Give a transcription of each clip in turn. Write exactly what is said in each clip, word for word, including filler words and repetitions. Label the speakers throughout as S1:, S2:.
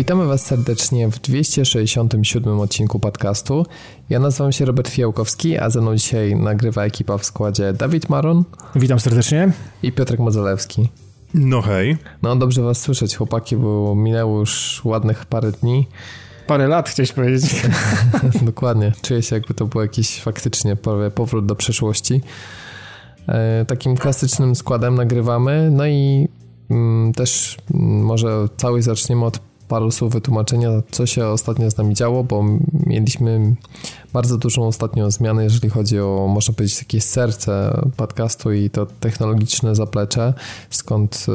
S1: Witamy Was serdecznie w dwieście sześćdziesiątym siódmym odcinku podcastu. Ja nazywam się Robert Fijałkowski, a ze mną dzisiaj nagrywa ekipa w składzie Dawid Maron.
S2: Witam serdecznie.
S1: I Piotrek Modzelewski.
S3: No hej.
S1: No dobrze Was słyszeć, chłopaki, bo minęło już ładnych parę dni.
S2: Parę lat chciałeś powiedzieć.
S1: Dokładnie. Czuję się, jakby to był jakiś faktycznie powrót do przeszłości. E, takim klasycznym składem nagrywamy. No i mm, też mm, może całość zaczniemy od paru słów wytłumaczenia, co się ostatnio z nami działo, bo mieliśmy bardzo dużą ostatnią zmianę, jeżeli chodzi o, można powiedzieć, takie serce podcastu i to technologiczne zaplecze, skąd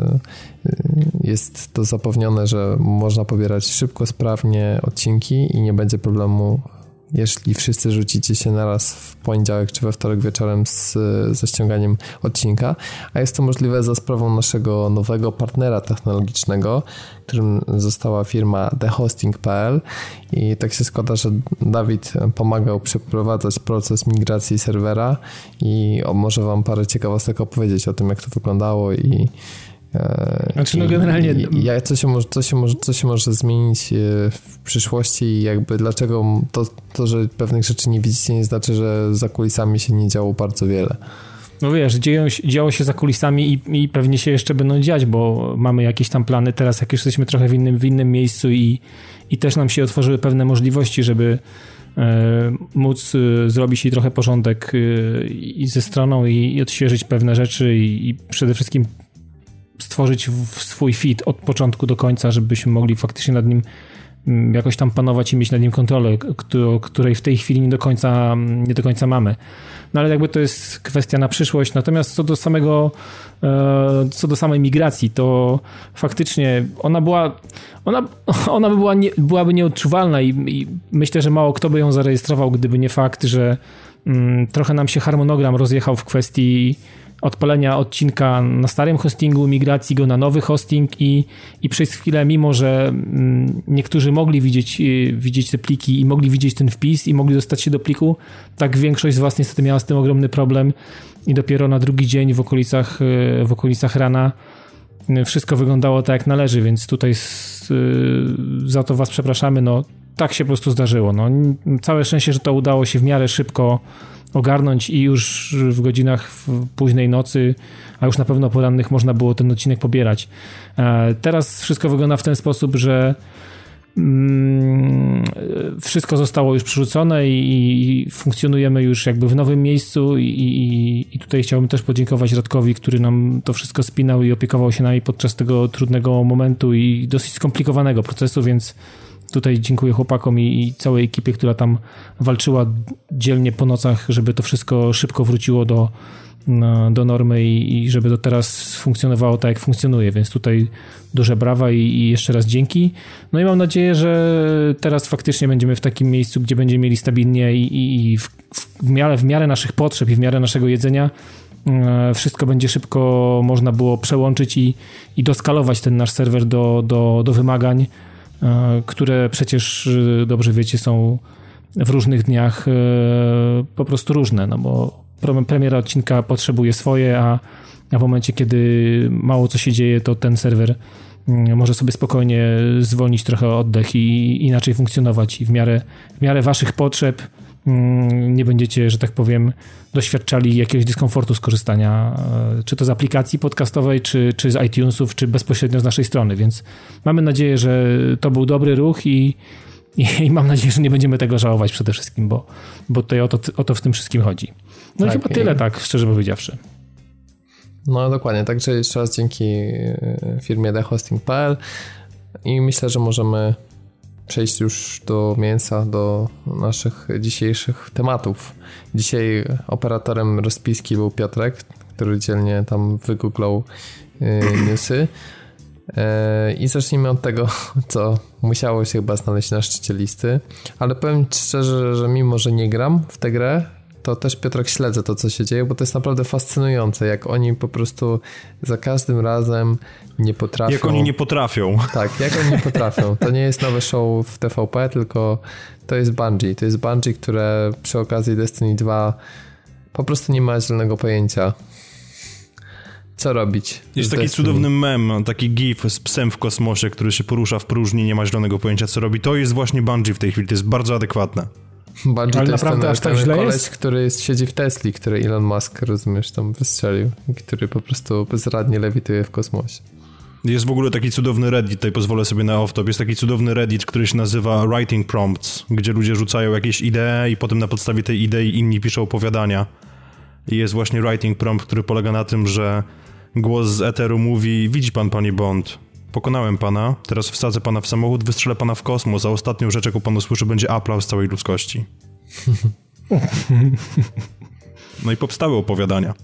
S1: jest to zapewnione, że można pobierać szybko, sprawnie odcinki i nie będzie problemu, jeśli wszyscy rzucicie się naraz w poniedziałek czy we wtorek wieczorem z, ze ściąganiem odcinka, a jest to możliwe za sprawą naszego nowego partnera technologicznego, którym została firma the hosting kropka p l i tak się składa, że Dawid pomagał przeprowadzać proces migracji serwera i o, może Wam parę ciekawostek opowiedzieć o tym, jak to wyglądało i
S2: Znaczy, no generalnie...
S1: I, i, co, się może, co, się może, co się może zmienić w przyszłości i jakby dlaczego to, to, że pewnych rzeczy nie widzicie, nie znaczy, że za kulisami się nie działo bardzo wiele.
S2: No wiesz, dzieją, działo się za kulisami i, i pewnie się jeszcze będą dziać, bo mamy jakieś tam plany. Teraz jak już jesteśmy trochę w innym, w innym miejscu i, i też nam się otworzyły pewne możliwości, żeby e, móc e, zrobić i trochę porządek e, i ze stroną i, i odświeżyć pewne rzeczy i, i przede wszystkim stworzyć swój feed od początku do końca, żebyśmy mogli faktycznie nad nim jakoś tam panować i mieć nad nim kontrolę, której w tej chwili nie do końca, nie do końca mamy. No ale jakby to jest kwestia na przyszłość. Natomiast co do samego, co do samej migracji, to faktycznie ona była, ona, ona by była nie, byłaby nieodczuwalna i, i myślę, że mało kto by ją zarejestrował, gdyby nie fakt, że mm, trochę nam się harmonogram rozjechał w kwestii odpalenia odcinka na starym hostingu, migracji go na nowy hosting i, i przez chwilę, mimo że mm, niektórzy mogli widzieć, y, widzieć te pliki i mogli widzieć ten wpis i mogli dostać się do pliku, tak większość z Was niestety miała z tym ogromny problem i dopiero na drugi dzień w okolicach, y, w okolicach rana y, wszystko wyglądało tak jak należy, więc tutaj s, y, za to Was przepraszamy, no tak się po prostu zdarzyło. No, całe szczęście, że to udało się w miarę szybko ogarnąć i już w godzinach w późnej nocy, a już na pewno porannych można było ten odcinek pobierać. Teraz wszystko wygląda w ten sposób, że wszystko zostało już przerzucone i funkcjonujemy już jakby w nowym miejscu i, i, i tutaj chciałbym też podziękować Radkowi, który nam to wszystko spinał i opiekował się nami podczas tego trudnego momentu i dosyć skomplikowanego procesu, więc tutaj dziękuję chłopakom i, i całej ekipie, która tam walczyła dzielnie po nocach, żeby to wszystko szybko wróciło do, no, do normy i, i żeby to teraz funkcjonowało tak, jak funkcjonuje, więc tutaj duże brawa i, i jeszcze raz dzięki. No i mam nadzieję, że teraz faktycznie będziemy w takim miejscu, gdzie będziemy mieli stabilnie i, i, i w, w, miarę, w miarę naszych potrzeb i w miarę naszego jedzenia wszystko będzie szybko można było przełączyć i, i doskalować ten nasz serwer do, do, do wymagań, które przecież, dobrze wiecie, są w różnych dniach po prostu różne, no bo premiera odcinka potrzebuje swoje, a, a w momencie, kiedy mało co się dzieje, to ten serwer może sobie spokojnie zwolnić trochę oddech i inaczej funkcjonować i w miarę, w miarę waszych potrzeb nie będziecie, że tak powiem, doświadczali jakiegoś dyskomfortu z korzystania, czy to z aplikacji podcastowej, czy, czy z iTunesów, czy bezpośrednio z naszej strony, więc mamy nadzieję, że to był dobry ruch i, i, i mam nadzieję, że nie będziemy tego żałować przede wszystkim, bo, bo tutaj o to, o to w tym wszystkim chodzi. No tak, i chyba tyle, i... tak, szczerze powiedziawszy.
S1: No dokładnie, także jeszcze raz dzięki firmie the hosting kropka p l i myślę, że możemy przejść już do mięsa, do naszych dzisiejszych tematów. Dzisiaj operatorem rozpiski był Piotrek, który dzielnie tam wygooglał yy, newsy. Yy, I zacznijmy od tego, co musiało się chyba znaleźć na szczycie listy. Ale powiem szczerze, że mimo, że nie gram w tę grę, to też Piotrek śledzę to, co się dzieje, bo to jest naprawdę fascynujące, jak oni po prostu za każdym razem nie potrafią...
S3: Jak oni nie potrafią.
S1: Tak, jak oni nie potrafią. To nie jest nowe show w T V P, tylko to jest Bungie. To jest Bungie, które przy okazji Destiny dwa po prostu nie ma zielonego pojęcia, co robić.
S3: Jest taki
S1: Destiny.
S3: cudowny mem, taki gif z psem w kosmosie, który się porusza w próżni, nie ma zielonego pojęcia, co robi. To jest właśnie Bungie w tej chwili, to jest bardzo adekwatne.
S1: Bungie
S2: Ale
S1: to jest
S2: naprawdę
S1: ten,
S2: aż tak
S1: ten
S2: źle
S1: koleś,
S2: jest?
S1: który jest, siedzi w Tesli, który Elon Musk, rozumiesz, tam wystrzelił, który po prostu bezradnie lewituje w kosmosie.
S3: Jest w ogóle taki cudowny Reddit, tutaj pozwolę sobie na off-top, jest taki cudowny Reddit, który się nazywa Writing Prompts, gdzie ludzie rzucają jakieś idee i potem na podstawie tej idei inni piszą opowiadania. I jest właśnie Writing Prompt, który polega na tym, że głos z eteru mówi: widzi pan, panie Bond, pokonałem pana, teraz wsadzę pana w samochód, wystrzelę pana w kosmos, a ostatnią rzecz, jaką pan usłyszy, będzie aplauz całej ludzkości. No i powstały opowiadania.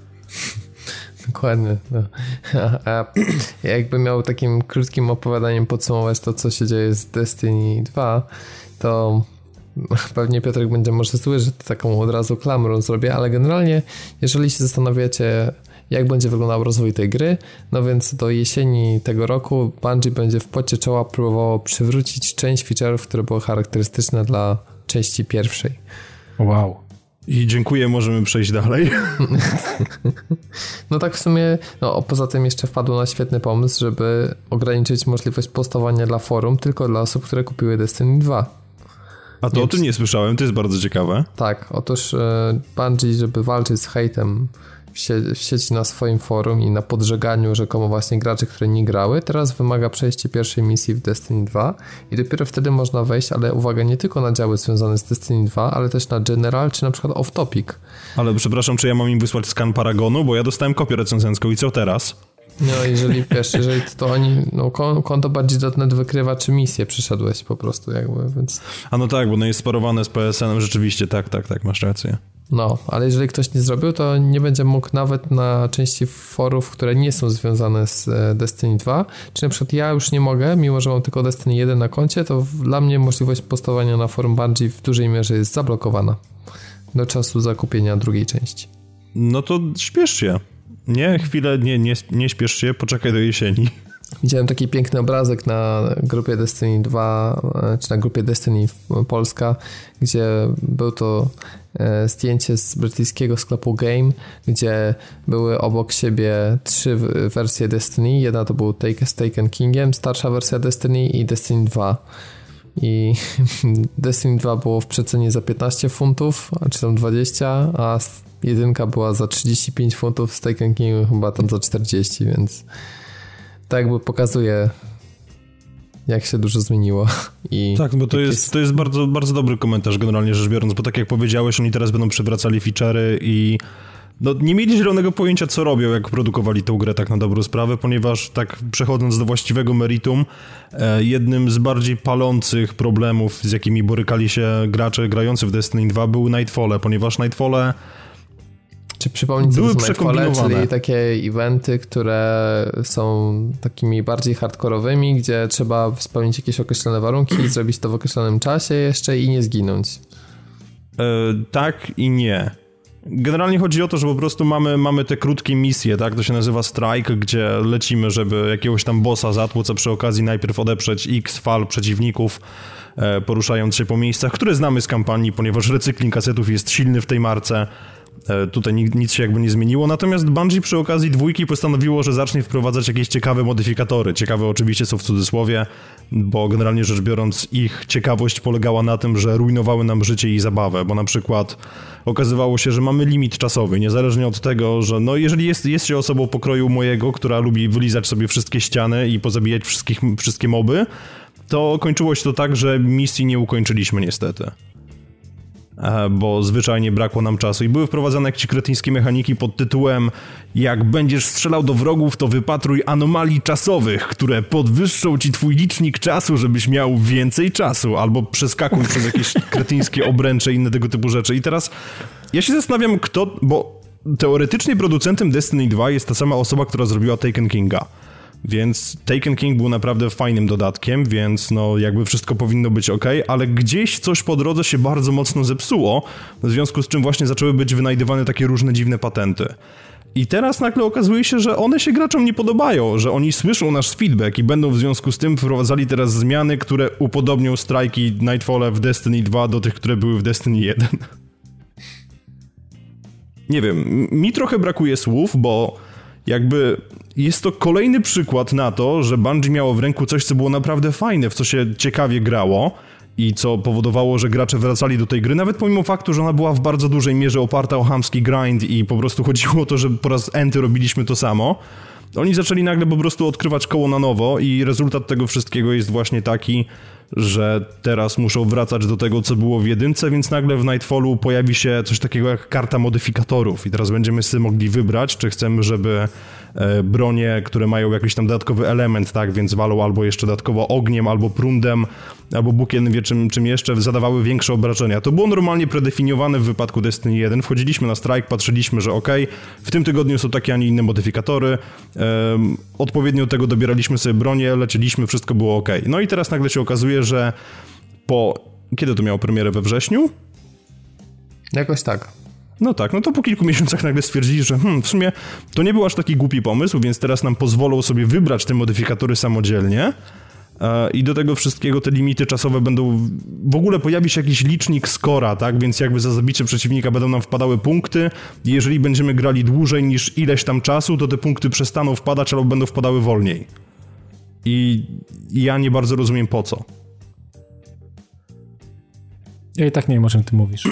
S1: Dokładnie. No. A, a jakby miał takim krótkim opowiadaniem podsumować to, co się dzieje z Destiny dwa, to pewnie Piotrek będzie może zły, że taką od razu klamrą zrobię, ale generalnie, jeżeli się zastanawiacie, jak będzie wyglądał rozwój tej gry, no więc do jesieni tego roku Bungie będzie w pocie czoła próbowało przywrócić część feature'ów, które były charakterystyczne dla części pierwszej.
S2: Wow.
S3: I dziękuję, możemy przejść dalej.
S1: No tak w sumie, no poza tym jeszcze wpadło na świetny pomysł, żeby ograniczyć możliwość postowania dla forum tylko dla osób, które kupiły Destiny dwa.
S3: A to nie o tym nie słyszałem, to jest bardzo ciekawe.
S1: Tak, otóż e, Bungie, żeby walczyć z hejtem w, sie w sieci na swoim forum i na podżeganiu rzekomo właśnie graczy, które nie grały, teraz wymaga przejścia pierwszej misji w Destiny dwa i dopiero wtedy można wejść, ale uwaga, nie tylko na działy związane z Destiny dwa, ale też na General czy na przykład Off Topic.
S3: Ale przepraszam, czy ja mam im wysłać skan Paragonu, bo ja dostałem kopię recenzencką i co teraz?
S1: No jeżeli wiesz, jeżeli to oni, no konto bardziej kropka net wykrywa, czy misję przeszedłeś po prostu jakby, więc...
S3: A no tak, bo ono jest sparowane z P S N-em, rzeczywiście, tak, tak, tak, masz rację.
S1: No, ale jeżeli ktoś nie zrobił, to nie będzie mógł nawet na części forów, które nie są związane z Destiny dwa, czy na przykład ja już nie mogę, mimo że mam tylko Destiny jeden na koncie, to dla mnie możliwość postowania na forum Bungie w dużej mierze jest zablokowana do czasu zakupienia drugiej części.
S3: No to śpiesz się. Nie, chwilę, nie, nie, nie śpiesz się, poczekaj do jesieni.
S1: Widziałem taki piękny obrazek na grupie Destiny dwa, czy na grupie Destiny Polska, gdzie był to zdjęcie z brytyjskiego sklepu Game, gdzie były obok siebie trzy wersje Destiny. Jedna to był Take, Taken Kingiem, starsza wersja Destiny i Destiny dwa. I Destiny dwa było w przecenie za piętnaście funtów, a czy tam dwadzieścia, a jedynka była za trzydzieści pięć funtów, z Taken Kingiem chyba tam za czterdzieści, więc tak jakby pokazuje, jak się dużo zmieniło. I
S3: tak, bo to jest,
S1: jest...
S3: to jest bardzo, bardzo dobry komentarz generalnie rzecz biorąc, bo tak jak powiedziałeś, oni teraz będą przywracali feature'y i no, nie mieli zielonego pojęcia, co robią, jak produkowali tę grę tak na dobrą sprawę, ponieważ tak przechodząc do właściwego meritum, e, jednym z bardziej palących problemów, z jakimi borykali się gracze grający w Destiny dwa, były Nightfall, ponieważ Nightfall
S1: Czy przypomnij, co
S3: były
S1: to są Nightfall,
S3: przekombinowane.
S1: czyli takie eventy, które są takimi bardziej hardkorowymi, gdzie trzeba spełnić jakieś określone warunki i zrobić to w określonym czasie jeszcze i nie zginąć.
S3: E, tak i nie. Generalnie chodzi o to, że po prostu mamy, mamy te krótkie misje, tak? To się nazywa strike, gdzie lecimy, żeby jakiegoś tam bossa zatłuc, a przy okazji najpierw odeprzeć x fal przeciwników, e, poruszając się po miejscach, które znamy z kampanii, ponieważ recykling kasetów jest silny w tej marce. E, tutaj nic, nic się jakby nie zmieniło. Natomiast Bungie przy okazji dwójki postanowiło, że zacznie wprowadzać jakieś ciekawe modyfikatory. Ciekawe oczywiście są w cudzysłowie, bo generalnie rzecz biorąc ich ciekawość polegała na tym, że rujnowały nam życie i zabawę, bo na przykład okazywało się, że mamy limit czasowy, niezależnie od tego, że no jeżeli jest, jest się osobą pokroju mojego, która lubi wylizać sobie wszystkie ściany i pozabijać wszystkich, wszystkie moby, to kończyło się to tak, że misji nie ukończyliśmy niestety. Bo zwyczajnie brakło nam czasu i były wprowadzane jakieś kretyńskie mechaniki pod tytułem: jak będziesz strzelał do wrogów, to wypatruj anomalii czasowych, które podwyższą ci twój licznik czasu, żebyś miał więcej czasu, albo przeskakuj przez jakieś kretyńskie obręcze i inne tego typu rzeczy. I teraz ja się zastanawiam, kto, bo teoretycznie producentem Destiny dwa jest ta sama osoba, która zrobiła Taken Kinga. Więc Taken King był naprawdę fajnym dodatkiem, więc no jakby wszystko powinno być ok, ale gdzieś coś po drodze się bardzo mocno zepsuło, w związku z czym właśnie zaczęły być wynajdywane takie różne dziwne patenty. I teraz nagle okazuje się, że one się graczom nie podobają, że oni słyszą nasz feedback i będą w związku z tym wprowadzali teraz zmiany, które upodobnią strajki Nightfalla w Destiny dwa do tych, które były w Destiny jeden. Nie wiem, mi trochę brakuje słów, bo jakby jest to kolejny przykład na to, że Bungie miało w ręku coś, co było naprawdę fajne, w co się ciekawie grało i co powodowało, że gracze wracali do tej gry, nawet pomimo faktu, że ona była w bardzo dużej mierze oparta o chamski grind i po prostu chodziło o to, że po raz enty robiliśmy to samo. Oni zaczęli nagle po prostu odkrywać koło na nowo i rezultat tego wszystkiego jest właśnie taki, że teraz muszą wracać do tego, co było w jedynce, więc nagle w Nightfallu pojawi się coś takiego jak karta modyfikatorów i teraz będziemy sobie mogli wybrać, czy chcemy, żeby bronie, które mają jakiś tam dodatkowy element, tak, więc walą albo jeszcze dodatkowo ogniem, albo prądem, albo Bóg jeden wie czym, czym jeszcze, zadawały większe obrażenia. To było normalnie predefiniowane w wypadku Destiny jeden. Wchodziliśmy na strike, patrzyliśmy, że okej, okay, w tym tygodniu są takie, a nie inne modyfikatory, um, odpowiednio do tego dobieraliśmy sobie bronię, leczyliśmy, wszystko było okej. Okay. No i teraz nagle się okazuje, że po... Kiedy to miało premierę? We wrześniu?
S1: Jakoś tak.
S3: No tak, no to po kilku miesiącach nagle stwierdzili, że hmm, w sumie to nie był aż taki głupi pomysł, więc teraz nam pozwolą sobie wybrać te modyfikatory samodzielnie e, i do tego wszystkiego te limity czasowe będą... W ogóle pojawi się jakiś licznik scora, tak, więc jakby za zabicie przeciwnika będą nam wpadały punkty i jeżeli będziemy grali dłużej niż ileś tam czasu, to te punkty przestaną wpadać albo będą wpadały wolniej. I ja nie bardzo rozumiem po co.
S2: Ja i tak nie wiem, o czym ty mówisz.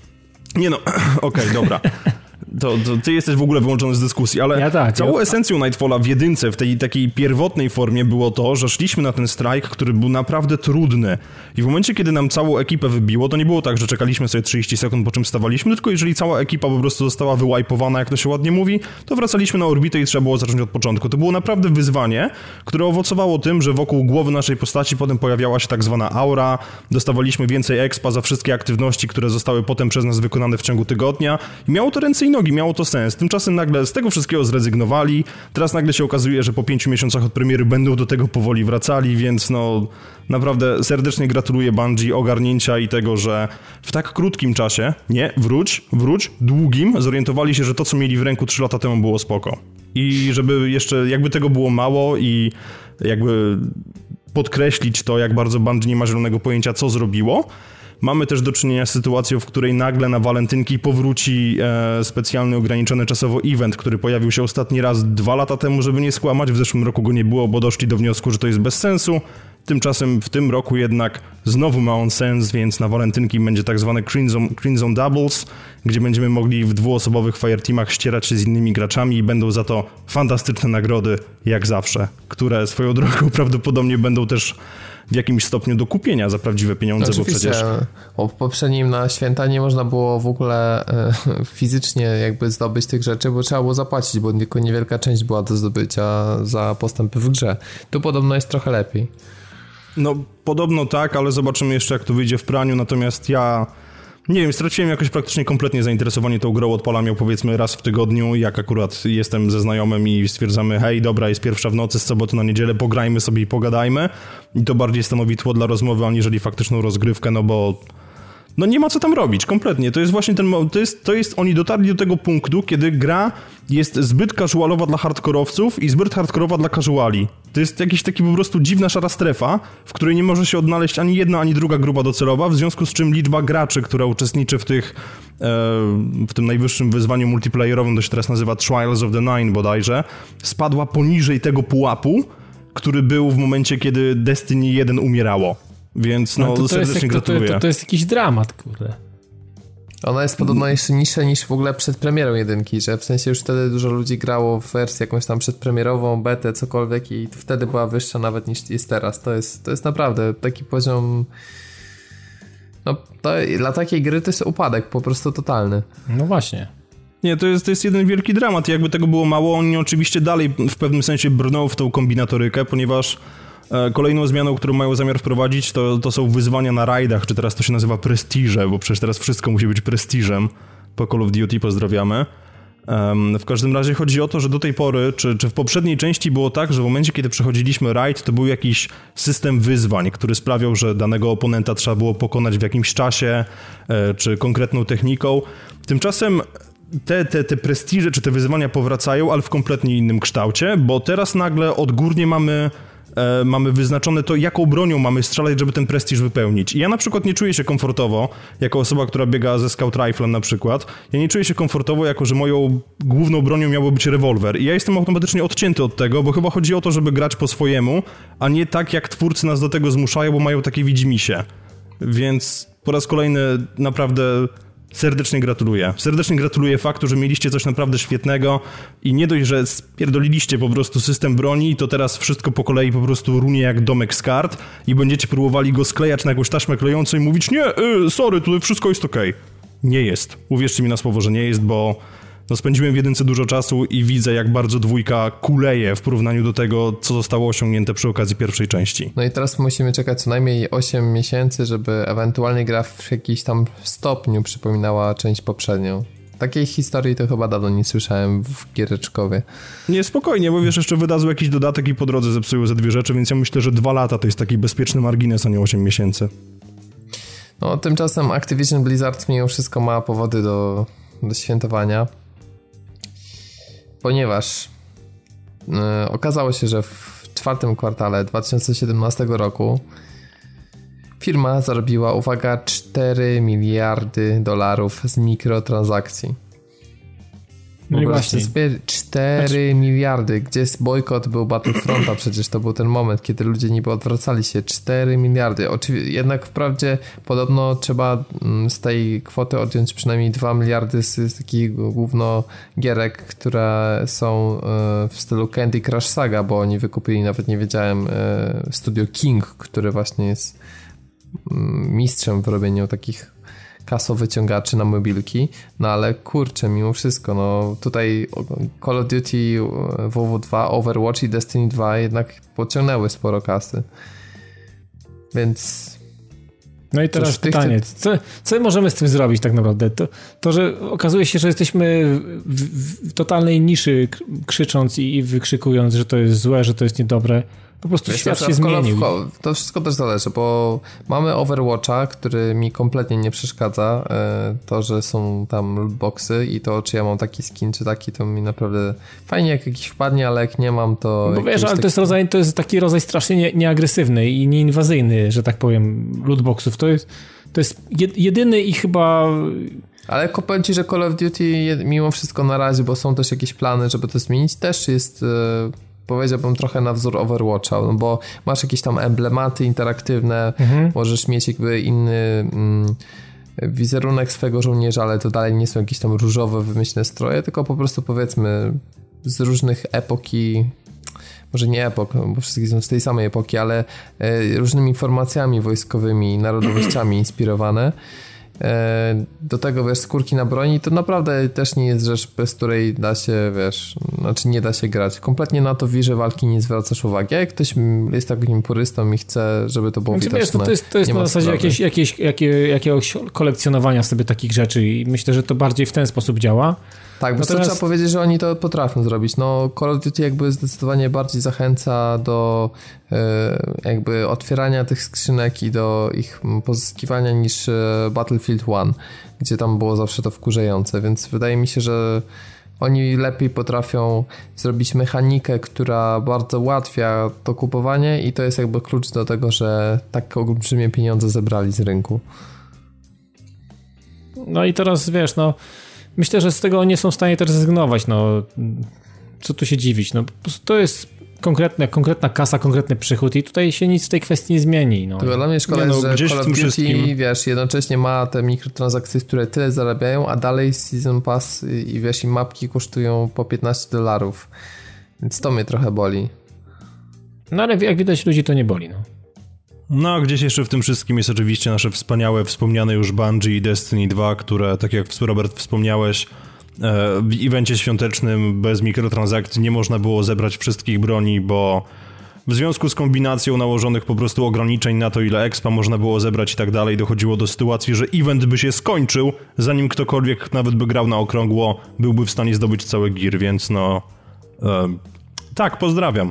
S3: Nie no, okej, okay, dobra. To, to ty jesteś w ogóle wyłączony z dyskusji, ale
S2: ja tak,
S3: całą
S2: ja...
S3: esencją Nightfalla w jedynce, w tej takiej pierwotnej formie było to, że szliśmy na ten strike, który był naprawdę trudny. I w momencie, kiedy nam całą ekipę wybiło, to nie było tak, że czekaliśmy sobie trzydzieści sekund, po czym stawaliśmy, tylko jeżeli cała ekipa po prostu została wyłajpowana, jak to się ładnie mówi, to wracaliśmy na orbitę i trzeba było zacząć od początku. To było naprawdę wyzwanie, które owocowało tym, że wokół głowy naszej postaci potem pojawiała się tak zwana aura, dostawaliśmy więcej expa za wszystkie aktywności, które zostały potem przez nas wykonane w ciągu tygodnia i miało to ręce i nogi, miało to sens. Tymczasem nagle z tego wszystkiego zrezygnowali, teraz nagle się okazuje, że po pięciu miesiącach od premiery będą do tego powoli wracali, więc no naprawdę serdecznie gratuluję Bungie ogarnięcia i tego, że w tak krótkim czasie, nie, wróć, wróć, długim, zorientowali się, że to, co mieli w ręku trzy lata temu było spoko. I żeby jeszcze, jakby tego było mało i jakby podkreślić to, jak bardzo Bungie nie ma zielonego pojęcia, co zrobiło, mamy też do czynienia z sytuacją, w której nagle na walentynki powróci e, specjalny, ograniczony czasowo event, który pojawił się ostatni raz dwa lata temu, żeby nie skłamać. W zeszłym roku go nie było, bo doszli do wniosku, że to jest bez sensu. Tymczasem w tym roku jednak znowu ma on sens, więc na walentynki będzie tak zwany Crimson, Crimson Doubles, gdzie będziemy mogli w dwuosobowych fireteamach ścierać się z innymi graczami i będą za to fantastyczne nagrody, jak zawsze, które swoją drogą prawdopodobnie będą też w jakimś stopniu do kupienia za prawdziwe pieniądze,
S1: oczywiście,
S3: bo przecież...
S1: bo w poprzednim na święta nie można było w ogóle e, fizycznie jakby zdobyć tych rzeczy, bo trzeba było zapłacić, bo tylko niewielka część była do zdobycia za postępy w grze. Tu podobno jest trochę lepiej.
S3: No, podobno tak, ale zobaczymy jeszcze, jak to wyjdzie w praniu, natomiast ja... Nie wiem, straciłem jakoś praktycznie kompletnie zainteresowanie tą grą, odpalam ją powiedzmy raz w tygodniu, jak akurat jestem ze znajomym i stwierdzamy, hej, dobra, jest pierwsza w nocy, z soboty na niedzielę, pograjmy sobie i pogadajmy. I to bardziej stanowi tło dla rozmowy, aniżeli faktyczną rozgrywkę, no bo... No nie ma co tam robić, kompletnie. To jest właśnie ten... To jest, to jest... Oni dotarli do tego punktu, kiedy gra jest zbyt casualowa dla hardkorowców i zbyt hardkorowa dla casuali. To jest jakiś taki po prostu dziwna szara strefa, w której nie może się odnaleźć ani jedna, ani druga grupa docelowa, w związku z czym liczba graczy, która uczestniczy w tych... E, w tym najwyższym wyzwaniu multiplayerowym, to się teraz nazywa Trials of the Nine bodajże, spadła poniżej tego pułapu, który był w momencie, kiedy Destiny jeden umierało. Więc no, no to, to serdecznie
S2: jest,
S3: gratuluję.
S2: To, to, to jest jakiś dramat, kurde.
S1: Ona jest podobno jeszcze niższa niż w ogóle przed premierą jedynki, że w sensie już wtedy dużo ludzi grało w wersję jakąś tam przedpremierową, betę, cokolwiek i wtedy była wyższa nawet niż jest teraz. To jest, to jest naprawdę taki poziom... No, to, dla takiej gry to jest upadek po prostu totalny.
S2: No właśnie.
S3: Nie, to jest, to jest jeden wielki dramat. Jakby tego było mało, oni oczywiście dalej w pewnym sensie brną w tą kombinatorykę, ponieważ kolejną zmianą, którą mają zamiar wprowadzić, to, to są wyzwania na rajdach, czy teraz to się nazywa prestiże, bo przecież teraz wszystko musi być prestiżem. Po Call of Duty pozdrawiamy. Um, w każdym razie chodzi o to, że do tej pory, czy, czy w poprzedniej części było tak, że w momencie, kiedy przechodziliśmy rajd, to był jakiś system wyzwań, który sprawiał, że danego oponenta trzeba było pokonać w jakimś czasie, e, czy konkretną techniką. Tymczasem te, te, te prestiże, czy te wyzwania powracają, ale w kompletnie innym kształcie, bo teraz nagle odgórnie mamy e, mamy wyznaczone to, jaką bronią mamy strzelać, żeby ten prestiż wypełnić. I ja na przykład nie czuję się komfortowo, jako osoba, która biega ze Scout Riflem na przykład, ja nie czuję się komfortowo, jako że moją główną bronią miałby być rewolwer. I ja jestem automatycznie odcięty od tego, bo chyba chodzi o to, żeby grać po swojemu, a nie tak, jak twórcy nas do tego zmuszają, bo mają takie widzimisię. Więc po raz kolejny naprawdę serdecznie gratuluję. Serdecznie gratuluję faktu, że mieliście coś naprawdę świetnego i nie dość, że spierdoliliście po prostu system broni, to teraz wszystko po kolei po prostu runie jak domek z kart i będziecie próbowali go sklejać na jakąś taśmę klejącą i mówić nie, y, sorry, tutaj wszystko jest okej. Okay. Nie jest. Uwierzcie mi na słowo, że nie jest, bo no spędziłem w jedynce dużo czasu i widzę, jak bardzo dwójka kuleje w porównaniu do tego, co zostało osiągnięte przy okazji pierwszej części.
S1: No i teraz musimy czekać co najmniej osiem miesięcy, żeby ewentualnie gra w jakiś tam stopniu przypominała część poprzednią. Takiej historii to chyba dawno nie słyszałem w giereczkowie.
S3: Nie, spokojnie, bo wiesz, jeszcze wydadzą jakiś dodatek i po drodze zepsują ze dwie rzeczy, więc ja myślę, że dwa lata to jest taki bezpieczny margines, a nie osiem miesięcy.
S1: No tymczasem Activision Blizzard mimo wszystko ma powody do, do świętowania. Ponieważ yy, okazało się, że w czwartym kwartale dwa tysiące siedemnastego roku firma zarobiła, uwaga, cztery miliardy dolarów z mikrotransakcji.
S2: No i właśnie.
S1: cztery miliardy. Gdzie jest bojkot był Battlefronta, przecież to był ten moment, kiedy ludzie niby odwracali się. cztery miliardy. Oczywiście, jednak wprawdzie podobno trzeba z tej kwoty odjąć przynajmniej dwa miliardy z, z takich główno gierek, które są w stylu Candy Crush Saga, bo oni wykupili, nawet nie wiedziałem, studio King, który właśnie jest mistrzem w robieniu takich kasowyciągaczy na mobilki, no ale kurczę, mimo wszystko, no tutaj Call of Duty, W W dwa, Overwatch i Destiny dwa jednak pociągnęły sporo kasy. Więc...
S2: No i teraz Cóż, pytanie, tych... co, co możemy z tym zrobić tak naprawdę? To, to że okazuje się, że jesteśmy w, w totalnej niszy, krzycząc i, i wykrzykując, że to jest złe, że to jest niedobre. Po prostu Wiesz, świat się zmienił.
S1: To wszystko też zależy, bo mamy Overwatcha, który mi kompletnie nie przeszkadza. To, że są tam lootboxy i to, czy ja mam taki skin, czy taki, to mi naprawdę fajnie jak jakiś wpadnie, ale jak nie mam, to...
S2: Bo wiesz, ale
S1: taki...
S2: to jest rodzaj, to jest taki rodzaj strasznie nie, nieagresywny i nieinwazyjny, że tak powiem, lootboxów. To jest, to jest jedyny i chyba...
S1: Ale powiem ci, że Call of Duty mimo wszystko na razie, bo są też jakieś plany, żeby to zmienić, też jest... powiedziałbym trochę na wzór Overwatcha, no bo masz jakieś tam emblematy interaktywne, mhm. możesz mieć jakby inny mm, wizerunek swojego żołnierza, ale to dalej nie są jakieś tam różowe, wymyślne stroje, tylko po prostu powiedzmy z różnych epoki, może nie epok, bo wszystkie są z tej samej epoki, ale e, różnymi formacjami wojskowymi, narodowościami inspirowane. Do tego, wiesz, skórki na broni, to naprawdę też nie jest rzecz, bez której da się, wiesz, znaczy nie da się grać. Kompletnie na to w wirze walki nie zwracasz uwagi. Jak ktoś jest takim purystą i chce, żeby to było
S2: znaczy,
S1: widoczne,
S2: wiesz, to, to jest, to jest na zasadzie jakieś, jakieś, jakie, jakiegoś kolekcjonowania sobie takich rzeczy i myślę, że to bardziej w ten sposób działa.
S1: Tak, bo Natomiast... trzeba powiedzieć, że oni to potrafią zrobić. No, Call of Duty jakby zdecydowanie bardziej zachęca do e, jakby otwierania tych skrzynek i do ich pozyskiwania niż Battlefield jeden, gdzie tam było zawsze to wkurzające, więc wydaje mi się, że oni lepiej potrafią zrobić mechanikę, która bardzo ułatwia to kupowanie i to jest jakby klucz do tego, że tak olbrzymie pieniądze zebrali z rynku.
S2: No i teraz wiesz, no myślę, że z tego nie są w stanie też zrezygnować, no co tu się dziwić, no po prostu to jest konkretna, konkretna kasa, konkretny przychód i tutaj się nic w tej kwestii nie zmieni. No.
S1: Tylko dla mnie szkoda jest, no, że Call of Duty, wszystkim... wiesz, jednocześnie ma te mikrotransakcje, które tyle zarabiają, a dalej Season Pass i wiesz, i mapki kosztują po piętnaście dolarów, więc to mnie trochę boli.
S2: No ale jak widać ludzi to nie boli, no.
S3: No, a gdzieś jeszcze w tym wszystkim jest oczywiście nasze wspaniałe, wspomniane już Bungie i Destiny dwa, które, tak jak Robert wspomniałeś, w evencie świątecznym bez mikrotransakcji nie można było zebrać wszystkich broni, bo w związku z kombinacją nałożonych po prostu ograniczeń na to, ile expa można było zebrać i tak dalej, dochodziło do sytuacji, że event by się skończył, zanim ktokolwiek nawet by grał na okrągło, byłby w stanie zdobyć cały gear, więc no... E, tak, pozdrawiam.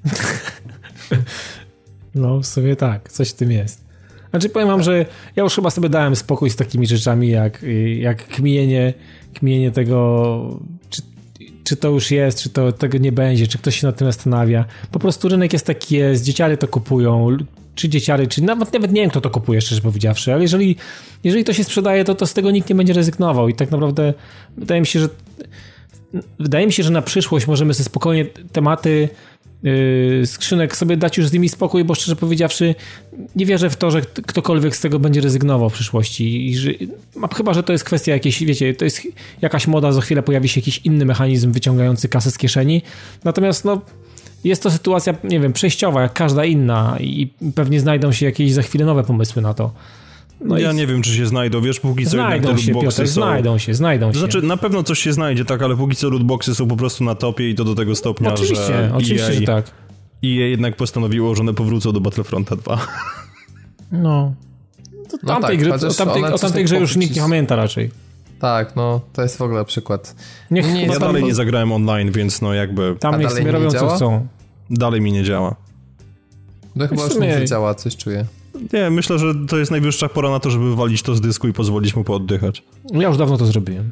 S2: No, w sumie tak, coś w tym jest. Znaczy powiem wam, że ja już chyba sobie dałem spokój z takimi rzeczami jak, jak kmienie, kmienie tego, czy, czy to już jest, czy to tego nie będzie, czy ktoś się nad tym zastanawia. Po prostu rynek jest taki jest, dzieciary to kupują, czy dzieciary, czy nawet, nawet nie wiem, kto to kupuje, szczerze powiedziawszy, ale jeżeli, jeżeli to się sprzedaje, to, to z tego nikt nie będzie rezygnował i tak naprawdę wydaje mi się, że wydaje mi się, że na przyszłość możemy sobie spokojnie tematy Yy, skrzynek sobie dać już z nimi spokój, bo szczerze powiedziawszy nie wierzę w to, że ktokolwiek z tego będzie rezygnował w przyszłości. I że, chyba, że to jest kwestia jakiejś, wiecie, to jest jakaś moda, za chwilę pojawi się jakiś inny mechanizm wyciągający kasę z kieszeni. Natomiast no jest to sytuacja, nie wiem, przejściowa, jak każda inna i pewnie znajdą się jakieś za chwilę nowe pomysły na to.
S3: No ja i... nie wiem, czy się znajdą, wiesz, póki co
S2: znajdą
S3: jednak te
S2: się,
S3: lootboxy
S2: Piotr,
S3: są...
S2: znajdą się, znajdą
S3: to
S2: się.
S3: Znaczy, na pewno coś się znajdzie, tak, ale póki co lootboxy są po prostu na topie i to do tego stopnia,
S2: oczywiście,
S3: że
S2: oczywiście,
S3: E A,
S2: że tak.
S3: E A jednak postanowiło, że one powrócą do Battlefronta dwa.
S2: No. To
S1: no
S2: tamtej
S1: tak,
S2: gry, o tamtej, o tamtej grze już nikt nie pamięta raczej.
S1: Tak, no, to jest w ogóle przykład.
S2: Niech
S3: nie, ja dalej nie zagrałem online, więc no jakby...
S2: Tam niech sobie robią co chcą.
S3: Dalej mi nie działa.
S1: No chyba już nie działa, coś czuję.
S3: Nie, myślę, że to jest najwyższa pora na to, żeby wywalić to z dysku i pozwolić mu pooddychać.
S2: Ja już dawno to zrobiłem.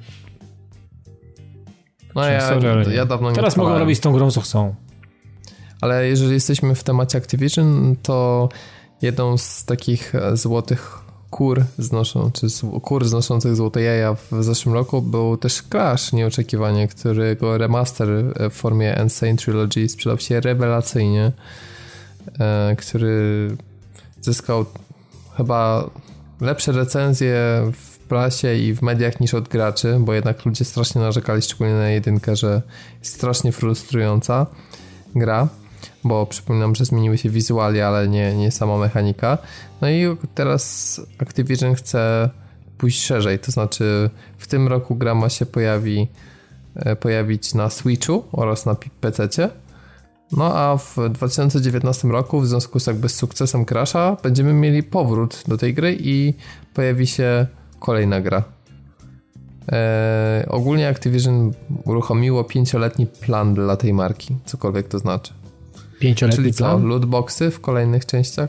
S1: No ja, Sorry, ja dawno nie
S2: Teraz mogą robić z tą grą, co chcą.
S1: Ale jeżeli jesteśmy w temacie Activision, to jedną z takich złotych kur znoszą, czy kur znoszących złote jaja w zeszłym roku był też Crash nieoczekiwanie, którego remaster w formie Insane Trilogy sprzedał się rewelacyjnie, który zyskał chyba lepsze recenzje w prasie i w mediach niż od graczy, bo jednak ludzie strasznie narzekali, szczególnie na jedynkę, że jest strasznie frustrująca gra, bo przypominam, że zmieniły się wizualia, ale nie, nie sama mechanika. No i teraz Activision chce pójść szerzej, to znaczy w tym roku gra ma się pojawi, pojawić na Switchu oraz na pececie. No a w dwa tysiące dziewiętnastym roku w związku z jakby z sukcesem Crasha będziemy mieli powrót do tej gry i pojawi się kolejna gra. Eee, ogólnie Activision uruchomiło pięcioletni plan dla tej marki, cokolwiek to znaczy.
S2: Pięcioletni
S1: Czyli co,
S2: plan?
S1: lootboxy w kolejnych częściach?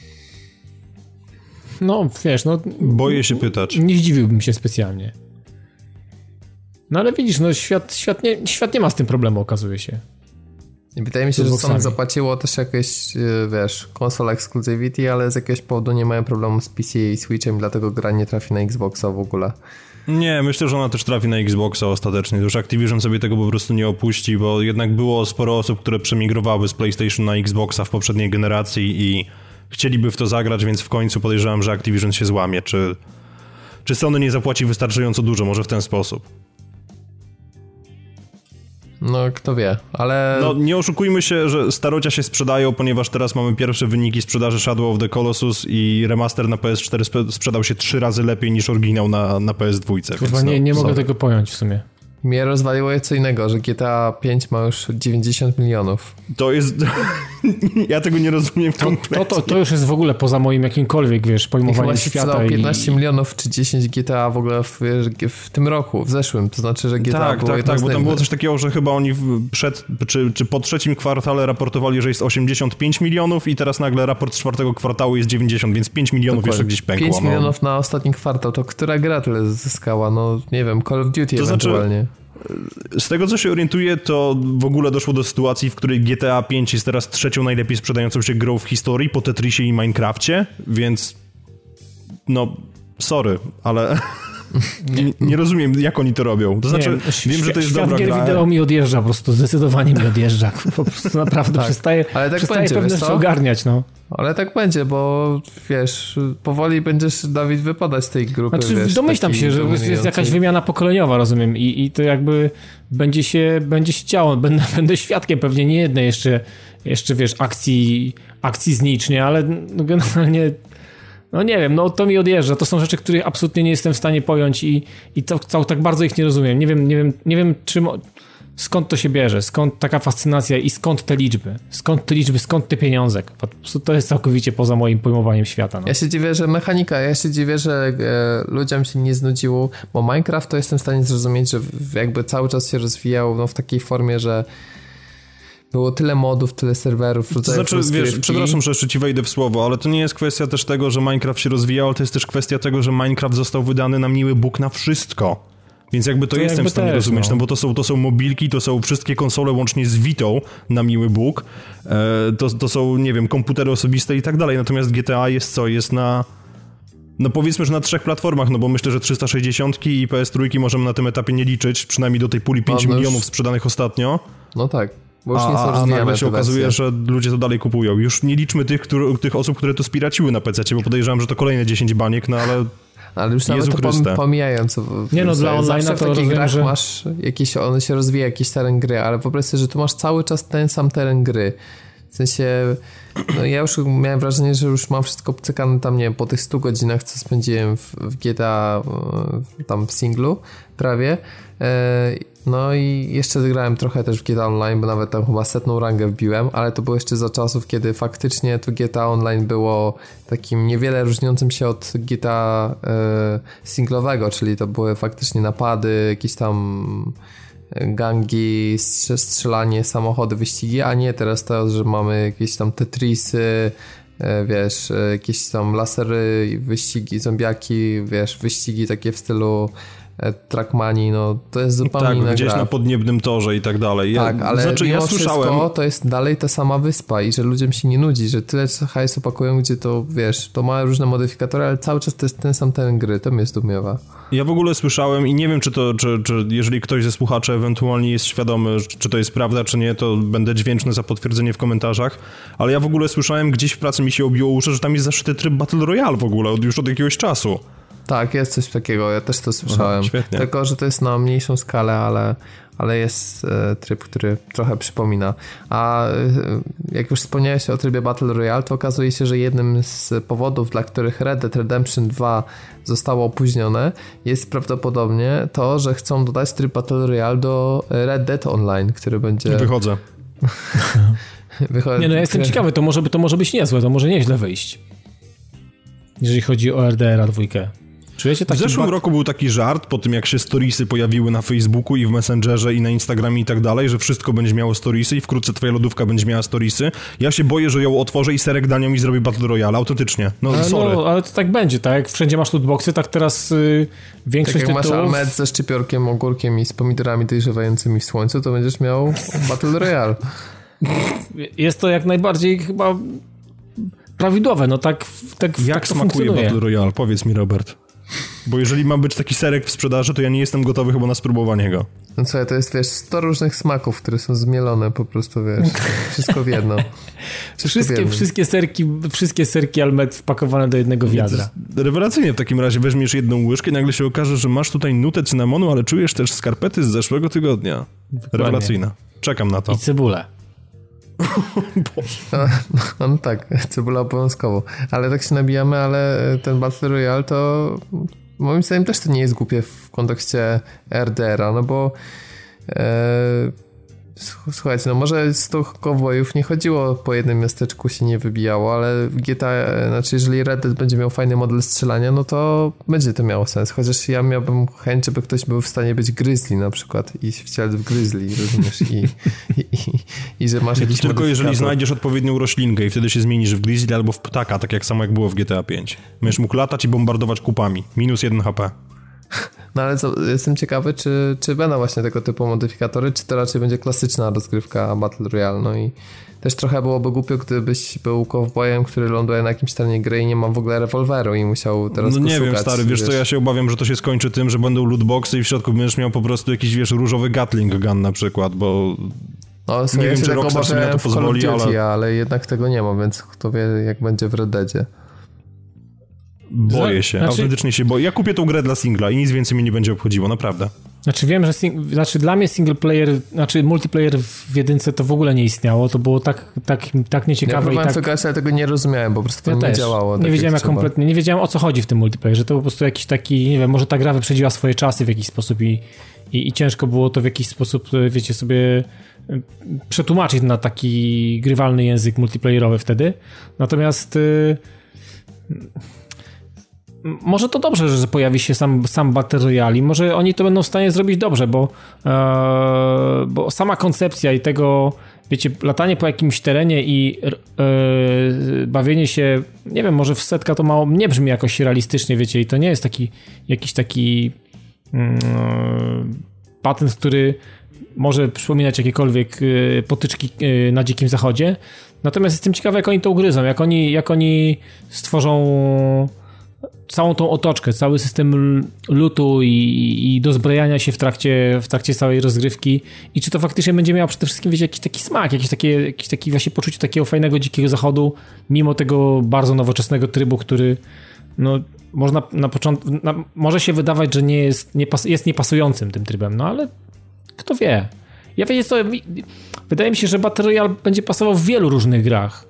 S2: No wiesz, no...
S3: Boję się pytać.
S2: Nie zdziwiłbym się specjalnie. No ale widzisz, no świat, świat, nie, świat nie ma z tym problemu, okazuje się.
S1: I wydaje mi się, że Sony zapłaciło też jakieś, wiesz, console exclusivity, ale z jakiegoś powodu nie mają problemu z P C i Switchem, dlatego gra nie trafi na Xboxa w ogóle.
S3: Nie, myślę, że ona też trafi na Xboxa ostatecznie. Już Activision sobie tego po prostu nie opuści, bo jednak było sporo osób, które przemigrowały z PlayStation na Xboxa w poprzedniej generacji i chcieliby w to zagrać, więc w końcu podejrzewam, że Activision się złamie. Czy, czy Sony nie zapłaci wystarczająco dużo? Może w ten sposób.
S1: No, kto wie, ale...
S3: No, nie oszukujmy się, że starocia się sprzedają, ponieważ teraz mamy pierwsze wyniki sprzedaży Shadow of the Colossus i remaster na P S cztery sprzedał się trzy razy lepiej niż oryginał na, na P S dwa.
S2: Chyba nie, nie mogę tego pojąć w sumie.
S1: Mnie rozwaliło je co innego, że G T A pięć ma już dziewięćdziesiąt milionów.
S3: To jest... ja tego nie rozumiem kompletnie.
S2: To, to, to już jest w ogóle poza moim jakimkolwiek, wiesz, pojmowaniem świata. I
S1: piętnaście milionów czy dziesięć G T A w ogóle w, w tym roku, w zeszłym. To znaczy, że G T A
S3: tak,
S1: było
S3: Tak, tak, bo tam było coś takiego, że chyba oni przed, czy, czy po trzecim kwartale raportowali, że jest osiemdziesiąt pięć milionów i teraz nagle raport z czwartego kwartału jest dziewięćdziesiąt, więc pięć milionów Dokładnie. Jeszcze gdzieś pękło.
S1: pięć milionów no. na ostatni kwartał, to która gra tyle zyskała? No nie wiem, Call of Duty to ewentualnie. Znaczy...
S3: Z tego, co się orientuję, to w ogóle doszło do sytuacji, w której G T A pięć jest teraz trzecią najlepiej sprzedającą się grą w historii po Tetrisie i Minecrafcie, więc no, sorry, ale nie, nie rozumiem, jak oni to robią. To znaczy, nie, wiem, że to jest dobra gra.
S2: Świat wideo mi odjeżdża, po prostu zdecydowanie mi odjeżdża. Po prostu naprawdę tak. przestaje, ale tak przestaje będzie, pewne rzeczy ogarniać, no.
S1: Ale tak będzie, bo wiesz, powoli będziesz, Dawid, wypadać z tej grupy.
S2: Znaczy,
S1: wiesz,
S2: domyślam się, że jest jakaś wymiana pokoleniowa, rozumiem, i, i to jakby będzie się, będzie się działo. Będę, będę świadkiem pewnie nie jednej jeszcze, jeszcze wiesz, akcji, akcji znicznie, ale no generalnie, no nie wiem, no to mi odjeżdża. To są rzeczy, których absolutnie nie jestem w stanie pojąć i, i to, to tak bardzo ich nie rozumiem. Nie wiem, nie wiem, nie wiem czym... Skąd to się bierze? Skąd taka fascynacja i skąd te liczby? Skąd te liczby, skąd te pieniądze? Po prostu to jest całkowicie poza moim pojmowaniem świata. No.
S1: Ja się dziwię, że mechanika, ja się dziwię, że e, ludziom się nie znudziło, bo Minecraft to jestem w stanie zrozumieć, że jakby cały czas się rozwijał no, w takiej formie, że było tyle modów, tyle serwerów, rodzajów
S3: To znaczy, wiesz, przepraszam, że jeszcze ci wejdę w słowo, ale to nie jest kwestia też tego, że Minecraft się rozwijał, ale to jest też kwestia tego, że Minecraft został wydany na miły Bóg na wszystko. Więc jakby to, to jestem jakby w stanie też, rozumieć, no. no bo to są, to są mobilki, to są wszystkie konsole łącznie z Vitą, na miły Bóg, e, to, to są, nie wiem, komputery osobiste i tak dalej, natomiast G T A jest co? Jest na, no powiedzmy, że na trzech platformach, no bo myślę, że trzysta sześćdziesiąt i P S trzy możemy na tym etapie nie liczyć, przynajmniej do tej puli pięć no, milionów już... sprzedanych ostatnio.
S1: No tak. Bo już
S3: a,
S1: nie są
S3: a nagle się okazuje, wersje. że ludzie to dalej kupują. Już nie liczmy tych, który, tych osób, które to spiraciły na pececie, bo podejrzewam, że to kolejne dziesięć baniek, no ale...
S1: Ale już nawet to pom- pomijając. W,
S2: nie no, dla online to w takich grach że...
S1: masz jakieś, one się rozwija jakiś teren gry, ale po prostu, że tu masz cały czas ten sam teren gry. W sensie, no ja już miałem wrażenie, że już mam wszystko obcykane tam, nie wiem, po tych stu godzinach, co spędziłem w, w G T A, tam w singlu prawie. No i jeszcze grałem trochę też w G T A Online, bo nawet tam chyba setną rangę wbiłem, ale to było jeszcze za czasów, kiedy faktycznie to G T A Online było takim niewiele różniącym się od G T A singlowego, czyli to były faktycznie napady, jakieś tam gangi, strzelanie, samochody, wyścigi, a nie teraz to, że mamy jakieś tam Tetrisy, wiesz, jakieś tam lasery, wyścigi, zombiaki, wiesz, wyścigi takie w stylu Trackmanii, no to jest zupełnie
S3: tak,
S1: inna
S3: gdzieś
S1: gra.
S3: na podniebnym torze i tak dalej. Ja,
S1: tak, ale
S3: znaczy, ja
S1: słyszałem, wszystko to jest dalej ta sama wyspa i że ludziom się nie nudzi, że tyle hajsu pakują, gdzie to, wiesz, to ma różne modyfikatory, ale cały czas to jest ten sam teren gry, to mnie zdumiewa.
S3: Ja w ogóle słyszałem i nie wiem, czy to, czy, czy jeżeli ktoś ze słuchaczy ewentualnie jest świadomy, czy to jest prawda, czy nie, to będę wdzięczny za potwierdzenie w komentarzach, ale ja w ogóle słyszałem, gdzieś w pracy mi się obiło uszy, że tam jest zaszyty tryb Battle Royale w ogóle, od, już od jakiegoś czasu.
S1: Tak, jest coś takiego, ja też to słyszałem.
S3: Aha,
S1: tylko, że to jest na mniejszą skalę, ale, ale jest e, tryb, który trochę przypomina. A e, jak już wspomniałeś o trybie Battle Royale, to okazuje się, że jednym z powodów, dla których Red Dead Redemption dwa zostało opóźnione, jest prawdopodobnie to, że chcą dodać tryb Battle Royale do Red Dead Online, który będzie...
S3: Wychodzę.
S2: Wychodzę. Nie no, ja jestem ciekawy, to może, to może być niezłe, to może nieźle wyjść. Jeżeli chodzi o R D R dwa. Czujecie taki
S3: w zeszłym
S2: bug?
S3: roku był taki żart, po tym jak się storiesy pojawiły na Facebooku i w Messengerze i na Instagramie i tak dalej, że wszystko będzie miało storiesy i wkrótce twoja lodówka będzie miała storiesy. Ja się boję, że ją otworzę i serek danią i zrobię Battle Royale, autentycznie. No,
S2: ale,
S3: sorry.
S2: No, ale to tak będzie, tak? Jak wszędzie masz lootboxy, tak teraz yy, większość
S1: tak jak
S2: tytułów...
S1: masz Almed ze szczypiorkiem, ogórkiem i z pomidorami dojrzewającymi w słońcu, to będziesz miał Battle Royale.
S2: Jest to jak najbardziej chyba prawidłowe, no tak, tak,
S3: jak
S2: tak to
S3: smakuje
S2: funkcjonuje.
S3: Battle Royale? Powiedz mi, Robert. Bo jeżeli ma być taki serek w sprzedaży, to ja nie jestem gotowy chyba na spróbowanie go.
S1: No co, to jest, wiesz, sto różnych smaków, które są zmielone po prostu, wiesz, wszystko w jedno.
S2: Wszystkie, wszystkie serki, wszystkie serki Almed wpakowane do jednego wiadra.
S3: Rewelacyjnie w takim razie weźmiesz jedną łyżkę i nagle się okaże, że masz tutaj nutę cynamonu, ale czujesz też skarpety z zeszłego tygodnia. Dokładnie. Rewelacyjna. Czekam na to.
S2: I cebulę.
S1: No, no, no tak, cebula obowiązkowo. Ale tak się nabijamy, ale ten Battle Royale to moim zdaniem też to nie jest głupie w kontekście R D R-a, no bo e, słuchajcie, no może z tych kowbojów nie chodziło, po jednym miasteczku się nie wybijało, ale w G T A, znaczy jeżeli Red Dead będzie miał fajny model strzelania, no to będzie to miało sens, chociaż ja miałbym chęć, żeby ktoś był w stanie być Grizzly na przykład i wcielać w Grizzly, rozumiesz, i, i, i, i że masz jakiś
S3: tylko jeżeli znajdziesz odpowiednią roślinkę i wtedy się zmienisz w Grizzly albo w ptaka, tak jak samo jak było w G T A pięć. Będziesz mógł latać i bombardować kupami. Minus jeden H P.
S1: No ale co, jestem ciekawy, czy, czy będą właśnie tego typu modyfikatory, czy to raczej będzie klasyczna rozgrywka Battle Royale. No i też trochę byłoby głupio, gdybyś był cowboyem, który ląduje na jakimś terenie gry i nie ma w ogóle rewolweru i musiał teraz
S3: No
S1: go
S3: nie
S1: szukać,
S3: wiem, stary, wiesz, wiesz co, ja się obawiam, że to się skończy tym, że będą lootboxy i w środku będziesz miał po prostu jakiś, wiesz, różowy Gatling gun na przykład, bo...
S1: No,
S3: nie
S1: ja
S3: wiem,
S1: się
S3: czy Rockstar sobie na to pozwoli,
S1: Duty,
S3: ale...
S1: ale jednak tego nie ma, więc kto wie, jak będzie w Red Deadzie.
S3: Boję się, znaczy... autentycznie się boję. Ja kupię tą grę dla singla i nic więcej mnie nie będzie obchodziło, naprawdę.
S2: Znaczy wiem, że sing... znaczy dla mnie single player, znaczy multiplayer w jedynce to w ogóle nie istniało, to było tak, tak, tak nieciekawe. Ja
S1: próbowałem
S2: i tak...
S1: wygrać, ale tego nie rozumiałem, po prostu to
S2: ja
S1: nie
S2: też.
S1: działało.
S2: Nie
S1: tak
S2: wiedziałem jak
S1: jak
S2: kompletnie, nie wiedziałem o co chodzi w tym multiplayerze, to po prostu jakiś taki, nie wiem, może ta gra wyprzedziła swoje czasy w jakiś sposób i, i, i ciężko było to w jakiś sposób, wiecie, sobie przetłumaczyć na taki grywalny język multiplayerowy wtedy. Natomiast yy... może to dobrze, że pojawi się sam, sam Battle Royale. Może oni to będą w stanie zrobić dobrze, bo, e, bo sama koncepcja i tego, wiecie, latanie po jakimś terenie i e, bawienie się, nie wiem, może w setka to mało nie brzmi jakoś realistycznie, wiecie, i to nie jest taki jakiś taki patent, który może przypominać jakiekolwiek potyczki na Dzikim Zachodzie. Natomiast jestem ciekawy, jak oni to ugryzą, jak oni, jak oni stworzą całą tą otoczkę, cały system lootu i, i dozbrajania się w trakcie, w trakcie całej rozgrywki i czy to faktycznie będzie miało przede wszystkim, wiecie, jakiś taki smak, jakieś takie, jakiś taki właśnie poczucie takiego fajnego Dzikiego Zachodu, mimo tego bardzo nowoczesnego trybu, który no można na początku, na, może się wydawać, że nie jest, nie pas, jest niepasującym tym trybem, no ale kto wie. Ja wiecie co, wydaje mi się, że Battle Royale będzie pasował w wielu różnych grach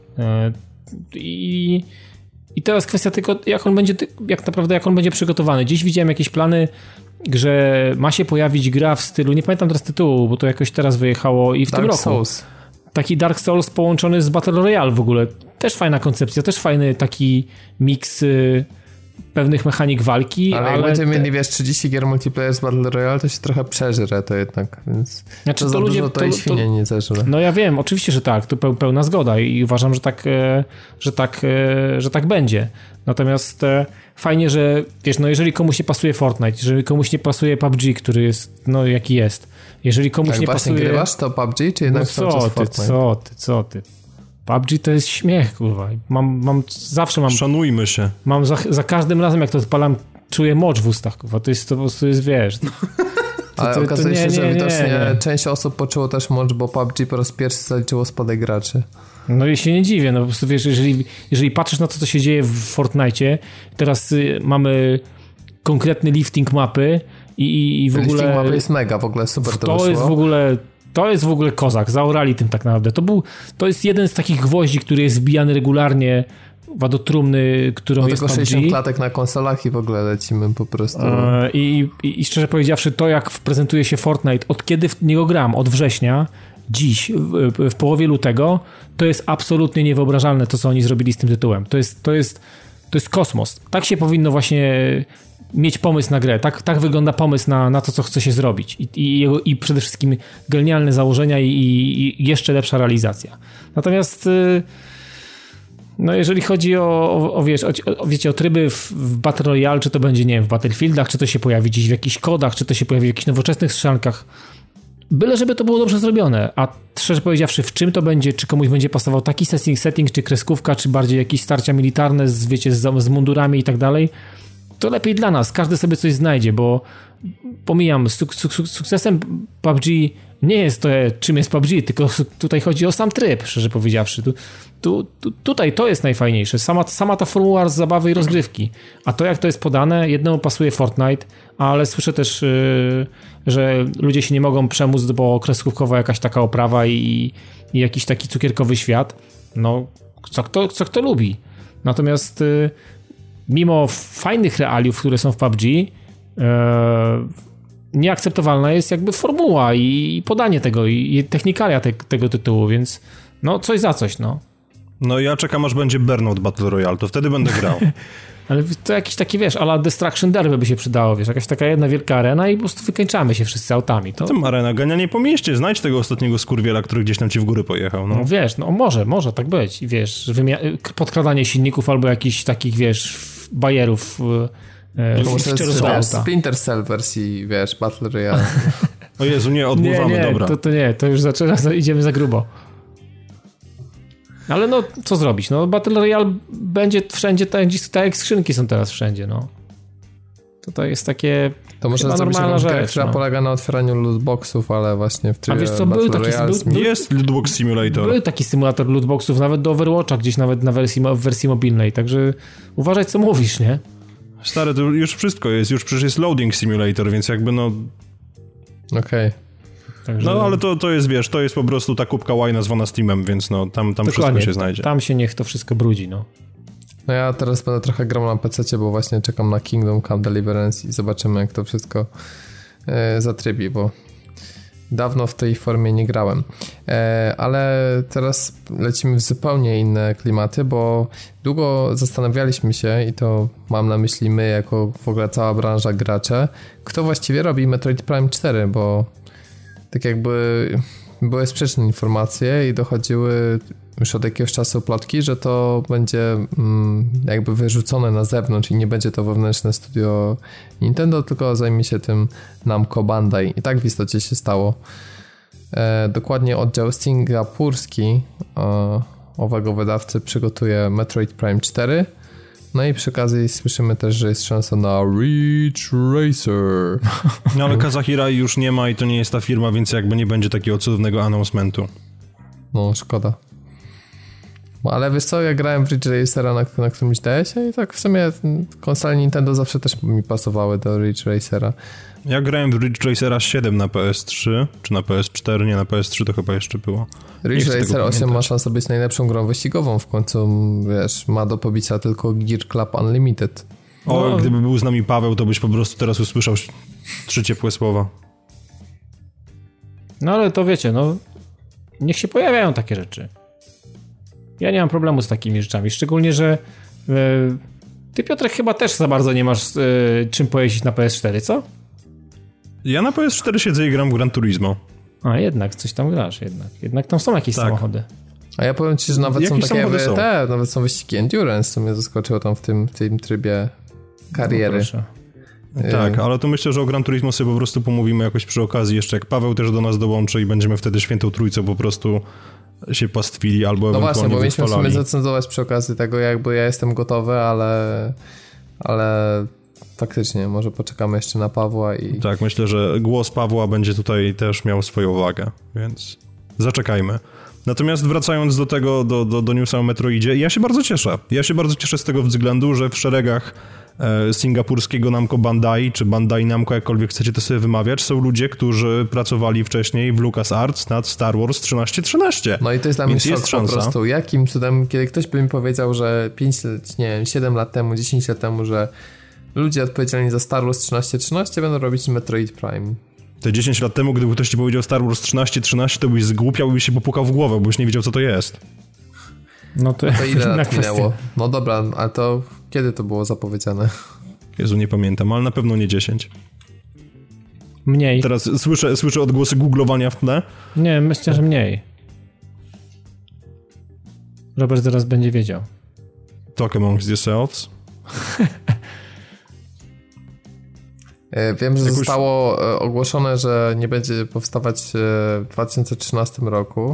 S2: i I teraz kwestia tylko, jak on będzie, jak naprawdę, jak on będzie przygotowany. Dziś widziałem jakieś plany, że ma się pojawić gra w stylu, nie pamiętam teraz tytułu, bo to jakoś teraz wyjechało i w
S1: Dark
S2: tym roku.
S1: Souls.
S2: Taki Dark Souls połączony z Battle Royale w ogóle. Też fajna koncepcja, też fajny taki miks y, pewnych mechanik walki.
S1: Ale,
S2: ale
S1: jak będziemy
S2: te...
S1: mieli, wiesz, trzydzieści gier multiplayer z Battle Royale, to się trochę przeżre to jednak, więc
S2: znaczy,
S1: to,
S2: to
S1: za
S2: ludzie,
S1: dużo to,
S2: to,
S1: i
S2: to,
S1: świnie nie zeżre.
S2: No ja wiem, oczywiście, że tak, to pełna zgoda i uważam, że tak, że tak, że tak będzie. Natomiast fajnie, że wiesz, no jeżeli komuś nie pasuje Fortnite, jeżeli komuś nie pasuje P U B G, który jest, no jaki jest, jeżeli komuś
S1: tak,
S2: nie
S1: właśnie
S2: pasuje...
S1: grywasz to P U B G, czy jednak
S2: no
S1: cały czas
S2: co ty,
S1: Fortnite?
S2: co ty, co ty. P U B G to jest śmiech, kurwa. Mam, mam, zawsze mam...
S3: Szanujmy się.
S2: Mam za, za każdym razem, jak to odpalam, czuję mocz w ustach, kurwa. To jest, to po prostu jest, wiesz... To,
S1: ale
S2: to,
S1: okazuje
S2: to nie,
S1: się, że
S2: nie,
S1: widocznie
S2: nie, nie.
S1: część osób poczuło też mocz, bo P U B G po raz pierwszy zaliczyło spadek graczy.
S2: No i się nie dziwię, no po prostu wiesz, jeżeli, jeżeli patrzysz na to, co się dzieje w Fortnite'cie, teraz y, mamy konkretny lifting mapy i, i w
S1: Lifting
S2: ogóle...
S1: mapy jest mega, w ogóle super to,
S2: to
S1: wyszło.
S2: jest w ogóle... To jest w ogóle kozak, zaorali tym tak naprawdę. To był, to jest jeden z takich gwoździ, który jest wbijany regularnie do trumny, którą
S1: no
S2: jest
S1: tylko
S2: P U B G.
S1: sześćdziesiąt klatek na konsolach i w ogóle lecimy po prostu.
S2: E, i, i, I szczerze powiedziawszy, to jak prezentuje się Fortnite, od kiedy w niego gram, od września, dziś, w, w połowie lutego, to jest absolutnie niewyobrażalne to, co oni zrobili z tym tytułem. To jest, to jest, to jest kosmos. Tak się powinno właśnie mieć pomysł na grę. Tak, tak wygląda pomysł na, na to, co chce się zrobić. I, i, I przede wszystkim genialne założenia i, i jeszcze lepsza realizacja. Natomiast no jeżeli chodzi o, o, o, wiesz, o, wiecie, o tryby w, w Battle Royale, czy to będzie, nie wiem, w Battlefieldach, czy to się pojawi gdzieś w jakichś kodach, czy to się pojawi w jakichś nowoczesnych strzelankach, byle żeby to było dobrze zrobione. A szczerze powiedziawszy, w czym to będzie, czy komuś będzie pasował taki setting, setting czy kreskówka, czy bardziej jakieś starcia militarne z, wiecie, z, z mundurami i tak dalej, to lepiej dla nas. Każdy sobie coś znajdzie, bo pomijam, suk, suk, suk, sukcesem P U B G nie jest to, czym jest P U B G, tylko tutaj chodzi o sam tryb, szczerze powiedziawszy. Tu, tu, tu, tutaj to jest najfajniejsze. Sama, sama ta formuła zabawy i rozgrywki. A to, jak to jest podane, jednemu pasuje Fortnite, ale słyszę też, yy, że ludzie się nie mogą przemóc, bo kreskówkowa jakaś taka oprawa i, i jakiś taki cukierkowy świat. No, co kto, co kto lubi. Natomiast yy, mimo fajnych realiów, które są w P U B G, yy, nieakceptowalna jest jakby formuła i, i podanie tego, i, i technikalia te, tego tytułu, więc no coś za coś, no.
S3: No ja czekam, aż będzie Burnout Battle Royale, to wtedy będę grał.
S2: Ale to jakiś taki, wiesz, a la Destruction Derby by się przydało, wiesz, jakaś taka jedna wielka arena i po prostu wykańczamy się wszyscy autami. To...
S3: Tym arena, ganianie po mieście, znajdź tego ostatniego skurwiela, który gdzieś tam ci w górę pojechał, no.
S2: No wiesz, no może, może tak być, wiesz, wymia- podkradanie silników albo jakichś takich, wiesz, bajerów.
S1: E, to może jest, wiesz, Splinter Cell wersji, wiesz, Battle Royale.
S3: O Jezu, nie, odpływamy,
S2: nie, nie,
S3: dobra.
S2: To, to nie, to już zaczyna, idziemy za grubo. Ale no, co zrobić? No, Battle Royale będzie wszędzie, tak, tak jak skrzynki są teraz wszędzie, no. To jest takie
S1: to można zrobić
S2: normalna
S1: jakąś
S2: rzecz,
S1: grę, która
S2: no.
S1: polega na otwieraniu lootboxów, ale właśnie w trybie
S2: A wiesz co,
S1: Battle
S2: był taki,
S1: Royale.
S2: był,
S3: jest Lootbox Simulator.
S2: Był taki symulator lootboxów, nawet do Overwatcha, gdzieś nawet na wersji, w wersji mobilnej, także uważaj, co mówisz, nie?
S3: Stary, to już wszystko jest, już przecież jest Loading Simulator, więc jakby no...
S1: Okej. Okay.
S2: Także...
S3: No, ale to, to jest, wiesz, to jest po prostu ta kubka łajna zwana Steamem, więc no, tam, tam wszystko się znajdzie.
S2: Tam się niech to wszystko brudzi, no.
S1: No ja teraz będę trochę grał na pececie, bo właśnie czekam na Kingdom Come Deliverance i zobaczymy, jak to wszystko e, zatrybi, bo dawno w tej formie nie grałem. E, ale teraz lecimy w zupełnie inne klimaty, bo długo zastanawialiśmy się, i to mam na myśli my, jako w ogóle cała branża gracze, kto właściwie robi Metroid Prime cztery, bo tak jakby były sprzeczne informacje i dochodziły już od jakiegoś czasu plotki, że to będzie mm, jakby wyrzucone na zewnątrz i nie będzie to wewnętrzne studio Nintendo, tylko zajmie się tym Namco Bandai. I tak w istocie się stało. E, dokładnie oddział singapurski e, owego wydawcy przygotuje Metroid Prime cztery. No i przy okazji słyszymy też, że jest szansa na Ridge Racer.
S3: No ale Kazuhirai już nie ma i to nie jest ta firma, więc jakby nie będzie takiego cudownego announcementu.
S1: No, szkoda. Ale wiesz co, ja grałem w Ridge Racera na, na którymś D S-ie i tak w sumie konsole Nintendo zawsze też mi pasowały do Ridge Racera.
S3: Ja grałem w Ridge Racera siedem na P S trzy, czy na P S cztery, nie na P S trzy to chyba jeszcze było.
S1: Ridge Racer osiem ma szansę być najlepszą grą wyścigową, w końcu, wiesz, ma do pobicia tylko Gear Club Unlimited.
S3: O,
S2: no.
S3: Gdyby był z nami Paweł, to byś po prostu teraz usłyszał trzy ciepłe słowa.
S2: No ale to wiecie, no niech się pojawiają takie rzeczy. Ja nie mam problemu z takimi rzeczami, szczególnie, że e, ty, Piotrek, chyba też za bardzo nie masz e, czym pojeździć na P S cztery, co?
S3: Ja na P S cztery siedzę i gram w Gran Turismo.
S2: A jednak, coś tam grasz jednak. Jednak tam są jakieś
S3: tak.
S2: samochody.
S1: A ja powiem ci, że nawet
S3: Jakieś
S1: są takie wy,
S3: są.
S1: te, nawet są wyścigi Endurance, co mnie zaskoczyło tam w tym, w tym trybie kariery.
S2: No,
S3: tak, ale to myślę, że o Gran Turismo sobie po prostu pomówimy jakoś przy okazji jeszcze, jak Paweł też do nas dołączy i będziemy wtedy świętą trójcą po prostu się pastwili albo
S1: no
S3: ewentualnie
S1: właśnie, bo mieliśmy w
S3: wychwalali.
S1: sumie zacenzować przy okazji tego, jakby ja jestem gotowy, ale ale faktycznie, może poczekamy jeszcze na Pawła i...
S3: Tak, myślę, że głos Pawła będzie tutaj też miał swoją wagę, więc zaczekajmy. Natomiast wracając do tego, do, do, do newsa o Metroidzie, ja się bardzo cieszę. Ja się bardzo cieszę z tego względu, że w szeregach e, singapurskiego Namco Bandai, czy Bandai Namco, jakkolwiek chcecie to sobie wymawiać, są ludzie, którzy pracowali wcześniej w LucasArts nad Star Wars trzynaście trzynaście.
S1: No i to jest dla mnie
S3: Więc
S1: szok
S3: jest
S1: po
S3: szansa.
S1: prostu. Jakim cudem, kiedy ktoś by mi powiedział, że pięć, nie wiem, siedem lat temu, dziesięć lat temu, że ludzie odpowiedzialni za Star Wars trzynaście trzynaście będą robić Metroid Prime.
S3: Te dziesięć lat temu, gdyby ktoś ci powiedział Star Wars trzynaście trzynaście, to byś zgłupiał i byś się popukał w głowę, bo byś nie wiedział, co to jest.
S2: No to,
S1: To ile lat
S2: kwestia.
S1: minęło? No dobra, ale to kiedy to było zapowiedziane?
S3: Jezu, nie pamiętam, ale na pewno nie dziesięć.
S2: Mniej.
S3: Teraz słyszę, słyszę odgłosy googlowania w tle.
S2: Nie, myślę, że mniej. Robert zaraz będzie wiedział.
S3: Talk amongst yourselves.
S1: Wiem, że
S3: Jakoś...
S1: zostało ogłoszone, że nie będzie powstawać w dwa tysiące trzynastym roku.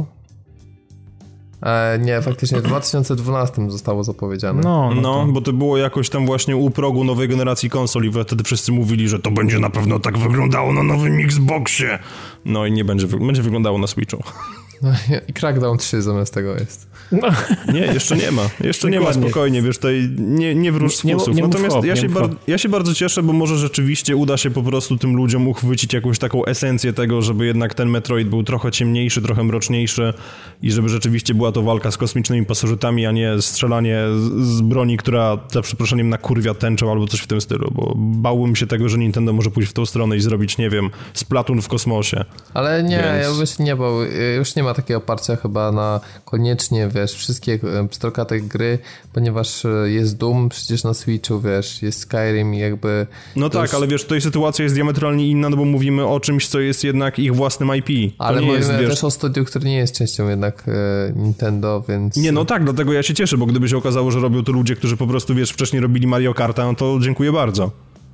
S1: Nie, faktycznie w dwa tysiące dwunastym zostało zapowiedziane.
S2: No, no,
S3: no
S2: to...
S3: bo to było jakoś tam właśnie u progu nowej generacji konsol i wtedy wszyscy mówili, że to będzie na pewno tak wyglądało na nowym Xboxie. No i nie będzie, będzie wyglądało na Switchu.
S1: No, i Crackdown trzy zamiast tego jest.
S2: No.
S3: Nie, jeszcze nie ma. Jeszcze nie ma, spokojnie, wiesz, tutaj nie, nie wróż z fusów.
S2: Nie, nie
S3: Natomiast
S2: hop,
S3: ja,
S2: nie
S3: się bar- ja się bardzo cieszę, bo może rzeczywiście uda się po prostu tym ludziom uchwycić jakąś taką esencję tego, żeby jednak ten Metroid był trochę ciemniejszy, trochę mroczniejszy i żeby rzeczywiście była to walka z kosmicznymi pasożytami, a nie strzelanie z, z broni, która za przeproszeniem nakurwia tęczą albo coś w tym stylu, bo bałbym się tego, że Nintendo może pójść w tą stronę i zrobić, nie wiem, Splatoon w kosmosie.
S1: Ale nie,
S3: Więc...
S1: ja bym się nie bał. Już nie ma takiego oparcia chyba na koniecznie, wiesz, wszystkie pstrokate gry, ponieważ jest Doom przecież na Switchu, wiesz, jest Skyrim i jakby...
S3: No tak,
S1: już...
S3: ale wiesz, tutaj sytuacja jest diametralnie inna, no bo mówimy o czymś, co jest jednak ich własnym I P. To
S1: ale
S3: nie
S1: mówimy
S3: jest, wiesz...
S1: też o studiu, które nie jest częścią jednak e, Nintendo, więc...
S3: Nie, no tak, dlatego ja się cieszę, bo gdyby się okazało, że robią to ludzie, którzy po prostu, wiesz, wcześniej robili Mario Karta, no to dziękuję bardzo.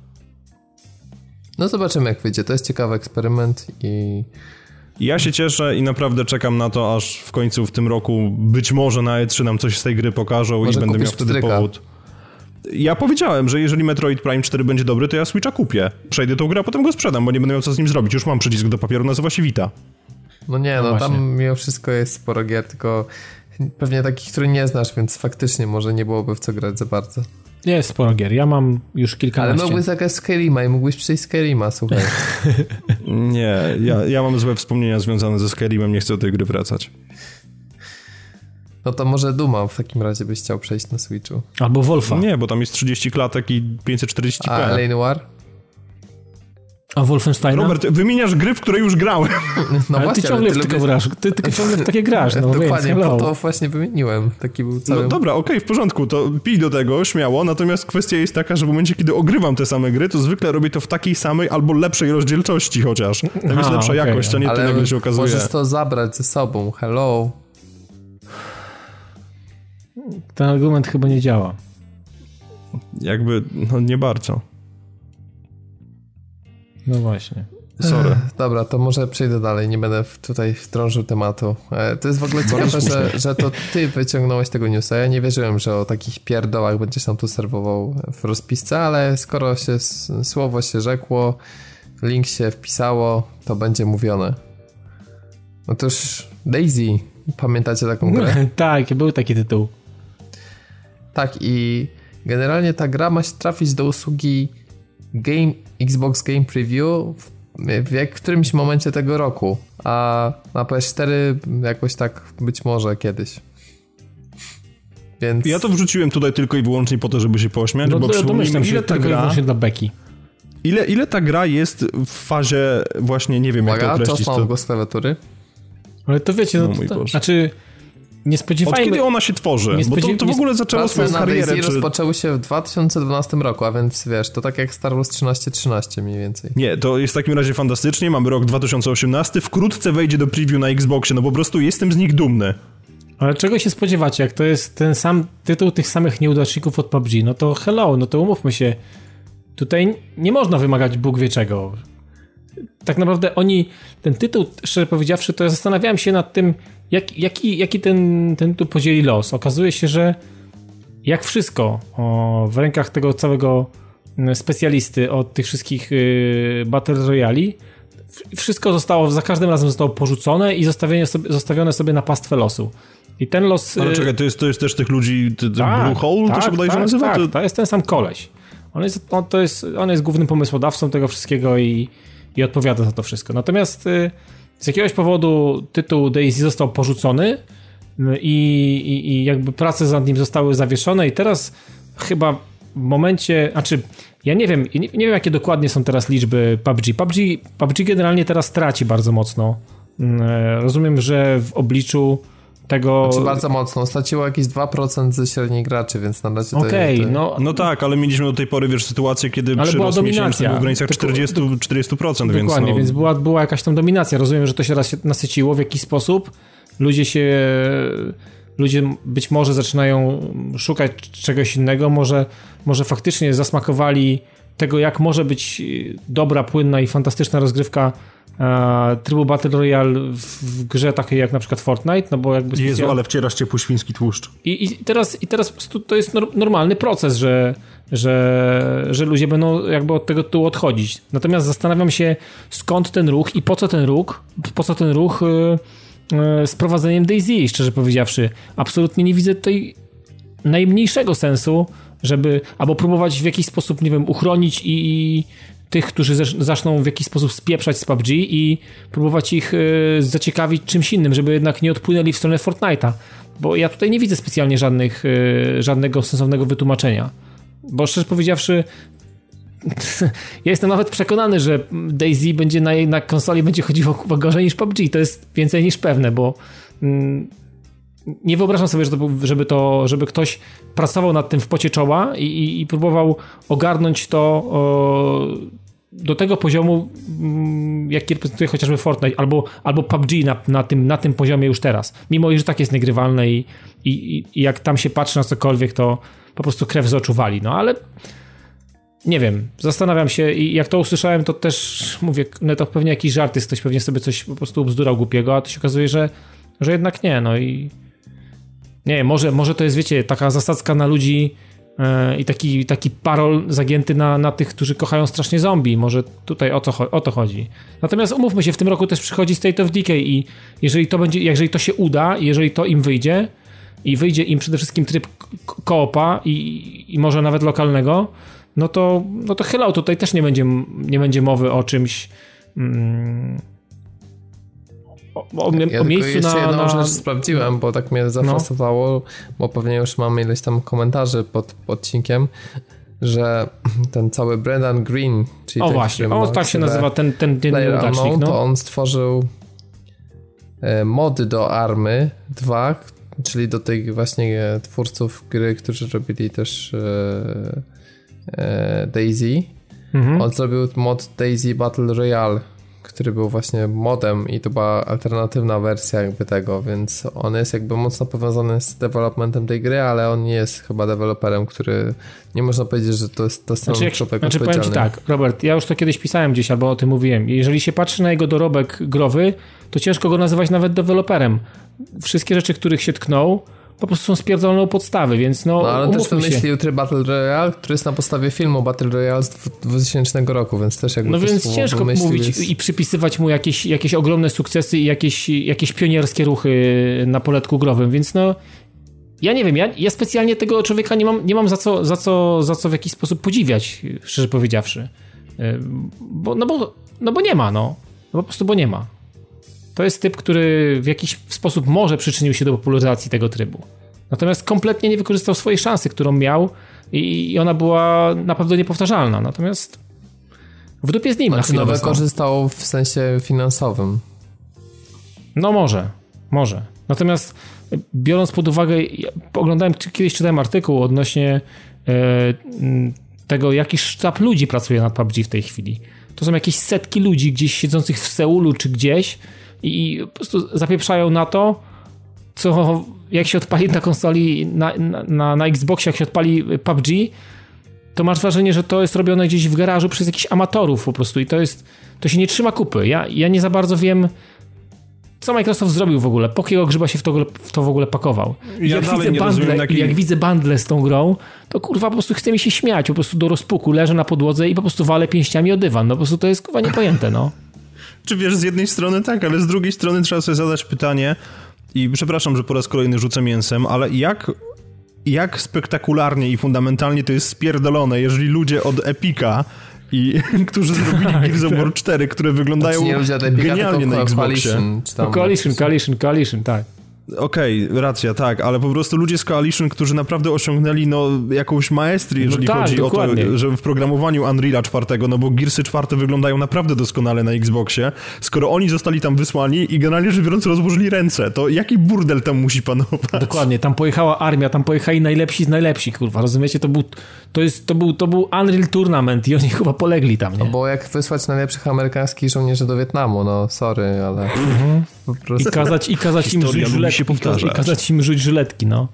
S1: No zobaczymy, jak wyjdzie. To jest ciekawy eksperyment i...
S3: Ja się cieszę i naprawdę czekam na to, aż w końcu w tym roku być może na E trzy nam coś z tej gry pokażą.
S1: Może
S3: i będę miał wtedy
S1: pstryka.
S3: powód. Ja powiedziałem, że jeżeli Metroid Prime cztery będzie dobry, to ja Switcha kupię. Przejdę tą grę, a potem go sprzedam, bo nie będę miał co z nim zrobić. Już mam przycisk do papieru, nazywa się Vita.
S1: No nie, no,
S2: No
S1: tam
S2: właśnie.
S1: mimo wszystko jest sporo gier, tylko pewnie takich, które nie znasz, więc faktycznie może nie byłoby w co grać za bardzo.
S2: Jest sporo gier, ja mam już
S1: Ale
S2: kilkanaście.
S1: mógłbyś zagrać Skyrima i mógłbyś przejść Skyrima, słuchaj.
S3: Nie, ja, ja mam złe wspomnienia związane ze Skyrimem, nie chcę do tej gry wracać.
S1: No to może Duma w takim razie byś chciał przejść na Switchu.
S2: Albo Wolfa.
S3: Nie, bo tam jest trzydzieści klatek i pięćset czterdzieści p.
S1: A L A Noire?
S2: A Wolfensteina?
S3: Robert, wymieniasz gry, w które już grałem.
S1: No
S2: ale
S1: właśnie,
S2: ty ciągle
S1: ale
S2: w
S1: ty
S2: tylko
S1: lubisz...
S2: grasz, ty tylko ciągle w takie grasz, no
S1: Dokładnie,
S2: więc hello.
S1: po to właśnie wymieniłem. Taki był cały...
S3: No dobra, okej, w porządku, to pij do tego, śmiało, natomiast kwestia jest taka, że w momencie, kiedy ogrywam te same gry, to zwykle robię to w takiej samej albo lepszej rozdzielczości chociaż. Tam jest
S2: A,
S3: lepsza
S2: okay.
S3: jakość, a nie
S1: ale
S3: to nagle się okazuje.
S1: możesz to zabrać ze sobą, hello.
S2: ten argument chyba nie działa.
S3: Jakby, no nie bardzo.
S2: No właśnie.
S3: Sorry.
S1: Ech, dobra, to może przejdę dalej, nie będę tutaj wtrążył tematu. E, to jest w ogóle ciekawe, że, że to ty wyciągnąłeś tego newsa. Ja nie wierzyłem, że o takich pierdołach będziesz nam tu serwował w rozpisce, ale skoro się słowo się rzekło, link się wpisało, to będzie mówione. Otóż Daisy, pamiętacie taką grę?
S2: Tak, był taki tytuł.
S1: Tak, i generalnie ta gra ma się trafić do usługi Game, Xbox Game Preview w, w, jak, w którymś momencie tego roku, a na P S cztery jakoś tak być może kiedyś. Więc...
S3: Ja to wrzuciłem tutaj tylko i wyłącznie po to, żeby się pośmiać,
S2: no,
S3: bo
S2: to, domyślam się,
S3: ile ta
S2: tylko
S3: gra...
S2: i wyłącznie dla beki.
S3: Ile, ile ta gra jest w fazie właśnie, nie wiem
S1: Uwaga,
S3: jak to określić.
S1: czas mam go z klawiatury.
S2: Ale to wiecie, no,
S3: no
S2: to, to, znaczy nie spodziewajmy...
S3: Od kiedy ona się tworzy?
S2: Nie
S3: Bo to, to w ogóle zaczęło swoją
S1: na
S3: karierę.
S1: Daisy
S3: Czy...
S1: rozpoczęły się w dwa tysiące dwunastym roku, a więc wiesz, to tak jak Star Wars trzynaście trzynaście mniej więcej.
S3: Nie, to jest w takim razie fantastycznie, mamy rok dwa tysiące osiemnasty, wkrótce wejdzie do preview na Xboxie, no po prostu jestem z nich dumny.
S2: Ale czego się spodziewacie, jak to jest ten sam tytuł tych samych nieudaczników od P U B G? No to hello, no to umówmy się. Tutaj nie można wymagać Bóg wie czego. Tak naprawdę oni, ten tytuł, szczerze powiedziawszy, to ja zastanawiałem się nad tym, jak, jaki, jaki ten, ten tytuł podzieli los. Okazuje się, że jak wszystko o, w rękach tego całego specjalisty od tych wszystkich y, Battle Royali, wszystko zostało, za każdym razem zostało porzucone i zostawione sobie, zostawione sobie na pastwę losu. I ten los...
S3: Ale czekaj, to jest, to jest też tych ludzi, ty,
S2: tak,
S3: Blue Hole,
S2: tak,
S3: to się bodajże
S2: tak,
S3: nazywa?
S2: Tak,
S3: to...
S2: to jest ten sam koleś. On jest, on, to jest, on jest głównym pomysłodawcą tego wszystkiego i, i odpowiada za to wszystko. Natomiast y, z jakiegoś powodu tytuł Daisy został porzucony i, i, i jakby prace nad nim zostały zawieszone i teraz chyba w momencie, znaczy ja nie wiem, nie, nie wiem jakie dokładnie są teraz liczby P U B G. P U B G. P U B G generalnie teraz traci bardzo mocno. Rozumiem, że w obliczu tego...
S1: Znaczy bardzo mocno, straciło jakieś dwa procent ze średniej graczy, więc na razie
S2: Okej,
S1: to...
S2: no...
S3: No tak, ale mieliśmy do tej pory, wiesz, sytuację, kiedy
S2: ale
S3: przyrost miesięczny był w granicach czterdzieści do czterdziestu procent, więc
S2: dokładnie,
S3: no...
S2: więc była, była jakaś tam dominacja. Rozumiem, że to się raz nasyciło w jakiś sposób. Ludzie się... Ludzie być może zaczynają szukać czegoś innego, może, może faktycznie zasmakowali tego, jak może być dobra, płynna i fantastyczna rozgrywka e, trybu Battle Royale w, w grze takiej jak na przykład Fortnite, no bo jakby...
S3: Jezu, ale wcierasz ciepły świński tłuszcz.
S2: I, i teraz, i teraz po prostu to jest normalny proces, że, że, że ludzie będą jakby od tego tytułu odchodzić. Natomiast zastanawiam się, skąd ten ruch i po co ten ruch, po co ten ruch yy, yy, z prowadzeniem Daisy, szczerze powiedziawszy. Absolutnie nie widzę tutaj najmniejszego sensu, żeby albo próbować w jakiś sposób, nie wiem, uchronić i, i tych, którzy zaczną w jakiś sposób spieprzać z P U B G i próbować ich yy, zaciekawić czymś innym, żeby jednak nie odpłynęli w stronę Fortnite'a. Bo ja tutaj nie widzę specjalnie żadnych, yy, żadnego sensownego wytłumaczenia. Bo szczerze powiedziawszy, ja jestem nawet przekonany, że Daisy będzie na, na konsoli będzie chodziło gorzej niż P U B G. To jest więcej niż pewne, bo mm, nie wyobrażam sobie, żeby, to, żeby ktoś pracował nad tym w pocie czoła i, i, i próbował ogarnąć to o, do tego poziomu, jaki reprezentuje chociażby Fortnite albo, albo P U B G na, na, tym, na tym poziomie już teraz. Mimo, że tak jest nagrywalne i, i, i jak tam się patrzy na cokolwiek, to po prostu krew z oczu wali. No ale nie wiem, zastanawiam się i jak to usłyszałem, to też mówię, no to pewnie jakiś żart jest, ktoś pewnie sobie coś po prostu bzdurał głupiego, a to się okazuje, że, że jednak nie, no i nie wiem, może, może to jest, wiecie, taka zasadzka na ludzi yy, i taki, taki parol zagięty na, na tych, którzy kochają strasznie zombie. Może tutaj o to, o to chodzi. Natomiast umówmy się, w tym roku też przychodzi State of Decay i jeżeli to będzie, jeżeli to się uda, jeżeli to im wyjdzie i wyjdzie im przede wszystkim tryb koopa i, i może nawet lokalnego, no to, no to hello, tutaj też nie będzie, nie będzie mowy o czymś mm, o, o,
S1: ja
S2: o miejscu
S1: jeszcze
S2: na...
S1: jedną
S2: na...
S1: rzecz sprawdziłem, bo tak mnie zafascynowało, no. Bo pewnie już mamy ileś tam komentarzy pod odcinkiem, że ten cały Brendan Green, czyli
S2: o
S1: ten,
S2: właśnie, o tak się nazywa ten, ten, ten nieudacznik, no.
S1: To on stworzył mody do Army dwa, czyli do tych właśnie twórców gry, którzy robili też e, e, Daisy. Mhm. On zrobił mod Daisy Battle Royale, który był właśnie modem i to była alternatywna wersja jakby tego, więc on jest jakby mocno powiązany z developmentem tej gry, ale on nie jest chyba deweloperem, który nie można powiedzieć, że to jest to samo
S2: znaczy,
S1: człowiek
S2: znaczy powiem ci tak, Robert, ja już to kiedyś pisałem gdzieś albo o tym mówiłem. Jeżeli się patrzy na jego dorobek growy, to ciężko go nazywać nawet deweloperem. Wszystkie rzeczy, których się tknął, po prostu są spierdolone podstawy, więc no,
S1: no ale też wymyślił
S2: się.
S1: tryb Battle Royale, który jest na podstawie filmu Battle Royale z dwutysięcznego roku, więc też jakby...
S2: No więc ciężko mówić jest... i przypisywać mu jakieś, jakieś ogromne sukcesy i jakieś, jakieś pionierskie ruchy na poletku growym, więc no ja nie wiem, ja, ja specjalnie tego człowieka nie mam, nie mam za, co, za, co, za co w jakiś sposób podziwiać, szczerze powiedziawszy. Bo, no, bo, no bo nie ma, no. no. Po prostu bo nie ma. To jest typ, który w jakiś sposób może przyczynił się do popularyzacji tego trybu. Natomiast kompletnie nie wykorzystał swojej szansy, którą miał i ona była naprawdę niepowtarzalna. Natomiast w dupie z nim.
S1: Znaczy, no wykorzystał w sensie finansowym.
S2: No może, może. Natomiast biorąc pod uwagę, ja oglądałem, kiedyś czytałem artykuł odnośnie e, tego, jaki sztab ludzi pracuje nad P U B G w tej chwili. To są jakieś setki ludzi gdzieś siedzących w Seulu czy gdzieś i po prostu zapieprzają na to, co jak się odpali na konsoli, na, na, na Xboxie, jak się odpali P U B G, to masz wrażenie, że to jest robione gdzieś w garażu przez jakichś amatorów po prostu i to jest, to się nie trzyma kupy. Ja, ja nie za bardzo wiem, co Microsoft zrobił w ogóle, po jakiego grzyba się w to, w to w ogóle pakował.
S3: Ja
S2: jak,
S3: dalej
S2: widzę
S3: nie
S2: bundle,
S3: taki...
S2: jak widzę bundle z tą grą, to kurwa po prostu chce mi się śmiać, po prostu do rozpuku, leżę na podłodze i po prostu walę pięściami o dywan. No po prostu to jest kurwa niepojęte, no.
S3: Czy wiesz, z jednej strony tak, ale z drugiej strony trzeba sobie zadać pytanie i przepraszam, że po raz kolejny rzucę mięsem, ale jak, jak spektakularnie i fundamentalnie to jest spierdolone, jeżeli ludzie od Epica i którzy zrobili
S2: tak,
S3: Gears of War cztery, które wyglądają znaczy, nie ludzie od Epica, genialnie na Xboxie.
S2: Coalition, no, Coalition, Coalition, Coalition, tak.
S3: Okej, okay, racja, tak, ale po prostu ludzie z Coalition, którzy naprawdę osiągnęli no, jakąś maestrię, jeżeli no tak, chodzi dokładnie. o to, że w programowaniu Unreal'a czwartego, no bo Gearsy czwarte wyglądają naprawdę doskonale na Xboxie, skoro oni zostali tam wysłani i generalnie rzecz biorąc rozłożyli ręce, to jaki burdel tam musi panować?
S2: Dokładnie, tam pojechała armia, tam pojechali najlepsi z najlepszych, kurwa, rozumiecie? To był, to jest, to był, to był Unreal Tournament i oni chyba polegli tam, nie?
S1: No bo jak wysłać najlepszych amerykańskich żołnierzy do Wietnamu, no sorry, ale mhm.
S2: po prostu... I kazać, i kazać im żyć żyletki, się i kazać im rzuć żyletki, no.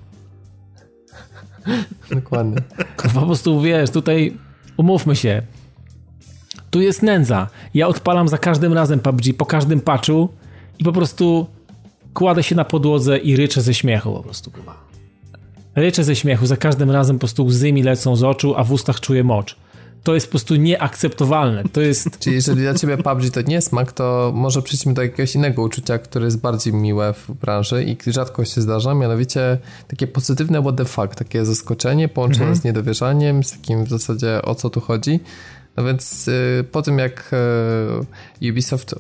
S1: Dokładnie.
S2: Po prostu, wiesz, tutaj umówmy się, tu jest nędza. Ja odpalam za każdym razem P U B G, po każdym patchu i po prostu kładę się na podłodze i ryczę ze śmiechu po prostu, chyba. Ryczę ze śmiechu, za każdym razem po prostu łzy mi lecą z oczu, a w ustach czuję mocz. To jest po prostu nieakceptowalne. To jest...
S1: Czyli jeżeli dla ciebie P U B G to nie smak, to może przejdźmy do jakiegoś innego uczucia, które jest bardziej miłe w branży i rzadko się zdarza, mianowicie takie pozytywne what the fuck, takie zaskoczenie połączone mhm. z niedowierzaniem, z takim w zasadzie o co tu chodzi. No więc y, po tym jak y, Ubisoft y,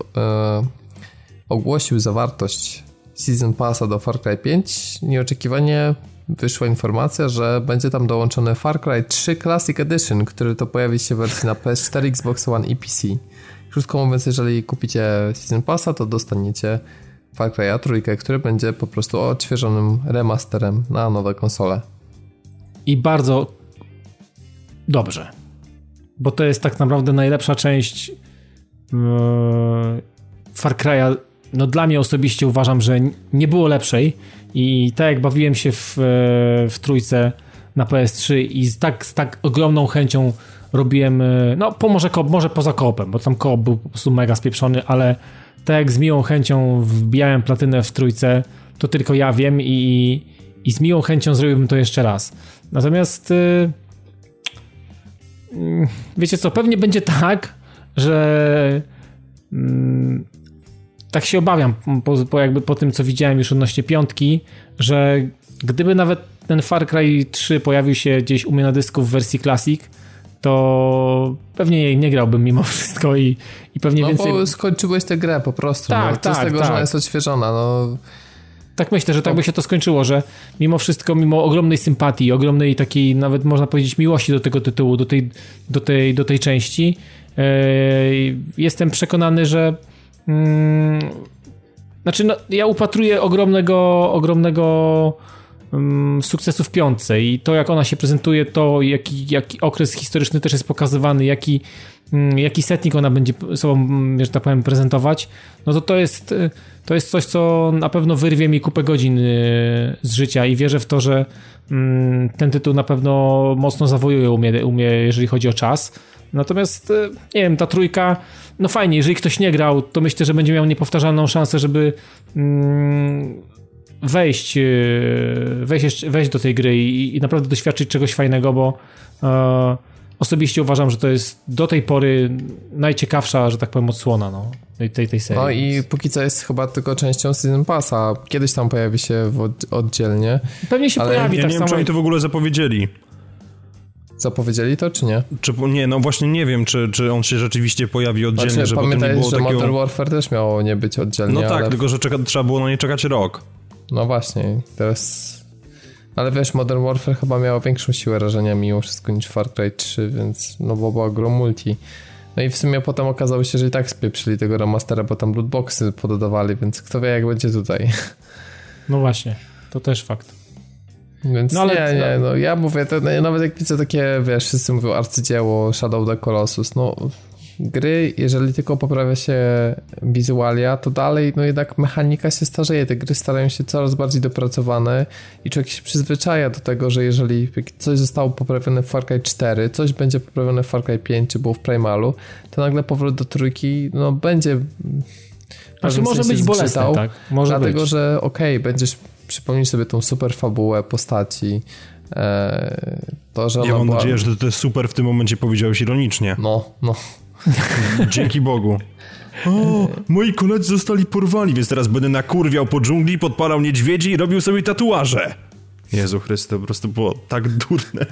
S1: ogłosił zawartość Season Passa do Far Cry pięć, nieoczekiwanie wyszła informacja, że będzie tam dołączony Far Cry trzy Classic Edition, który to pojawi się w wersji na P S cztery, Xbox One i P C. Krótko mówiąc, jeżeli kupicie Season Passa, to dostaniecie Far Cry'a trójkę, który będzie po prostu odświeżonym remasterem na nowe konsole.
S2: I bardzo dobrze, bo to jest tak naprawdę najlepsza część yy, Far Cry'a. No dla mnie osobiście uważam, że nie było lepszej i tak jak bawiłem się w, w trójce na P S trzy i z tak, z tak ogromną chęcią robiłem, no po może, koop, może poza koopem, bo tam koop był po prostu mega spieprzony, ale tak jak z miłą chęcią wbijałem platynę w trójce, to tylko ja wiem i, i z miłą chęcią zrobiłbym to jeszcze raz. Natomiast yy, yy, wiecie co, pewnie będzie tak, że yy, tak się obawiam, po, po, jakby po tym, co widziałem już odnośnie piątki, że gdyby nawet ten Far Cry trzy pojawił się gdzieś u mnie na dysku w wersji Classic, to pewnie nie grałbym mimo wszystko i, i pewnie
S1: no
S2: więcej...
S1: No bo skończyłeś tę grę po prostu.
S2: Tak,
S1: no.
S2: tak,
S1: z tego,
S2: tak.
S1: że ona jest odświeżona, no...
S2: Tak myślę, że tak by się to skończyło, że mimo wszystko, mimo ogromnej sympatii, ogromnej takiej, nawet można powiedzieć, miłości do tego tytułu, do tej, do tej, do tej części, yy, jestem przekonany, że Hmm, znaczy, no, ja upatruję ogromnego, ogromnego um, sukcesu w piątce i to, jak ona się prezentuje, to jaki, jaki okres historyczny też jest pokazywany, jaki, um, jaki setting ona będzie sobą, że tak powiem, prezentować, no to to jest, to jest coś, co na pewno wyrwie mi kupę godzin z życia i wierzę w to, że um, ten tytuł na pewno mocno zawojuje u mnie, u mnie, jeżeli chodzi o czas. Natomiast, nie wiem, ta trójka, no fajnie, jeżeli ktoś nie grał, to myślę, że będzie miał niepowtarzalną szansę, żeby mm, wejść, wejść, wejść do tej gry i, i naprawdę doświadczyć czegoś fajnego, bo e, osobiście uważam, że to jest do tej pory najciekawsza, że tak powiem, odsłona no, tej, tej serii.
S1: No i póki co jest chyba tylko częścią Season Passa, kiedyś tam pojawi się w od, oddzielnie.
S2: Pewnie się
S1: ale
S2: pojawi,
S3: ja
S2: tak
S3: nie
S2: samo.
S3: wiem, czy oni to w ogóle zapowiedzieli.
S1: Zapowiedzieli to, czy nie?
S3: Czy, nie, no właśnie nie wiem, czy, czy on się rzeczywiście pojawi oddzielnie,
S1: znaczy,
S3: żeby potem nie było
S1: że
S3: takiego...
S1: Modern Warfare też miało nie być oddzielnie.
S3: No tak,
S1: ale...
S3: tylko że czeka, trzeba było na nie czekać rok.
S1: No właśnie, teraz... Ale wiesz, Modern Warfare chyba miało większą siłę rażenia mimo wszystko niż Far Cry trzy, więc no bo była grą multi. No i w sumie potem okazało się, że i tak spieprzyli tego remastera, bo tam lootboxy pododawali, więc kto wie jak będzie tutaj.
S2: No właśnie, to też fakt.
S1: Więc
S2: no, ale
S1: nie, nie, no ja mówię, to, nawet jak widzę takie, wiesz, wszyscy mówią arcydzieło Shadow the Colossus, no gry, jeżeli tylko poprawia się wizualia, to dalej, no jednak mechanika się starzeje, te gry starają się coraz bardziej dopracowane i człowiek się przyzwyczaja do tego, że jeżeli coś zostało poprawione w Far Cry cztery, coś będzie poprawione w Far Cry pięć, czy było w Primalu, to nagle powrót do trójki, no będzie...
S2: Znaczy może być bolesny, tak? Może
S1: dlatego,
S2: być.
S1: że okej, okay, będziesz przypomnieć sobie tą super fabułę postaci, e, to, że
S3: Ja
S1: ona
S3: mam
S1: była...
S3: nadzieję, że to jest super w tym momencie powiedziałeś ironicznie.
S1: No, no.
S3: Dzięki Bogu. O, moi koledzy zostali porwani, więc teraz będę nakurwiał po dżungli, podpalał niedźwiedzi i robił sobie tatuaże. Jezu Chryste, po prostu było tak durne.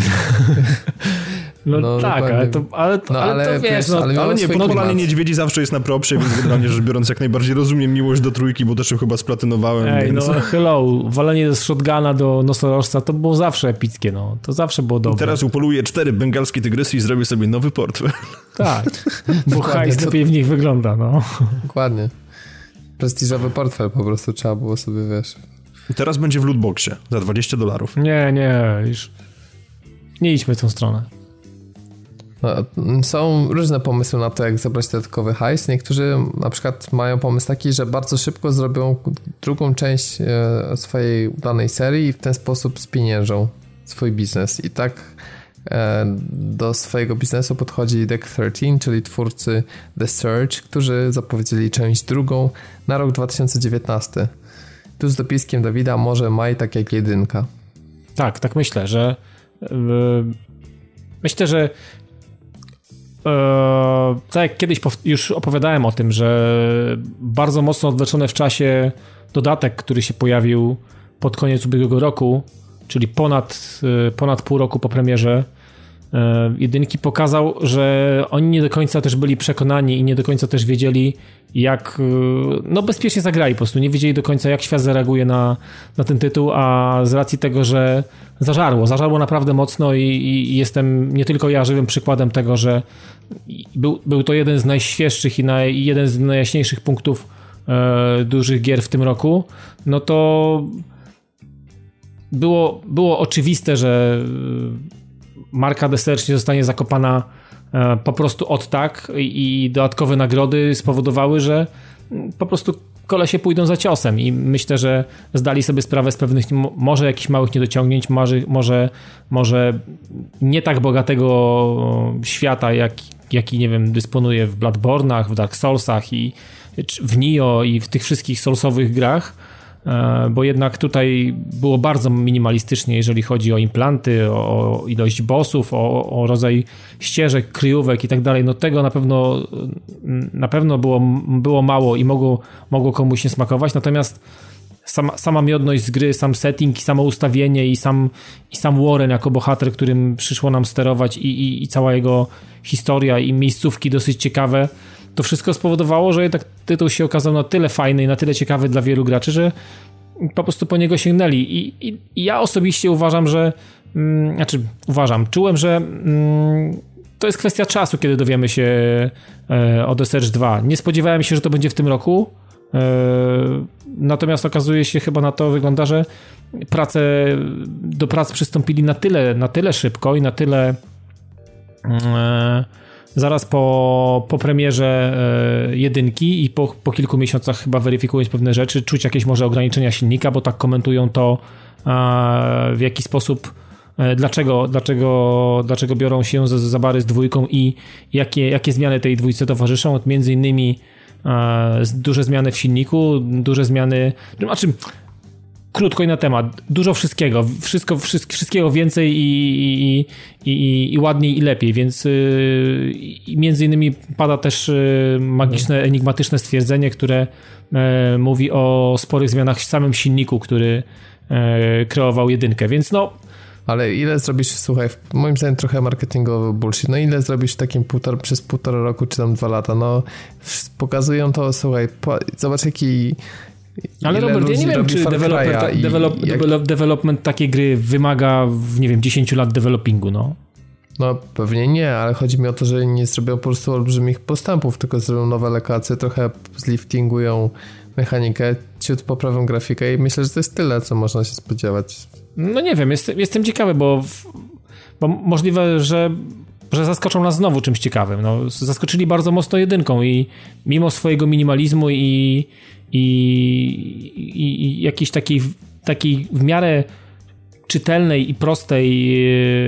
S2: No, no tak, ale to, ale, to,
S1: no,
S2: ale,
S1: ale
S2: to wiesz,
S1: wiesz,
S2: no,
S1: ale,
S3: ale nie, podpalanie niedźwiedzi zawsze jest na propsie, więc generalnie rzecz biorąc jak najbardziej rozumiem miłość do trójki, bo też ją chyba splatynowałem.
S2: Ej,
S3: więc...
S2: no hello, walenie z shotguna do nosorożca to było zawsze epickie, no, to zawsze było dobre.
S3: I teraz upoluję cztery bengalskie tygrysy i zrobię sobie nowy portfel.
S2: Tak, bo hajs
S1: to...
S2: lepiej w nich wygląda, no.
S1: Dokładnie. Prestiżowy portfel po prostu trzeba było sobie, wiesz...
S3: I teraz będzie w lootboxie za dwadzieścia dolarów.
S2: Nie, nie, już nie idźmy w tą stronę.
S1: No, są różne pomysły na to, jak zebrać dodatkowy hajs. Niektórzy na przykład mają pomysł taki, że bardzo szybko zrobią drugą część e, swojej udanej serii i w ten sposób spieniężą swój biznes. I tak e, do swojego biznesu podchodzi Deck trzynaście, czyli twórcy The Surge, którzy zapowiedzieli część drugą na rok dwa tysiące dziewiętnasty. Tu z dopiskiem Dawida może maj tak jak jedynka.
S2: Tak, tak myślę, że yy, myślę, że yy, tak jak kiedyś już opowiadałem o tym, że bardzo mocno odwleczony w czasie dodatek, który się pojawił pod koniec ubiegłego roku, czyli ponad, yy, ponad pół roku po premierze yy, jedynki, pokazał, że oni nie do końca też byli przekonani i nie do końca też wiedzieli, jak, no bezpiecznie zagrali po prostu, nie wiedzieli do końca, jak świat zareaguje na, na ten tytuł, a z racji tego, że zażarło, zażarło naprawdę mocno i, i jestem nie tylko ja żywym przykładem tego, że był, był to jeden z najświeższych i naj, jeden z najjaśniejszych punktów e, dużych gier w tym roku, no to było, było oczywiste, że marka The Surge nie zostanie zakopana po prostu od tak i dodatkowe nagrody spowodowały, że po prostu kolesie pójdą za ciosem i myślę, że zdali sobie sprawę z pewnych może jakichś małych niedociągnięć, może, może, może nie tak bogatego świata, jak, jaki, nie wiem, dysponuje w Bloodborne'ach, w Dark Soulsach i w Nioh i w tych wszystkich soulsowych grach, bo jednak tutaj było bardzo minimalistycznie, jeżeli chodzi o implanty, o ilość bossów, o, o rodzaj ścieżek, kryjówek i tak dalej. No tego na pewno na pewno było, było mało i mogło, mogło komuś nie smakować, natomiast sama, sama miodność z gry, sam setting, samo ustawienie i sam, i sam Warren jako bohater, którym przyszło nam sterować i, i, i cała jego historia i miejscówki dosyć ciekawe, to wszystko spowodowało, że jednak tytuł się okazał na tyle fajny i na tyle ciekawy dla wielu graczy, że po prostu po niego sięgnęli. I, i, i ja osobiście uważam, że mm, znaczy uważam, czułem, że mm, to jest kwestia czasu, kiedy dowiemy się e, o The Surge dwa. Nie spodziewałem się, że to będzie w tym roku. Natomiast okazuje się, chyba na to wygląda, że prace, do prac przystąpili na tyle, na tyle szybko i na tyle zaraz po, po premierze jedynki i po, po kilku miesiącach chyba weryfikując pewne rzeczy, czuć jakieś może ograniczenia silnika, bo tak komentują to, w jaki sposób, dlaczego, dlaczego, dlaczego biorą się za, za bary z dwójką i jakie, jakie zmiany tej dwójce towarzyszą. Między innymi duże zmiany w silniku, duże zmiany, znaczy krótko i na temat, dużo wszystkiego, wszystko, wszystkiego więcej i, i, i, i ładniej i lepiej, więc yy, między innymi pada też yy, magiczne, enigmatyczne stwierdzenie, które yy, mówi o sporych zmianach w samym silniku, który yy, kreował jedynkę, więc no.
S1: Ale ile zrobisz, słuchaj, moim zdaniem trochę marketingowy bullshit, no ile zrobisz w takim półtora, przez półtora roku czy tam dwa lata, no pokazują to, słuchaj, po, zobacz jaki...
S2: Ale Robert, ja nie wiem, czy developer,
S1: i,
S2: develop, jak... develop, development takiej gry wymaga, nie wiem, dziesięć lat developingu, no.
S1: No pewnie nie, ale chodzi mi o to, że nie zrobią po prostu olbrzymich postępów, tylko zrobią nowe lokacje, trochę zliftingują mechanikę, ciut poprawią grafikę i myślę, że to jest tyle, co można się spodziewać.
S2: No nie wiem, jest, jestem ciekawy, bo, bo możliwe, że że zaskoczą nas znowu czymś ciekawym. No, zaskoczyli bardzo mocno jedynką i mimo swojego minimalizmu i, i, i, i jakiejś takiej, takiej w miarę czytelnej i prostej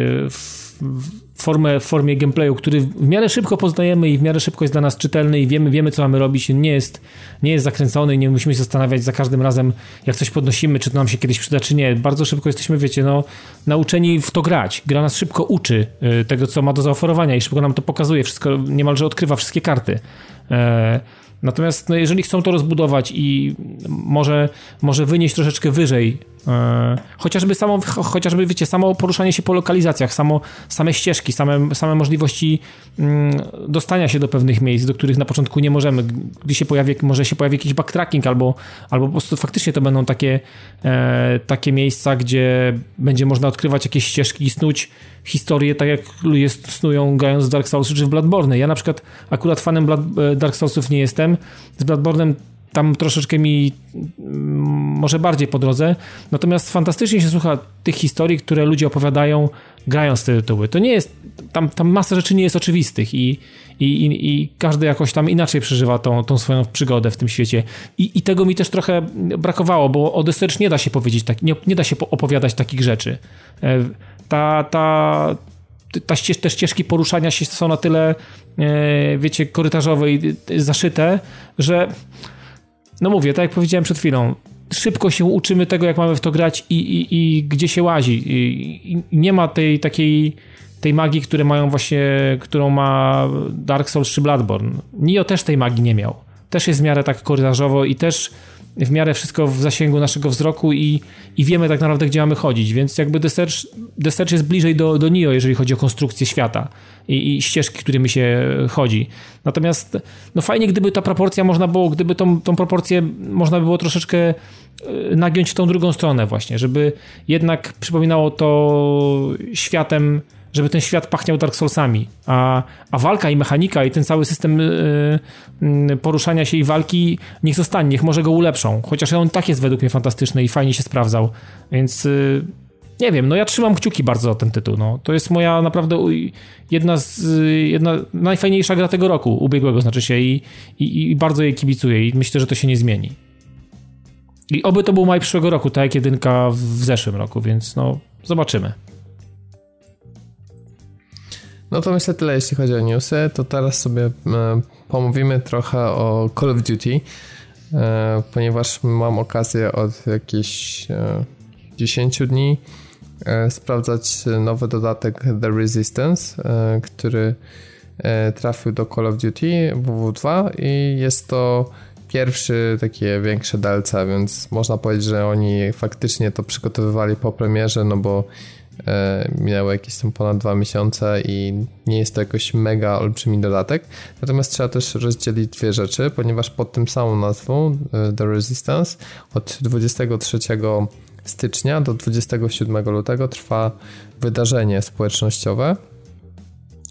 S2: w, w formie, w formie gameplayu, który w miarę szybko poznajemy i w miarę szybko jest dla nas czytelny i wiemy, wiemy co mamy robić, nie jest, nie jest zakręcony i nie musimy się zastanawiać za każdym razem, jak coś podnosimy, czy to nam się kiedyś przyda, czy nie. Bardzo szybko jesteśmy, wiecie, no, nauczeni w to grać. Gra nas szybko uczy y, tego, co ma do zaoferowania i szybko nam to pokazuje, wszystko niemalże odkrywa wszystkie karty. E, Natomiast no, jeżeli chcą to rozbudować i może, może wynieść troszeczkę wyżej, e, chociażby samo, chociażby wiecie, samo poruszanie się po lokalizacjach, samo, same ścieżki, same, same możliwości mm, dostania się do pewnych miejsc, do których na początku nie możemy, gdy się pojawi, może się pojawi jakiś backtracking albo, albo po prostu faktycznie to będą takie, e, takie miejsca, gdzie będzie można odkrywać jakieś ścieżki i snuć historię, tak jak ludzie snują grając w Dark Souls czy w Bloodborne. Ja na przykład akurat fanem Blood, Dark Soulsów nie jestem. Z Bloodborne'em tam troszeczkę mi może bardziej po drodze. Natomiast fantastycznie się słucha tych historii, które ludzie opowiadają grając te tytuły. To nie jest, tam, tam masa rzeczy nie jest oczywistych i, i, i, i każdy jakoś tam inaczej przeżywa tą, tą swoją przygodę w tym świecie. I, i tego mi też trochę brakowało, bo o The Search nie da się powiedzieć, tak, nie, nie da się opowiadać takich rzeczy. Ta, ta, ta ścież, te ścieżki poruszania się są na tyle, e, wiecie, korytarzowe i zaszyte, że no mówię, tak jak powiedziałem przed chwilą, szybko się uczymy tego, jak mamy w to grać i, i, i gdzie się łazi. I, i nie ma tej takiej tej magii, które mają właśnie, którą ma Dark Souls czy Bloodborne. Nioh też tej magii nie miał. Też jest w miarę tak korytarzowo i też w miarę wszystko w zasięgu naszego wzroku i, i wiemy tak naprawdę, gdzie mamy chodzić, więc jakby The Search, The Search jest bliżej do, do Nioh, jeżeli chodzi o konstrukcję świata i, i ścieżki, którymi się chodzi. Natomiast no fajnie, gdyby ta proporcja można było, gdyby tą, tą proporcję można by było troszeczkę nagiąć w tą drugą stronę właśnie, żeby jednak przypominało to światem, żeby ten świat pachniał Dark Soulsami, a, a walka i mechanika i ten cały system y, y, poruszania się i walki niech zostanie, niech może go ulepszą, chociaż on tak jest według mnie fantastyczny i fajnie się sprawdzał, więc y, nie wiem, no ja trzymam kciuki bardzo za ten tytuł, no. To jest moja naprawdę jedna z, jedna najfajniejsza gra tego roku, ubiegłego znaczy się i, i, i bardzo jej kibicuję i myślę, że to się nie zmieni. I oby to był maj przyszłego roku, tak jak jedynka w zeszłym roku, więc no zobaczymy.
S1: No to myślę tyle, jeśli chodzi o newsy. To teraz sobie e, pomówimy trochę o Call of Duty, e, ponieważ mam okazję od jakichś e, dziesięć dni e, sprawdzać nowy dodatek The Resistance, e, który e, trafił do Call of Duty W W dwa i jest to pierwszy takie większe D L C, więc można powiedzieć, że oni faktycznie to przygotowywali po premierze, no bo minęło jakieś tam ponad dwa miesiące i nie jest to jakoś mega olbrzymi dodatek. Natomiast trzeba też rozdzielić dwie rzeczy, ponieważ pod tym samą nazwą The Resistance od dwudziestego trzeciego stycznia do dwudziestego siódmego lutego trwa wydarzenie społecznościowe,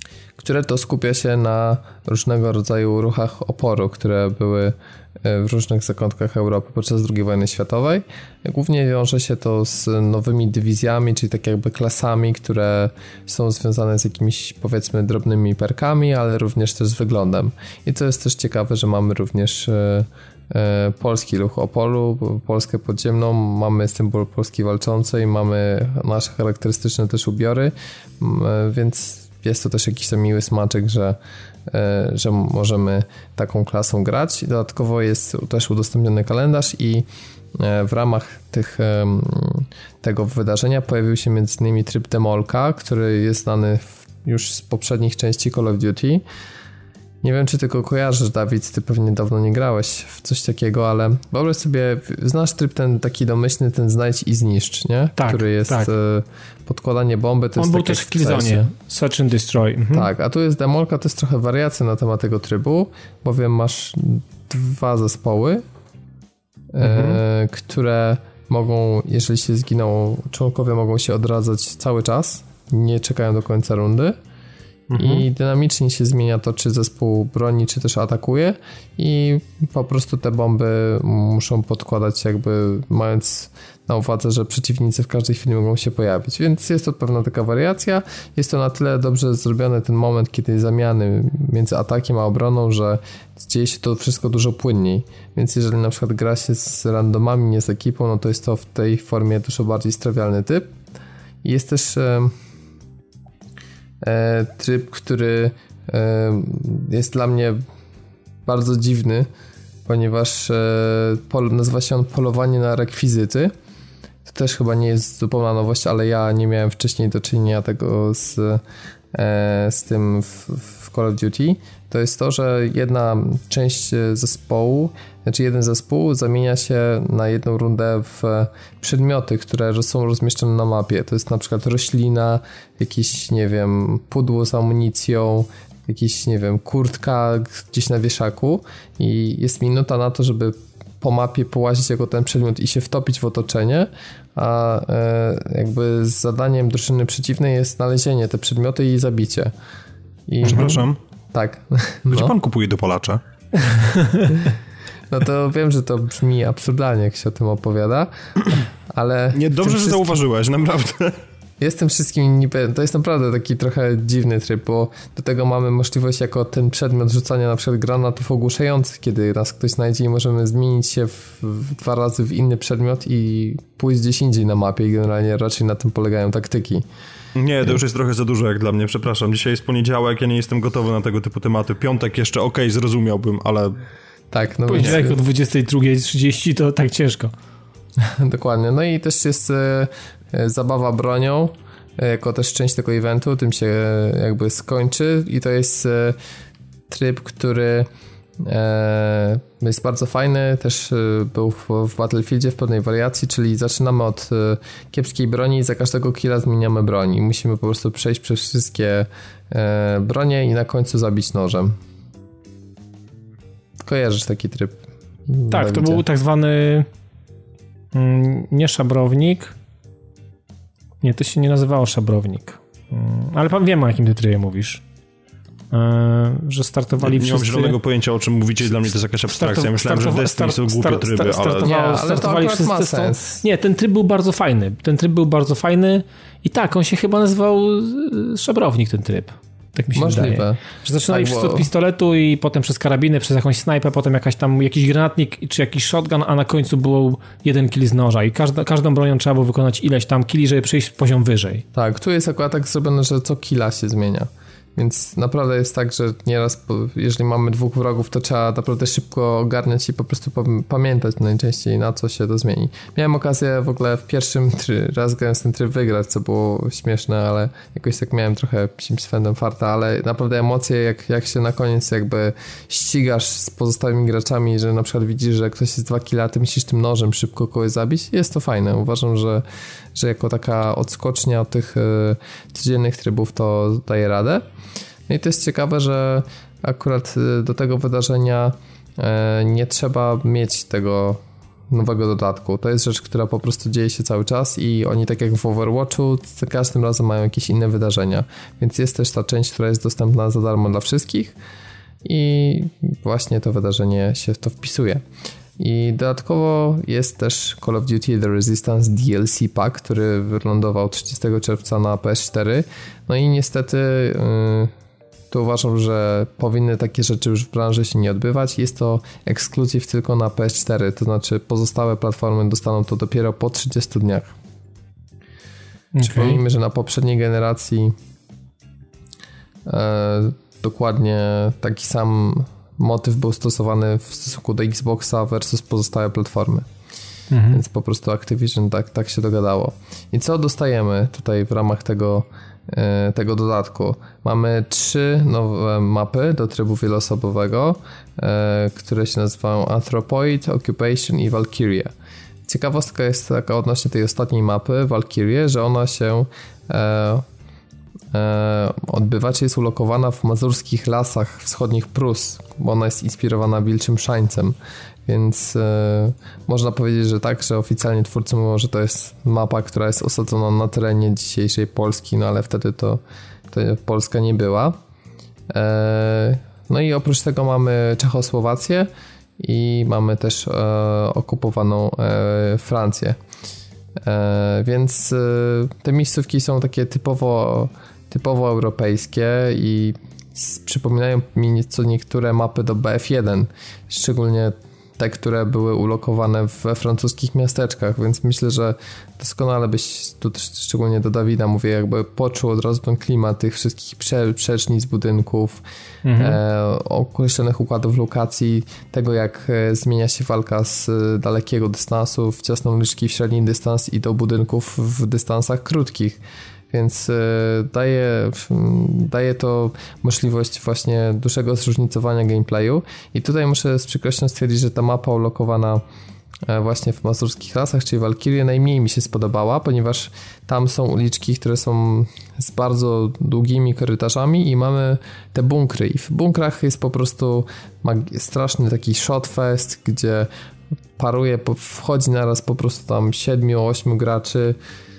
S1: które to skupia się na różnego rodzaju ruchach oporu, które były w różnych zakątkach Europy podczas drugiej wojny światowej. Głównie wiąże się to z nowymi dywizjami, czyli tak jakby klasami, które są związane z jakimiś, powiedzmy, drobnymi perkami, ale również też z wyglądem. I to jest też ciekawe, że mamy również polski ruch oporu, Polskę podziemną, mamy symbol Polski walczącej, mamy nasze charakterystyczne też ubiory, więc jest to też jakiś tam miły smaczek, że, że możemy taką klasą grać. Dodatkowo jest też udostępniony kalendarz i w ramach tych, tego wydarzenia pojawił się między innymi tryb Demolka, który jest znany już z poprzednich części Call of Duty. Nie wiem, czy ty go kojarzysz, Dawid, ty pewnie dawno nie grałeś w coś takiego, ale wyobraź sobie, znasz tryb ten taki domyślny, ten znajdź i zniszcz, nie?
S2: Tak,
S1: który jest
S2: tak.
S1: podkładanie bomby. To
S2: On
S1: jest
S2: był
S1: tak
S2: też w Killzone, Search and Destroy. Mhm.
S1: Tak, a tu jest Demolka, to jest trochę wariacja na temat tego trybu, bowiem masz dwa zespoły, mhm. e, które mogą, jeżeli się zginą, członkowie mogą się odradzać cały czas, nie czekają do końca rundy. Mhm. I dynamicznie się zmienia to, czy zespół broni, czy też atakuje i po prostu te bomby muszą podkładać jakby mając na uwadze, że przeciwnicy w każdej chwili mogą się pojawić, więc jest to pewna taka wariacja. Jest to na tyle dobrze zrobiony ten moment, kiedy zamiany między atakiem a obroną, że dzieje się to wszystko dużo płynniej, więc jeżeli na przykład gra się z randomami, nie z ekipą, no to jest to w tej formie dużo bardziej strawialny typ. I jest też e, e, tryb, który e, jest dla mnie bardzo dziwny, ponieważ e, pol, nazywa się on polowanie na rekwizyty. To też chyba nie jest zupełna nowość, ale ja nie miałem wcześniej do czynienia tego z, e, z tym w, w Call of Duty. To jest to, że jedna część zespołu, znaczy jeden zespół zamienia się na jedną rundę w przedmioty, które są rozmieszczone na mapie. To jest na przykład roślina, jakieś, nie wiem, pudło z amunicją, jakiś, nie wiem, kurtka gdzieś na wieszaku i jest minuta na to, żeby po mapie połazić jako ten przedmiot i się wtopić w otoczenie, a e, jakby zadaniem drużyny przeciwnej jest znalezienie te przedmioty i zabicie. I...
S3: Przepraszam.
S1: Tak.
S3: Gdzie
S1: no.
S3: pan kupuje dopalacze?
S1: No to wiem, że to brzmi absurdalnie, jak się o tym opowiada, ale...
S3: Nie, dobrze, że
S1: wszystkim...
S3: zauważyłeś, naprawdę.
S1: Jestem wszystkim niby... To jest naprawdę taki trochę dziwny tryb, bo do tego mamy możliwość jako ten przedmiot rzucania na przykład granatów ogłuszających, kiedy nas ktoś znajdzie i możemy zmienić się w, w dwa razy w inny przedmiot i pójść gdzieś indziej na mapie i generalnie raczej na tym polegają taktyki.
S3: Nie, to już jest trochę za dużo jak dla mnie, przepraszam. Dzisiaj jest poniedziałek, ja nie jestem gotowy na tego typu tematy. Piątek jeszcze okej, okay, zrozumiałbym, ale...
S1: Tak, no
S2: poniedziałek o dwudziestej drugiej trzydzieści to tak ciężko.
S1: Dokładnie. No i też jest e, zabawa bronią, e, jako też część tego eventu, tym się e, jakby skończy i to jest e, tryb, który e, jest bardzo fajny, też e, był w, w Battlefieldzie w pewnej wariacji, czyli zaczynamy od e, kiepskiej broni i za każdego killa zmieniamy broń i musimy po prostu przejść przez wszystkie e, bronie i na końcu zabić nożem. Kojarzysz taki tryb?
S2: Tak, to był tak zwany mm, nie szabrownik. Nie, to się nie nazywało szabrownik. Mm, ale pan wiem, o jakim ty trybie mówisz. Yy, że startowali
S3: nie,
S2: wszyscy...
S3: Nie mam zielonego pojęcia, o czym mówicie, dla mnie to jest jakaś abstrakcja. Ja myślałem, że w Destiny są głupie tryby, ale...
S2: Startowało,
S1: nie, ale
S2: startowali
S1: to
S2: wszyscy
S1: ma
S2: stą...
S1: sens.
S2: Nie, ten tryb był bardzo fajny. Ten tryb był bardzo fajny i tak, on się chyba nazywał szabrownik, ten tryb. Tak mi się
S1: Możliwe.
S2: wydaje. Że zaczynali
S1: tak,
S2: wszyscy
S1: bo...
S2: od pistoletu i potem przez karabiny, przez jakąś snajpę, potem jakaś tam jakiś granatnik czy jakiś shotgun, a na końcu był jeden kill z noża i każda, każdą bronią trzeba było wykonać ileś tam killi, żeby przejść poziom wyżej.
S1: Tak, tu jest akurat tak zrobione, że co killa się zmienia. Więc naprawdę jest tak, że nieraz, jeżeli mamy dwóch wrogów, to trzeba naprawdę szybko ogarniać i po prostu pamiętać najczęściej, na co się to zmieni. Miałem okazję w ogóle w pierwszym try, raz grając ten tryb wygrać, co było śmieszne, ale jakoś tak miałem trochę psim swędem farta, ale naprawdę emocje, jak, jak się na koniec jakby ścigasz z pozostałymi graczami, że na przykład widzisz, że ktoś jest dwa killa, ty musisz tym nożem szybko kogoś zabić, jest to fajne. Uważam, że, że jako taka odskocznia od tych y, codziennych trybów to daje radę. No i to jest ciekawe, że akurat do tego wydarzenia nie trzeba mieć tego nowego dodatku. To jest rzecz, która po prostu dzieje się cały czas i oni tak jak w Overwatchu za każdym razem mają jakieś inne wydarzenia, więc jest też ta część, która jest dostępna za darmo dla wszystkich i właśnie to wydarzenie się w to wpisuje. I dodatkowo jest też Call of Duty The Resistance D L C Pack, który wylądował trzydziestego czerwca na P S cztery. No i niestety yy, to uważam, że powinny takie rzeczy już w branży się nie odbywać. Jest to ekskluzyw tylko na P S cztery, to znaczy pozostałe platformy dostaną to dopiero po trzydziestu dniach. Okay. Przypomnijmy, że na poprzedniej generacji yy, dokładnie taki sam motyw był stosowany w stosunku do Xboxa versus pozostałe platformy. Mhm. Więc po prostu Activision tak, tak się dogadało. I co dostajemy tutaj w ramach tego, e, tego dodatku? Mamy trzy nowe mapy do trybu wieloosobowego, e, które się nazywają Anthropoid, Occupation i Valkyrie. Ciekawostka jest taka odnośnie tej ostatniej mapy, Valkyrie, że ona się e, odbywa, czy jest ulokowana w mazurskich lasach wschodnich Prus, bo ona jest inspirowana Wilczym Szańcem, więc e, można powiedzieć, że tak, że oficjalnie twórcy mówią, że to jest mapa, która jest osadzona na terenie dzisiejszej Polski, no ale wtedy to, to Polska nie była. E, no i oprócz tego mamy Czechosłowację i mamy też e, okupowaną e, Francję. E, więc e, te miejscówki są takie typowo typowo europejskie i przypominają mi nieco niektóre mapy do B F jeden, szczególnie te, które były ulokowane we francuskich miasteczkach, więc myślę, że doskonale byś, tu szczególnie do Dawida mówię, jakby poczuł od razu ten klimat tych wszystkich prze, przecznic budynków, mhm. e, określonych układów lokacji, tego jak e, zmienia się walka z e, dalekiego dystansu w ciasną uliczki, w średni dystans i do budynków w dystansach krótkich. Więc daje, daje to możliwość właśnie dłuższego zróżnicowania gameplayu i tutaj muszę z przykrością stwierdzić, że ta mapa ulokowana właśnie w mazurskich lasach, czyli Valkyrie, najmniej mi się spodobała, ponieważ tam są uliczki, które są z bardzo długimi korytarzami i mamy te bunkry i w bunkrach jest po prostu straszny taki shotfest, gdzie paruje, wchodzi naraz po prostu tam siedmiu, ośmiu graczy.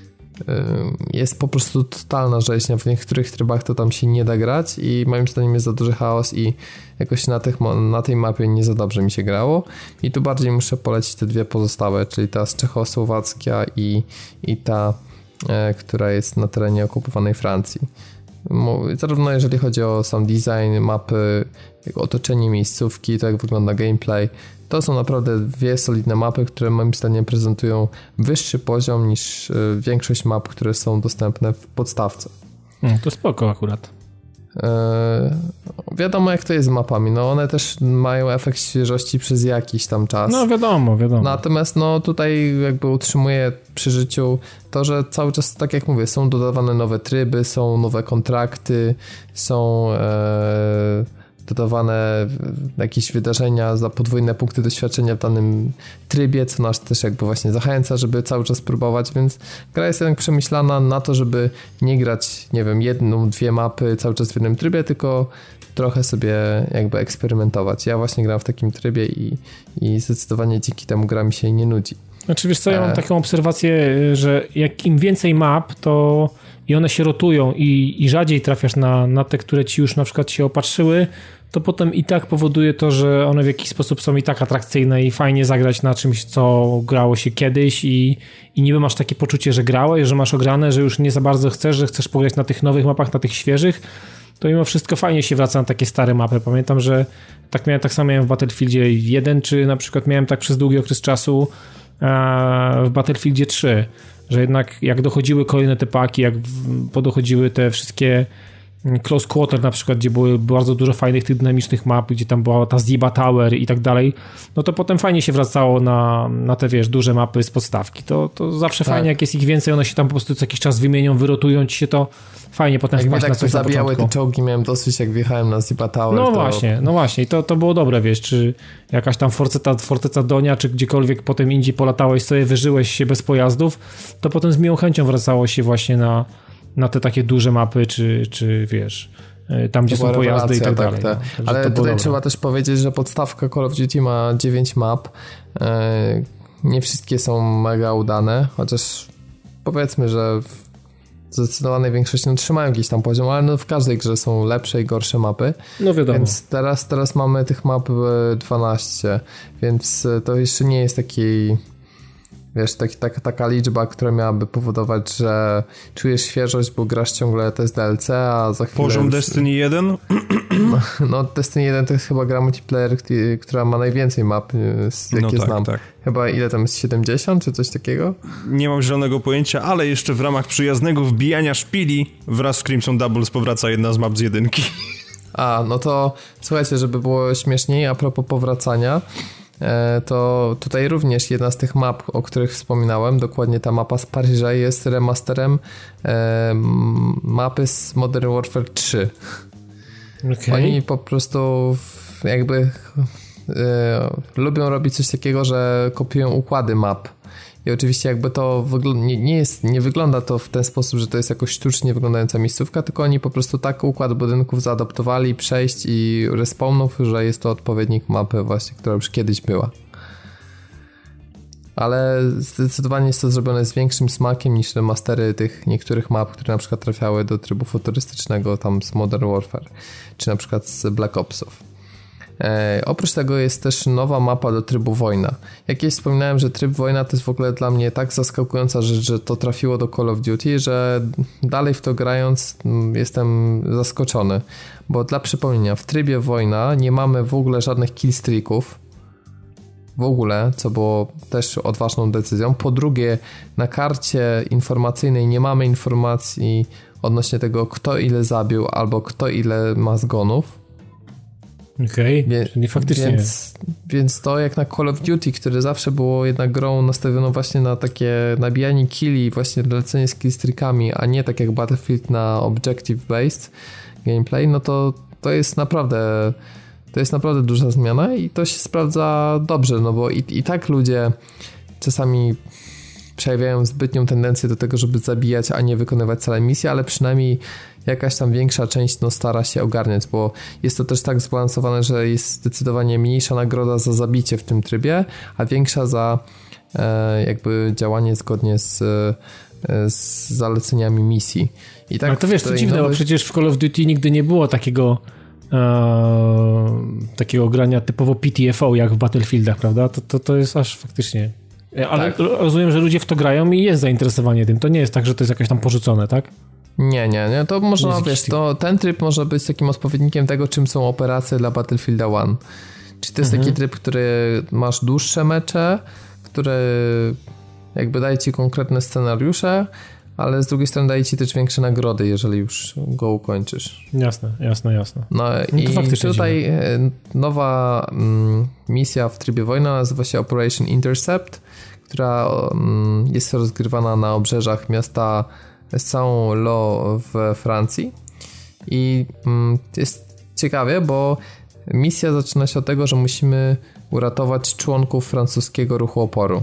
S1: Jest po prostu totalna rzeźnia, w niektórych trybach to tam się nie da grać i moim zdaniem jest za duży chaos i jakoś na, tych, na tej mapie nie za dobrze mi się grało i tu bardziej muszę polecić te dwie pozostałe, czyli ta z Czechosłowacka i, i ta, e, która jest na terenie okupowanej Francji. Zarówno jeżeli chodzi o sam design mapy, otoczenie miejscówki, to jak wygląda gameplay, to są naprawdę dwie solidne mapy, które moim zdaniem prezentują wyższy poziom niż większość map, które są dostępne w podstawce.
S2: Hmm, to spoko akurat.
S1: E, wiadomo jak to jest z mapami, no one też mają efekt świeżości przez jakiś tam czas.
S2: No wiadomo, wiadomo.
S1: Natomiast no tutaj jakby utrzymuję przy życiu to, że cały czas, tak jak mówię, są dodawane nowe tryby, są nowe kontrakty, są e, dodawane jakieś wydarzenia za podwójne punkty doświadczenia w danym trybie, co nas też jakby właśnie zachęca, żeby cały czas próbować, więc gra jest jednak przemyślana na to, żeby nie grać, nie wiem, jedną, dwie mapy cały czas w jednym trybie, tylko trochę sobie jakby eksperymentować. Ja właśnie gram w takim trybie i, i zdecydowanie dzięki temu gra mi się nie nudzi.
S2: Znaczy wiesz co, ja mam taką obserwację, że jak im więcej map, to i one się rotują i, i rzadziej trafiasz na, na te, które ci już na przykład się opatrzyły, to potem i tak powoduje to, że one w jakiś sposób są i tak atrakcyjne i fajnie zagrać na czymś, co grało się kiedyś i, i niby masz takie poczucie, że grałeś, że masz ograne, że już nie za bardzo chcesz, że chcesz pograć na tych nowych mapach, na tych świeżych, to mimo wszystko fajnie się wraca na takie stare mapy. Pamiętam, że tak miałem, tak samo miałem w Battlefieldzie jeden, czy na przykład miałem tak przez długi okres czasu w Battlefieldzie trzy, że jednak jak dochodziły kolejne te paki, jak podochodziły te wszystkie Close Quarter na przykład, gdzie było bardzo dużo fajnych tych dynamicznych map, gdzie tam była ta Ziba Tower i tak dalej, no to potem fajnie się wracało na, na te, wiesz, duże mapy z podstawki. To, to zawsze tak. Fajnie, jak jest ich więcej, one się tam po prostu co jakiś czas wymienią, wyrotują ci się, to fajnie potem
S1: jak
S2: wpaść
S1: tak
S2: na coś na
S1: zabijały
S2: początku.
S1: te czołgi, miałem dosyć, jak wjechałem na Ziba Tower.
S2: No
S1: to...
S2: właśnie, no właśnie. I to, to było dobre, wiesz, czy jakaś tam forteca, forteca Donia, czy gdziekolwiek potem indziej polatałeś sobie, wyżyłeś się bez pojazdów, to potem z miłą chęcią wracało się właśnie na, na te takie duże mapy, czy, czy wiesz... tam gdzie są pojazdy i tak, tak dalej. Tak.
S1: No. Ale tutaj trzeba też powiedzieć, że podstawka Call of Duty ma dziewięć map, nie wszystkie są mega udane, chociaż powiedzmy, że w zdecydowanej większości no, trzymają jakiś tam poziom, ale no, w każdej grze są lepsze i gorsze mapy.
S2: No wiadomo.
S1: Więc teraz, teraz mamy tych map dwanaście, więc to jeszcze nie jest taki, wiesz, tak, tak, taka liczba, która miałaby powodować, że czujesz świeżość, bo grasz ciągle test D L C, a za chwilę...
S3: Poziom
S1: już...
S3: Destiny jeden?
S1: No, no Destiny jeden to jest chyba gra multiplayer, która ma najwięcej map, jakie
S3: no tak,
S1: znam.
S3: Tak.
S1: Chyba ile tam jest, siedemdziesiąt czy coś takiego?
S3: Nie mam zielonego pojęcia, ale jeszcze w ramach przyjaznego wbijania szpili wraz z Crimson Doubles powraca jedna z map z jedynki.
S1: A, no to słuchajcie, żeby było śmieszniej, a propos powracania, to tutaj również jedna z tych map, o których wspominałem, dokładnie ta mapa z Paryża jest remasterem mapy z Modern Warfare trzy. Okay. Oni po prostu jakby e, lubią robić coś takiego, że kopiują układy map. I oczywiście jakby to wygl- nie, nie, jest, nie wygląda to w ten sposób, że to jest jakoś sztucznie wyglądająca miejscówka, tylko oni po prostu tak układ budynków zaadaptowali, przejść i respawnów, że jest to odpowiednik mapy właśnie, która już kiedyś była. Ale zdecydowanie jest to zrobione z większym smakiem niż remastery tych niektórych map, które na przykład trafiały do trybu futurystycznego tam z Modern Warfare, czy na przykład z Black Opsów. E, oprócz tego jest też nowa mapa do trybu wojna. Jak kiedyś wspominałem, że tryb wojna to jest w ogóle dla mnie tak zaskakująca rzecz, że to trafiło do Call of Duty, że dalej w to grając jestem zaskoczony. Bo dla przypomnienia, w trybie wojna nie mamy w ogóle żadnych killstreaków. W ogóle, co było też odważną decyzją. Po drugie, na karcie informacyjnej nie mamy informacji odnośnie tego, kto ile zabił albo kto ile ma zgonów.
S2: Okej, okay, czyli faktycznie.
S1: Więc, więc to jak na Call of Duty, które zawsze było jednak grą nastawioną właśnie na takie nabijanie killi, właśnie lecenie z killstreakami, a nie tak jak Battlefield na objective-based gameplay, no to to jest naprawdę... To jest naprawdę duża zmiana i to się sprawdza dobrze, no bo i, i tak ludzie czasami przejawiają zbytnią tendencję do tego, żeby zabijać, a nie wykonywać całej misji, ale przynajmniej jakaś tam większa część no, stara się ogarniać, bo jest to też tak zbalansowane, że jest zdecydowanie mniejsza nagroda za zabicie w tym trybie, a większa za e, jakby działanie zgodnie z, e, z zaleceniami misji. I tak
S2: ale to wiesz, to dziwne, nowy... bo przecież w Call of Duty nigdy nie było takiego Eee, takiego grania typowo P T F O jak w Battlefieldach, prawda? To, to, to jest aż faktycznie... Ale tak. Rozumiem, że ludzie w to grają i jest zainteresowanie tym. To nie jest tak, że to jest jakoś tam porzucone, tak?
S1: Nie, nie, nie. To można, wiesz, to ten tryb może być takim odpowiednikiem tego, czym są operacje dla Battlefielda jeden. Czyli to jest mhm. taki tryb, który masz dłuższe mecze, który jakby daje ci konkretne scenariusze, ale z drugiej strony daje ci też większe nagrody, jeżeli już go ukończysz.
S2: Jasne, jasne, jasne.
S1: No, no i tutaj dziwne. Nowa mm, misja w trybie wojny nazywa się Operation Intercept, która mm, jest rozgrywana na obrzeżach miasta Saint-Lô we Francji i mm, jest ciekawie, bo misja zaczyna się od tego, że musimy uratować członków francuskiego ruchu oporu.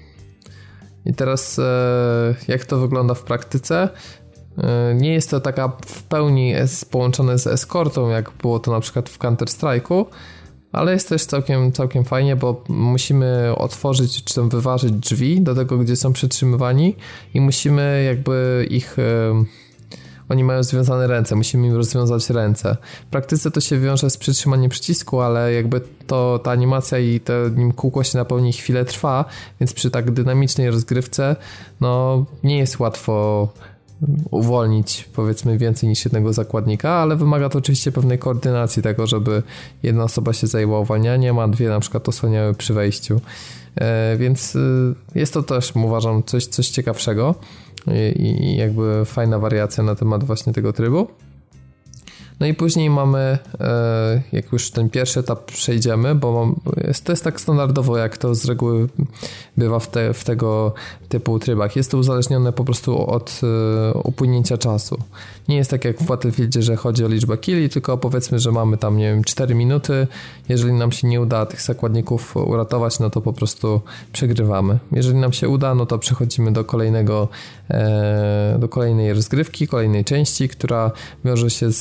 S1: I teraz jak to wygląda w praktyce? Nie jest to taka w pełni połączone z eskortą, jak było to na przykład w Counter-Strike'u, ale jest też całkiem, całkiem fajnie, bo musimy otworzyć czy tam wyważyć drzwi do tego, gdzie są przetrzymywani i musimy jakby ich... Oni mają związane ręce, musimy im rozwiązać ręce. W praktyce to się wiąże z przytrzymaniem przycisku, ale jakby to ta animacja i to nim kółko się napełni chwilę trwa, więc przy tak dynamicznej rozgrywce no nie jest łatwo uwolnić powiedzmy więcej niż jednego zakładnika, ale wymaga to oczywiście pewnej koordynacji tego, żeby jedna osoba się zajęła uwalnianiem, a dwie na przykład osłaniały przy wejściu. E, więc jest to też uważam coś, coś ciekawszego. I jakby fajna wariacja na temat właśnie tego trybu. No i później mamy, jak już ten pierwszy etap przejdziemy, bo mam, jest, to jest tak standardowo, jak to z reguły bywa w, te, w tego typu trybach. Jest to uzależnione po prostu od upłynięcia czasu. Nie jest tak jak w Battlefieldzie, że chodzi o liczbę killi, tylko powiedzmy, że mamy tam, nie wiem, cztery minuty. Jeżeli nam się nie uda tych zakładników uratować, no to po prostu przegrywamy. Jeżeli nam się uda, no to przechodzimy do kolejnego, do kolejnej rozgrywki, kolejnej części, która wiąże się z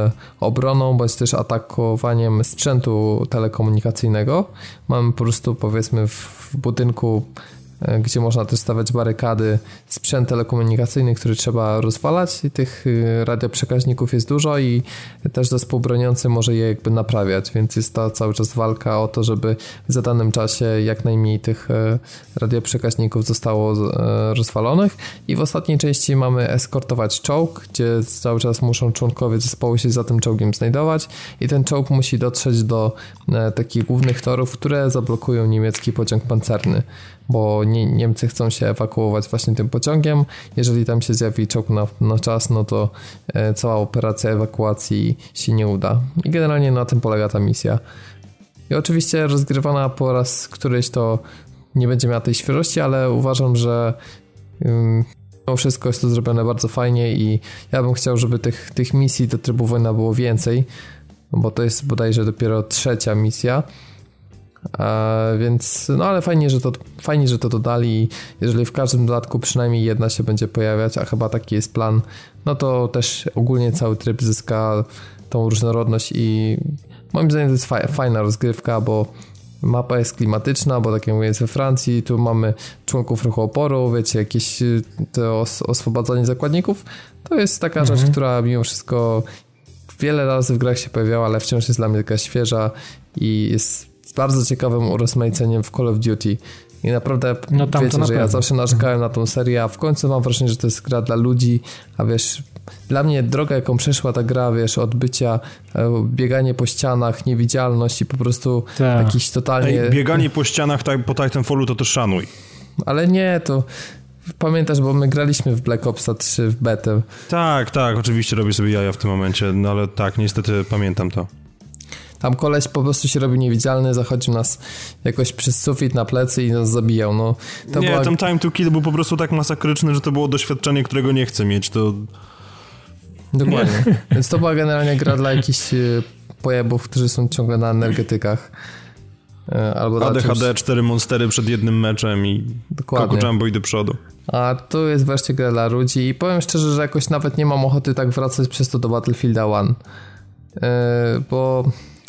S1: e, obroną, bądź też atakowaniem sprzętu telekomunikacyjnego. Mamy po prostu, powiedzmy, w budynku, gdzie można też stawiać barykady, sprzęt telekomunikacyjny, który trzeba rozwalać i tych radioprzekaźników jest dużo i też zespół broniący może je jakby naprawiać, więc jest to cały czas walka o to, żeby w zadanym czasie jak najmniej tych radioprzekaźników zostało rozwalonych i w ostatniej części mamy eskortować czołg, gdzie cały czas muszą członkowie zespołu się za tym czołgiem znajdować i ten czołg musi dotrzeć do takich głównych torów, które zablokują niemiecki pociąg pancerny, bo nie, Niemcy chcą się ewakuować właśnie tym pociągiem. Jeżeli tam się zjawi czołg na, na czas, no to e, cała operacja ewakuacji się nie uda. I generalnie na tym polega ta misja. I oczywiście rozgrywana po raz któryś to nie będzie miała tej świeżości, ale uważam, że ym, mimo wszystko jest to zrobione bardzo fajnie i ja bym chciał, żeby tych, tych misji do trybu wojna było więcej, bo to jest bodajże dopiero trzecia misja. A więc, no ale fajnie, że to fajnie, że to dodali. Jeżeli w każdym dodatku przynajmniej jedna się będzie pojawiać, a chyba taki jest plan, no to też ogólnie cały tryb zyska tą różnorodność i moim zdaniem to jest fa- fajna rozgrywka, bo mapa jest klimatyczna, bo tak jak mówię, jest we Francji, tu mamy członków ruchu oporu, wiecie, jakieś to os- oswobadzanie zakładników, to jest taka mhm. rzecz, która mimo wszystko wiele razy w grach się pojawiała, ale wciąż jest dla mnie taka świeża i jest bardzo ciekawym urozmaiceniem w Call of Duty i naprawdę no tam wiecie, na że pewno. Ja zawsze narzekałem na tą serię, a w końcu mam wrażenie, że to jest gra dla ludzi, a wiesz, dla mnie droga jaką przeszła ta gra, wiesz, od bycia bieganie po ścianach, niewidzialność i po prostu tak. jakiś totalnie...
S3: Ej, bieganie po ścianach tak, po Titanfallu to też szanuj.
S1: Ale nie, to... Pamiętasz, bo my graliśmy w Black Opsa trzy w betę.
S3: Tak, tak, oczywiście robię sobie jaja w tym momencie, no ale tak, niestety pamiętam to.
S1: Tam koleś po prostu się robi niewidzialny, zachodził nas jakoś przez sufit na plecy i nas zabijał. No, to
S3: nie,
S1: była...
S3: ten time to kill był po prostu tak masakryczny, że to było doświadczenie, którego nie chcę mieć. To...
S1: Dokładnie. Więc to była generalnie gra dla jakichś pojebów, którzy są ciągle na energetykach. Albo
S3: A D H D, czymś... cztery monstery przed jednym meczem i Coco Jumbo i do przodu.
S1: A tu jest wreszcie gra dla ludzi i powiem szczerze, że jakoś nawet nie mam ochoty tak wracać przez to do Battlefielda jeden. Yy, bo...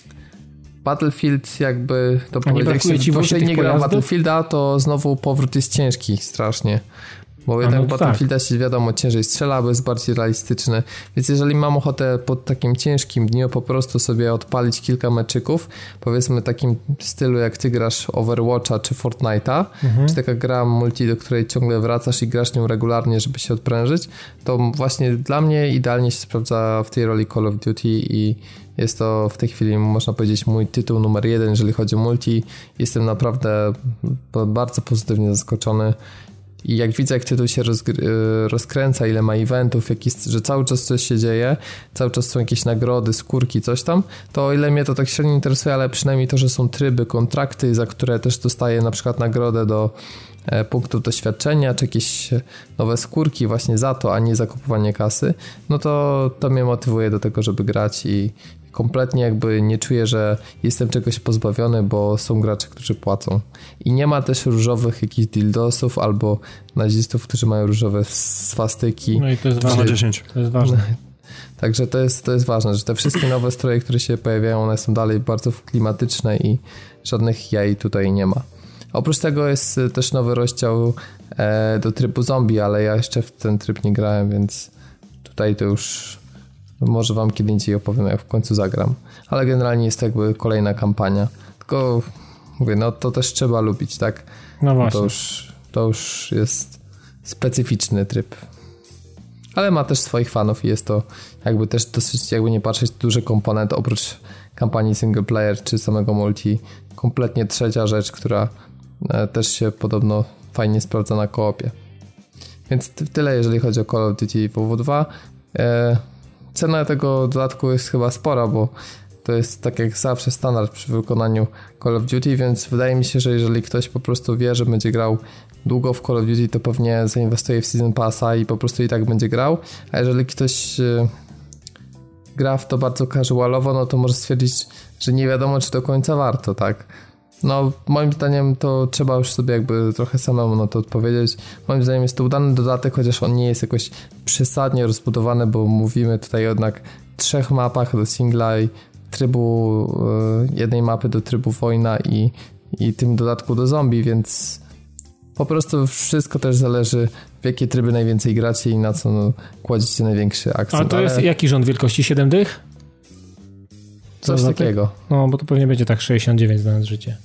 S1: Battlefield jakby to powiedzieć, jak się dłużej nie gra Battlefielda, to znowu powrót jest ciężki strasznie. Bo jednak no Battlefielda tak. się wiadomo ciężej strzela, bo jest bardziej realistyczny. Więc jeżeli mam ochotę po takim ciężkim dniu po prostu sobie odpalić kilka meczyków, powiedzmy takim stylu jak ty grasz Overwatcha czy Fortnite'a, mhm. czy taka gra multi, do której ciągle wracasz i grasz nią regularnie, żeby się odprężyć, to właśnie dla mnie idealnie się sprawdza w tej roli Call of Duty i jest to w tej chwili, można powiedzieć, mój tytuł numer jeden, jeżeli chodzi o multi. Jestem naprawdę bardzo pozytywnie zaskoczony. I jak widzę, jak tytuł się rozgry- rozkręca, ile ma eventów, jak jest, że cały czas coś się dzieje, cały czas są jakieś nagrody, skórki, coś tam, to o ile mnie to tak średnio interesuje, ale przynajmniej to, że są tryby, kontrakty, za które też dostaję na przykład nagrodę do e, punktów doświadczenia, czy jakieś nowe skórki właśnie za to, a nie za kupowanie kasy, no to to mnie motywuje do tego, żeby grać i kompletnie jakby nie czuję, że jestem czegoś pozbawiony, bo są gracze, którzy płacą. I nie ma też różowych jakichś dildosów albo nazistów, którzy mają różowe swastyki.
S2: No i to jest ważne. dziesięć. To jest ważne.
S1: Także to jest, to jest ważne, że te wszystkie nowe stroje, które się pojawiają, one są dalej bardzo klimatyczne i żadnych jaj tutaj nie ma. Oprócz tego jest też nowy rozdział e, do trybu zombie, ale ja jeszcze w ten tryb nie grałem, więc tutaj to już... Może wam kiedy indziej opowiem, jak w końcu zagram. Ale generalnie jest to jakby kolejna kampania. Tylko mówię, no to też trzeba lubić, tak?
S2: No właśnie.
S1: To już, to już jest specyficzny tryb. Ale ma też swoich fanów i jest to jakby też dosyć, jakby nie patrzeć, duży komponent oprócz kampanii single player czy samego multi. Kompletnie trzecia rzecz, która też się podobno fajnie sprawdza na koopie. Więc tyle, jeżeli chodzi o Call of Duty W W dwa. Cena tego dodatku jest chyba spora, bo to jest tak jak zawsze standard przy wykonaniu Call of Duty, więc wydaje mi się, że jeżeli ktoś po prostu wie, że będzie grał długo w Call of Duty, to pewnie zainwestuje w Season Passa i po prostu i tak będzie grał, a jeżeli ktoś yy, gra w to bardzo casualowo, no to może stwierdzić, że nie wiadomo, czy do końca warto, tak? No, moim zdaniem to trzeba już sobie jakby trochę samemu na to odpowiedzieć. Moim zdaniem jest to udany dodatek, chociaż on nie jest jakoś przesadnie rozbudowany, bo mówimy tutaj jednak trzech mapach do singla i trybu y, jednej mapy do trybu wojna i, i tym dodatku do zombie, więc po prostu wszystko też zależy, w jakie tryby najwięcej gracie i na co no, kładziecie największy akcent.
S2: A to jest ale... jaki rząd wielkości? siedem dych?
S1: Coś
S2: Co
S1: takiego.
S2: No, bo to pewnie będzie tak sześćdziesiąt dziewięć znając życie.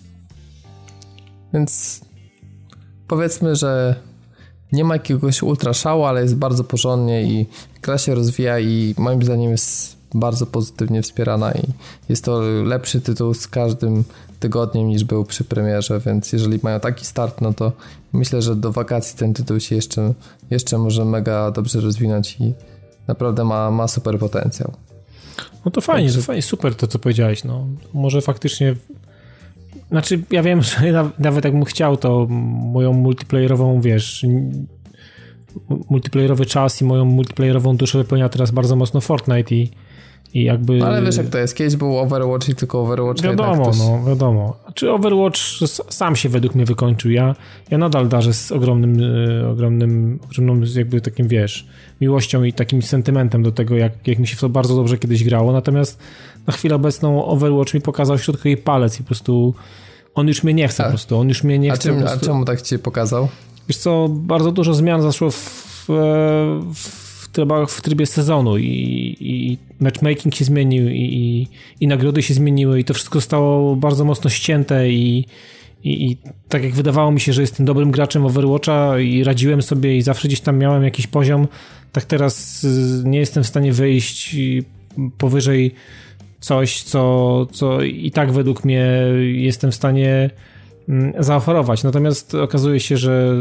S1: Więc powiedzmy, że nie ma jakiegoś ultra szału, ale jest bardzo porządnie i gra się rozwija i moim zdaniem jest bardzo pozytywnie wspierana i jest to lepszy tytuł z każdym tygodniem niż był przy premierze, więc jeżeli mają taki start, no to myślę, że do wakacji ten tytuł się jeszcze, jeszcze może mega dobrze rozwinąć i naprawdę ma, ma super potencjał.
S2: No to fajnie, Także... to fajnie, super to co powiedziałeś, no może faktycznie znaczy ja wiem, że nawet jakbym chciał, to moją multiplayerową, wiesz, multiplayerowy czas i moją multiplayerową duszę wypełnia teraz bardzo mocno Fortnite i, i jakby...
S1: No ale wiesz jak to jest, kiedyś był Overwatch i tylko Overwatch...
S2: Wiadomo,
S1: też...
S2: no wiadomo. Czy Overwatch sam się według mnie wykończył, ja, ja nadal darzę z ogromnym, ogromnym, ogromną jakby takim, wiesz, miłością i takim sentymentem do tego, jak, jak mi się w to bardzo dobrze kiedyś grało, natomiast na chwilę obecną Overwatch mi pokazał w środku jej palec i po prostu on już mnie nie chce, a, po prostu, on już mnie nie
S1: a
S2: chce.
S1: Czym,
S2: prostu...
S1: A czemu tak ci pokazał?
S2: Wiesz co, bardzo dużo zmian zaszło w, w, trybach, w trybie sezonu i, i matchmaking się zmienił i, i, i nagrody się zmieniły i to wszystko zostało bardzo mocno ścięte i, i, i tak jak wydawało mi się, że jestem dobrym graczem Overwatcha i radziłem sobie i zawsze gdzieś tam miałem jakiś poziom, tak teraz nie jestem w stanie wyjść powyżej coś, co, co i tak według mnie jestem w stanie zaoferować. Natomiast okazuje się, że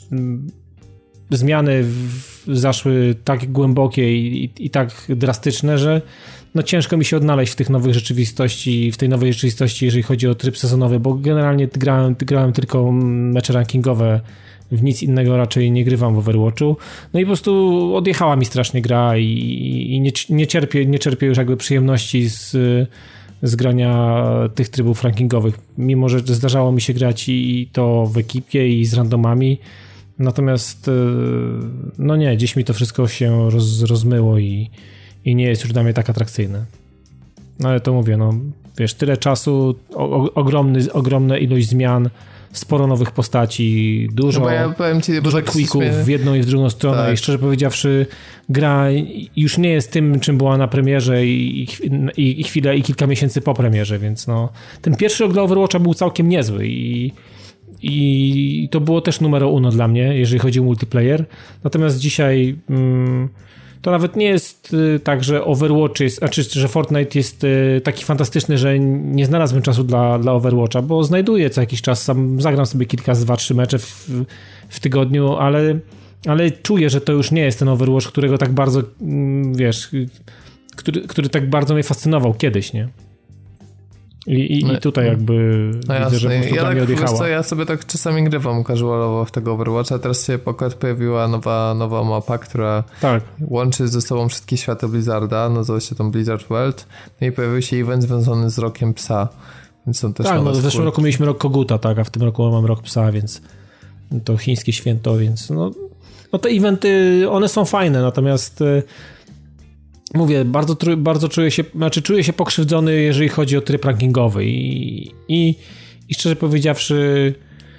S2: zmiany zaszły tak głębokie i, i, i tak drastyczne, że no ciężko mi się odnaleźć w tych nowych rzeczywistości, w tej nowej rzeczywistości, jeżeli chodzi o tryb sezonowy, bo generalnie grałem, grałem tylko mecze rankingowe, w nic innego raczej nie grywam w Overwatchu. No i po prostu odjechała mi strasznie gra i, i nie, nie, cierpię, nie czerpię już jakby przyjemności z, z grania tych trybów rankingowych, mimo że zdarzało mi się grać i, i to w ekipie i z randomami, natomiast no nie, gdzieś mi to wszystko się roz, rozmyło i, i nie jest już dla mnie tak atrakcyjne. No ale to mówię, no wiesz, tyle czasu, o, ogromny, ogromna ilość zmian, sporo nowych postaci, dużo,
S1: no ja powiem ci,
S2: dużo
S1: tak
S2: quicków
S1: sobie...
S2: w jedną i w drugą stronę tak. I szczerze powiedziawszy gra już nie jest tym, czym była na premierze i, i, i chwilę i kilka miesięcy po premierze, więc no ten pierwszy rok dla Overwatcha był całkiem niezły i, i to było też numero uno dla mnie, jeżeli chodzi o multiplayer, natomiast dzisiaj mm, to nawet nie jest tak, że Overwatch jest, znaczy, że Fortnite jest taki fantastyczny, że nie znalazłem czasu dla, dla Overwatcha, bo znajduję co jakiś czas, sam zagram sobie kilka, dwa, trzy mecze w, w tygodniu, ale, ale czuję, że to już nie jest ten Overwatch, którego tak bardzo, wiesz, który, który tak bardzo mnie fascynował kiedyś, nie? I, i, i tutaj jakby
S1: no
S2: widzę,
S1: jasne.
S2: że po prostu
S1: ja
S2: dla mnie
S1: tak,
S2: odjechała.
S1: Wiesz co, ja sobie tak czasami grywam casualowo w tego Overwatcha, teraz się akurat pojawiła nowa, nowa mapa, która
S2: tak.
S1: łączy ze sobą wszystkie światy Blizzarda, nazywa się tą Blizzard World, no i pojawił się event związany z rokiem psa, więc są też
S2: tak,
S1: nowe
S2: no w zeszłym roku mieliśmy rok koguta, tak, a w tym roku mam rok psa, więc to chińskie święto, więc no, no te eventy, one są fajne, natomiast mówię, bardzo, bardzo czuję się, znaczy czuję się pokrzywdzony, jeżeli chodzi o tryb rankingowy i, i, i szczerze powiedziawszy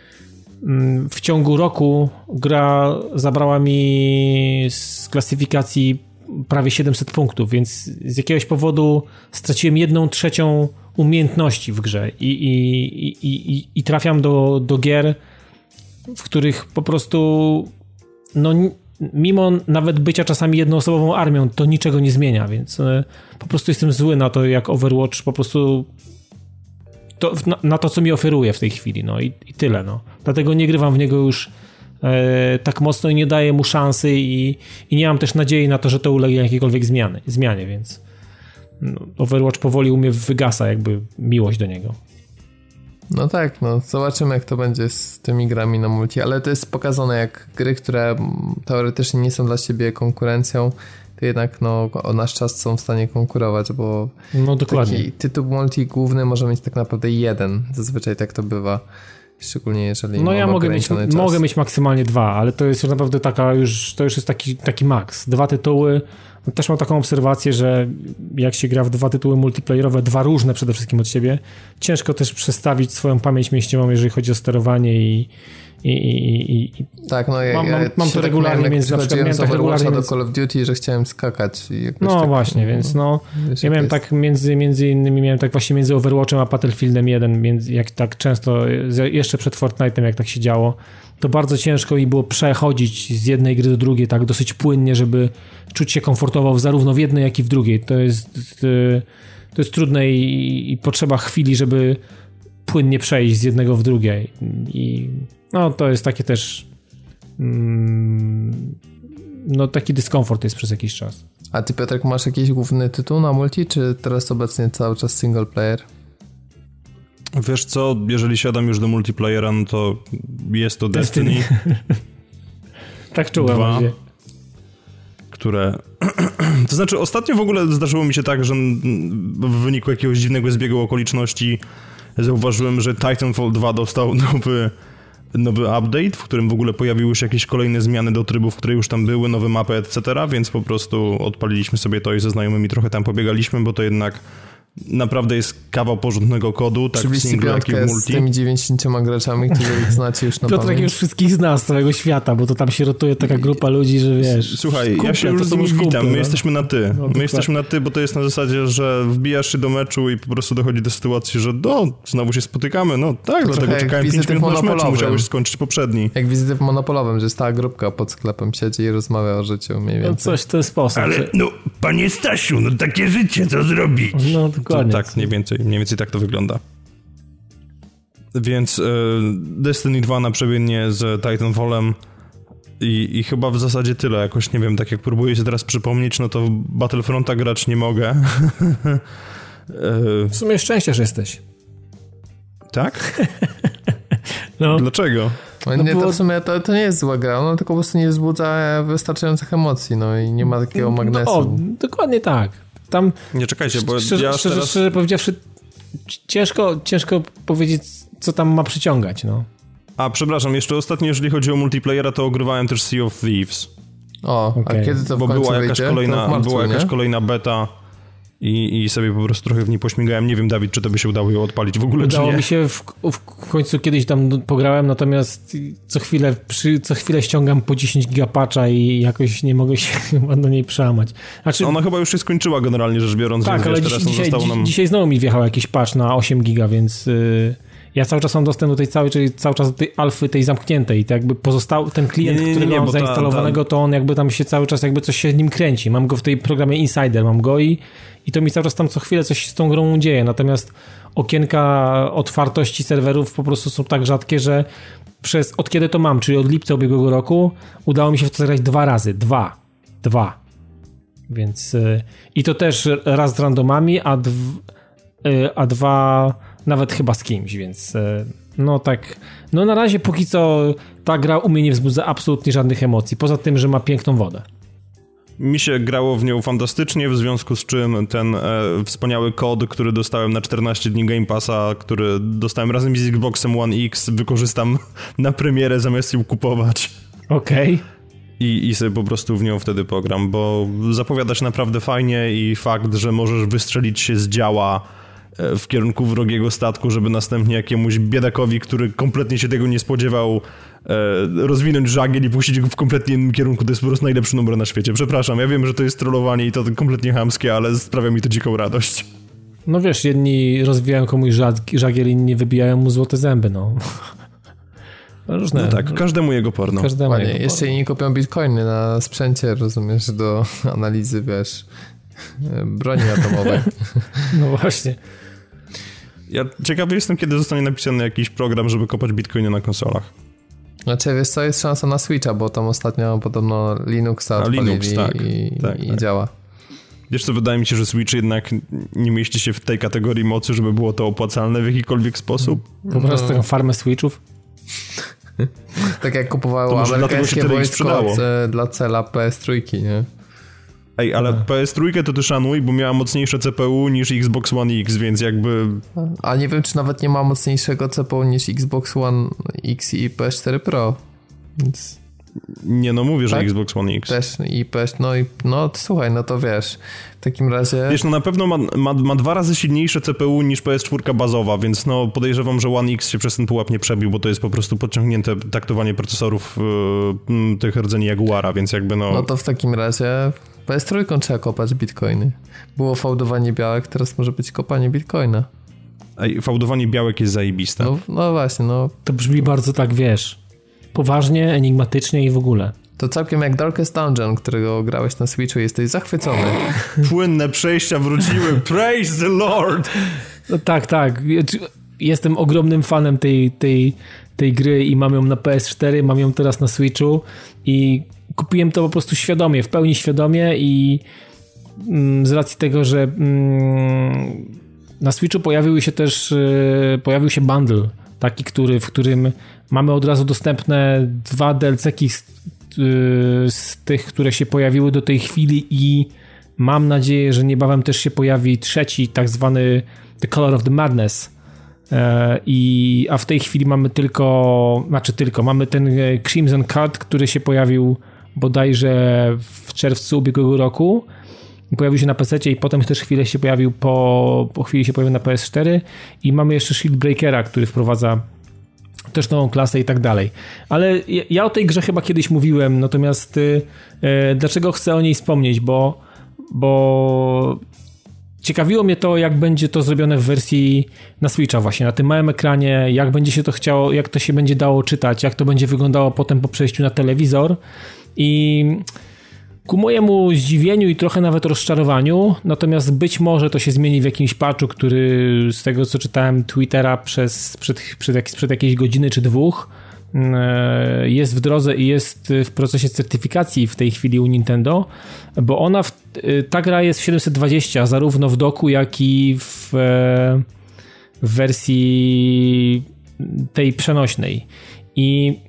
S2: w ciągu roku gra zabrała mi z klasyfikacji prawie siedemset punktów, więc z jakiegoś powodu straciłem jedną trzecią umiejętności w grze i, i, i, i, i trafiam do, do gier, w których po prostu no mimo nawet bycia czasami jednoosobową armią, to niczego nie zmienia, więc po prostu jestem zły na to, jak Overwatch po prostu to, na, na to, co mi oferuje w tej chwili, no i, i tyle, no. Dlatego nie grywam w niego już e, tak mocno i nie daję mu szansy i, i nie mam też nadziei na to, że to ulegnie jakiejkolwiek zmiany, zmianie, więc no, Overwatch powoli u mnie wygasa jakby miłość do niego.
S1: No tak, no zobaczymy jak to będzie z tymi grami na multi, ale to jest pokazane jak gry, które teoretycznie nie są dla siebie konkurencją, to jednak no o nasz czas są w stanie konkurować, bo
S2: no, dokładnie.
S1: Taki tytuł multi główny może mieć tak naprawdę jeden, zazwyczaj tak to bywa, szczególnie jeżeli
S2: no ja mogę mieć,
S1: czas.
S2: mogę mieć maksymalnie dwa, ale to jest już naprawdę taka już, to już jest taki, taki maks, dwa tytuły też mam taką obserwację, że jak się gra w dwa tytuły multiplayerowe, dwa różne przede wszystkim od siebie, ciężko też przestawić swoją pamięć mięśniową, jeżeli chodzi o sterowanie i I, i, i,
S1: tak, no ja,
S2: mam, mam,
S1: ja
S2: mam to
S1: tak
S2: regularnie,
S1: miałem,
S2: więc na przykład miałem tak regularnie
S1: do Call of Duty, że chciałem skakać. I
S2: no
S1: tak,
S2: właśnie, więc no
S1: wiesz,
S2: ja miałem
S1: jest.
S2: tak między, między innymi miałem tak właśnie między Overwatchem a Battlefieldem jeden, między, jak tak często, jeszcze przed Fortnite'em jak tak się działo, to bardzo ciężko mi było przechodzić z jednej gry do drugiej tak dosyć płynnie, żeby czuć się komfortowo zarówno w jednej, jak i w drugiej. To jest to jest trudne i, i potrzeba chwili, żeby płynnie przejść z jednego w drugie i no to jest takie też mm, no taki dyskomfort jest przez jakiś czas.
S1: A ty, Piotrek, masz jakiś główny tytuł na multi, czy teraz obecnie cały czas single player?
S3: Wiesz co, jeżeli siadam już do multiplayera, no to jest to Destiny. Destiny.
S2: Tak czułem.
S3: Dwa, które... to znaczy ostatnio w ogóle zdarzyło mi się tak, że w wyniku jakiegoś dziwnego zbiegu okoliczności zauważyłem, że Titanfall dwa dostał nowy, nowy update, w którym w ogóle pojawiły się jakieś kolejne zmiany do trybów, które już tam były, nowe mapy, et cetera, więc po prostu odpaliliśmy sobie to i ze znajomymi trochę tam pobiegaliśmy, bo to jednak naprawdę jest kawał porządnego kodu, tak w singlu, jak i w multi.
S1: Z tymi dziewięćdziesięcioma graczami, których znacie już na
S2: Piotrek
S1: pamięć.
S2: już wszystkich zna z całego świata, bo to tam się rotuje taka grupa ludzi, że wiesz...
S3: Słuchaj,
S2: kumple,
S3: ja się już z nimi witam,
S2: kumple,
S3: my
S2: no?
S3: jesteśmy na ty.
S2: No,
S3: my
S2: tak.
S3: jesteśmy na ty, bo to jest na zasadzie, że wbijasz się do meczu i po prostu dochodzi do sytuacji, że no, znowu się spotykamy, no tak,
S1: To
S3: dlatego czekałem pięć minut na meczu, musiałeś skończyć poprzedni.
S1: Jak wizyty w Monopolowym, że jest ta grupka pod sklepem siedzi i rozmawia o życiu mniej więcej.
S2: No coś w ten sposób.
S4: Ale
S2: że...
S4: no, panie Stasiu, no takie życie, co zrobić?
S2: No dokładnie.
S3: To, tak, mniej więcej, mniej więcej tak to wygląda. Więc y, Destiny dwa naprzemiennie z Titanfallem i, i chyba w zasadzie tyle. Jakoś nie wiem, tak jak próbuję się teraz przypomnieć, no to w Battlefronta grać nie mogę.
S2: W sumie szczęście, że jesteś.
S3: Tak?
S2: No.
S3: Dlaczego?
S1: No nie, było... to w sumie to, to nie jest zła gra, ona tylko po prostu nie wzbudza wystarczających emocji, no i nie ma takiego magnesu.
S2: No, o, dokładnie tak. Tam...
S3: Nie, czekajcie, bo
S2: szczerze,
S3: ja
S2: szczerze,
S3: teraz...
S2: szczerze powiedziawszy, ciężko, ciężko powiedzieć, co tam ma przyciągać, no.
S3: A, przepraszam, jeszcze ostatnio, jeżeli chodzi o multiplayera, to ogrywałem też Sea of Thieves.
S1: O,
S2: okay.
S1: A kiedy to w
S3: Bo
S1: końcu
S3: była jakaś
S1: wyjdzie?
S3: kolejna,
S1: marcu,
S3: była jakaś
S1: nie?
S3: kolejna beta i, i sobie po prostu trochę w niej pośmigałem. Nie wiem, Dawid, czy to by się udało ją odpalić w ogóle,
S2: Udało
S3: czy nie?
S2: mi się, w, w końcu kiedyś tam pograłem, natomiast co chwilę, przy, co chwilę ściągam po dziesięć giga patcha i jakoś nie mogę się chyba do niej przełamać. Znaczy,
S3: Ona chyba już się skończyła generalnie rzecz biorąc,
S2: tak,
S3: więc
S2: ale
S3: wiesz,
S2: dziś,
S3: teraz
S2: dzisiaj,
S3: zostało nam...
S2: dzisiaj znowu mi wjechał jakiś patch na osiem giga, więc yy, ja cały czas mam dostęp do tej całej, czyli cały czas do tej alfy, tej zamkniętej. To jakby pozostał ten klient,
S3: nie, nie, nie,
S2: którego
S3: nie,
S2: mam
S3: bo ta-
S2: zainstalowanego,
S3: ta...
S2: to on jakby tam się cały czas jakby coś się nim kręci. Mam go w tej programie Insider, mam go i, i to mi cały czas tam co chwilę coś z tą grą dzieje. Natomiast okienka otwartości serwerów po prostu są tak rzadkie, że przez, od kiedy to mam, czyli od lipca ubiegłego roku, udało mi się w to zagrać dwa razy. Dwa. Dwa. Więc yy, i to też raz z randomami, a, dw, yy, a dwa nawet chyba z kimś, więc yy, no tak, no na razie póki co ta gra u mnie nie wzbudza absolutnie żadnych emocji, poza tym, że ma piękną wodę.
S3: Mi się grało w nią fantastycznie, w związku z czym ten e, wspaniały kod, który dostałem na czternaście dni Game Passa, który dostałem razem z Xboxem One X, wykorzystam na premierę zamiast ją kupować.
S2: Okej. Okay.
S3: I, I sobie po prostu w nią wtedy pogram, bo zapowiada się naprawdę fajnie i fakt, że możesz wystrzelić się z działa w kierunku wrogiego statku, żeby następnie jakiemuś biedakowi, który kompletnie się tego nie spodziewał, rozwinąć żagiel i puścić go w kompletnie innym kierunku, to jest po prostu najlepszy numer na świecie. Przepraszam, ja wiem, że to jest trollowanie i to kompletnie chamskie, ale sprawia mi to dziką radość.
S2: No wiesz, jedni rozwijają komuś żagiel, inni wybijają mu złote zęby, no. Różne.
S3: No tak, każdemu jego porno.
S2: Każdemu
S1: Panie,
S2: jego
S1: jeszcze
S2: porno.
S1: nie kupią bitcoiny na sprzęcie, rozumiesz, do analizy, wiesz, broni atomowej.
S2: No właśnie.
S3: Ja ciekawy jestem, kiedy zostanie napisany jakiś program, żeby kopać bitcoiny na konsolach.
S1: Znaczy, wiesz co, jest szansa na Switcha, bo tam ostatnio podobno Linuxa odpalili
S3: Linux, tak.
S1: i,
S3: Tak,
S1: i
S3: tak.
S1: działa.
S3: Wiesz co, wydaje mi się, że Switch jednak nie mieści się w tej kategorii mocy, żeby było to opłacalne w jakikolwiek sposób.
S2: Po prostu taką farmę Switchów.
S1: Tak jak kupowało
S3: To może dlatego się
S1: amerykańskie
S3: tyle ich
S1: wojsko
S3: sprzedało.
S1: c- dla cela P S trzy, nie?
S3: Ej, ale P S trzy to ty szanuj, bo miała mocniejsze C P U niż Xbox One X, więc jakby...
S1: A nie wiem, czy nawet nie ma mocniejszego C P U niż Xbox One X i P S cztery Pro. Więc...
S3: Nie, no mówię,
S1: tak?
S3: że Xbox One X.
S1: Też i P S, no i no słuchaj, no to wiesz, w takim razie...
S3: Wiesz, no na pewno ma, ma, ma dwa razy silniejsze C P U niż P S cztery bazowa, więc no podejrzewam, że One X się przez ten pułap nie przebił, bo to jest po prostu podciągnięte taktowanie procesorów yy, tych rdzeni Jaguara, więc jakby no...
S1: No to w takim razie P S trzy trzeba kopać bitcoiny. Było fałdowanie białek, teraz może być kopanie bitcoina.
S3: Ej, fałdowanie białek jest zajebiste.
S1: No, no właśnie, no.
S2: To brzmi bardzo tak, wiesz, poważnie, enigmatycznie i w ogóle.
S1: To całkiem jak Darkest Dungeon, którego grałeś na Switchu, jesteś zachwycony.
S3: Płynne przejścia wróciły, praise the Lord!
S2: No tak, tak. Jestem ogromnym fanem tej, tej, tej gry i mam ją na P S cztery, mam ją teraz na Switchu i kupiłem to po prostu świadomie, w pełni świadomie i mm, z racji tego, że mm, na Switchu pojawiły się też, yy, pojawił się bundle, taki, który, w którym mamy od razu dostępne dwa D L C-ki z, yy, z tych, które się pojawiły do tej chwili i mam nadzieję, że niebawem też się pojawi trzeci, tak zwany The Color of the Madness. Yy, i, a w tej chwili mamy tylko, znaczy tylko, mamy ten Crimson Card, który się pojawił bodajże w czerwcu ubiegłego roku. Pojawił się na P C i potem też chwilę się pojawił po, po chwili się pojawił na P S cztery i mamy jeszcze Shieldbreakera, który wprowadza też nową klasę i tak dalej. Ale ja o tej grze chyba kiedyś mówiłem, natomiast yy, dlaczego chcę o niej wspomnieć, bo, bo ciekawiło mnie to, jak będzie to zrobione w wersji na Switcha właśnie, na tym małym ekranie, jak będzie się to chciało, jak to się będzie dało czytać, jak to będzie wyglądało potem po przejściu na telewizor i ku mojemu zdziwieniu i trochę nawet rozczarowaniu, natomiast być może to się zmieni w jakimś patchu, który z tego co czytałem Twittera przez, przed, przed, przed jakieś godziny czy dwóch jest w drodze i jest w procesie certyfikacji w tej chwili u Nintendo, bo ona, w, ta gra jest w siedemset dwadzieścia zarówno w doku, jak i w, w wersji tej przenośnej i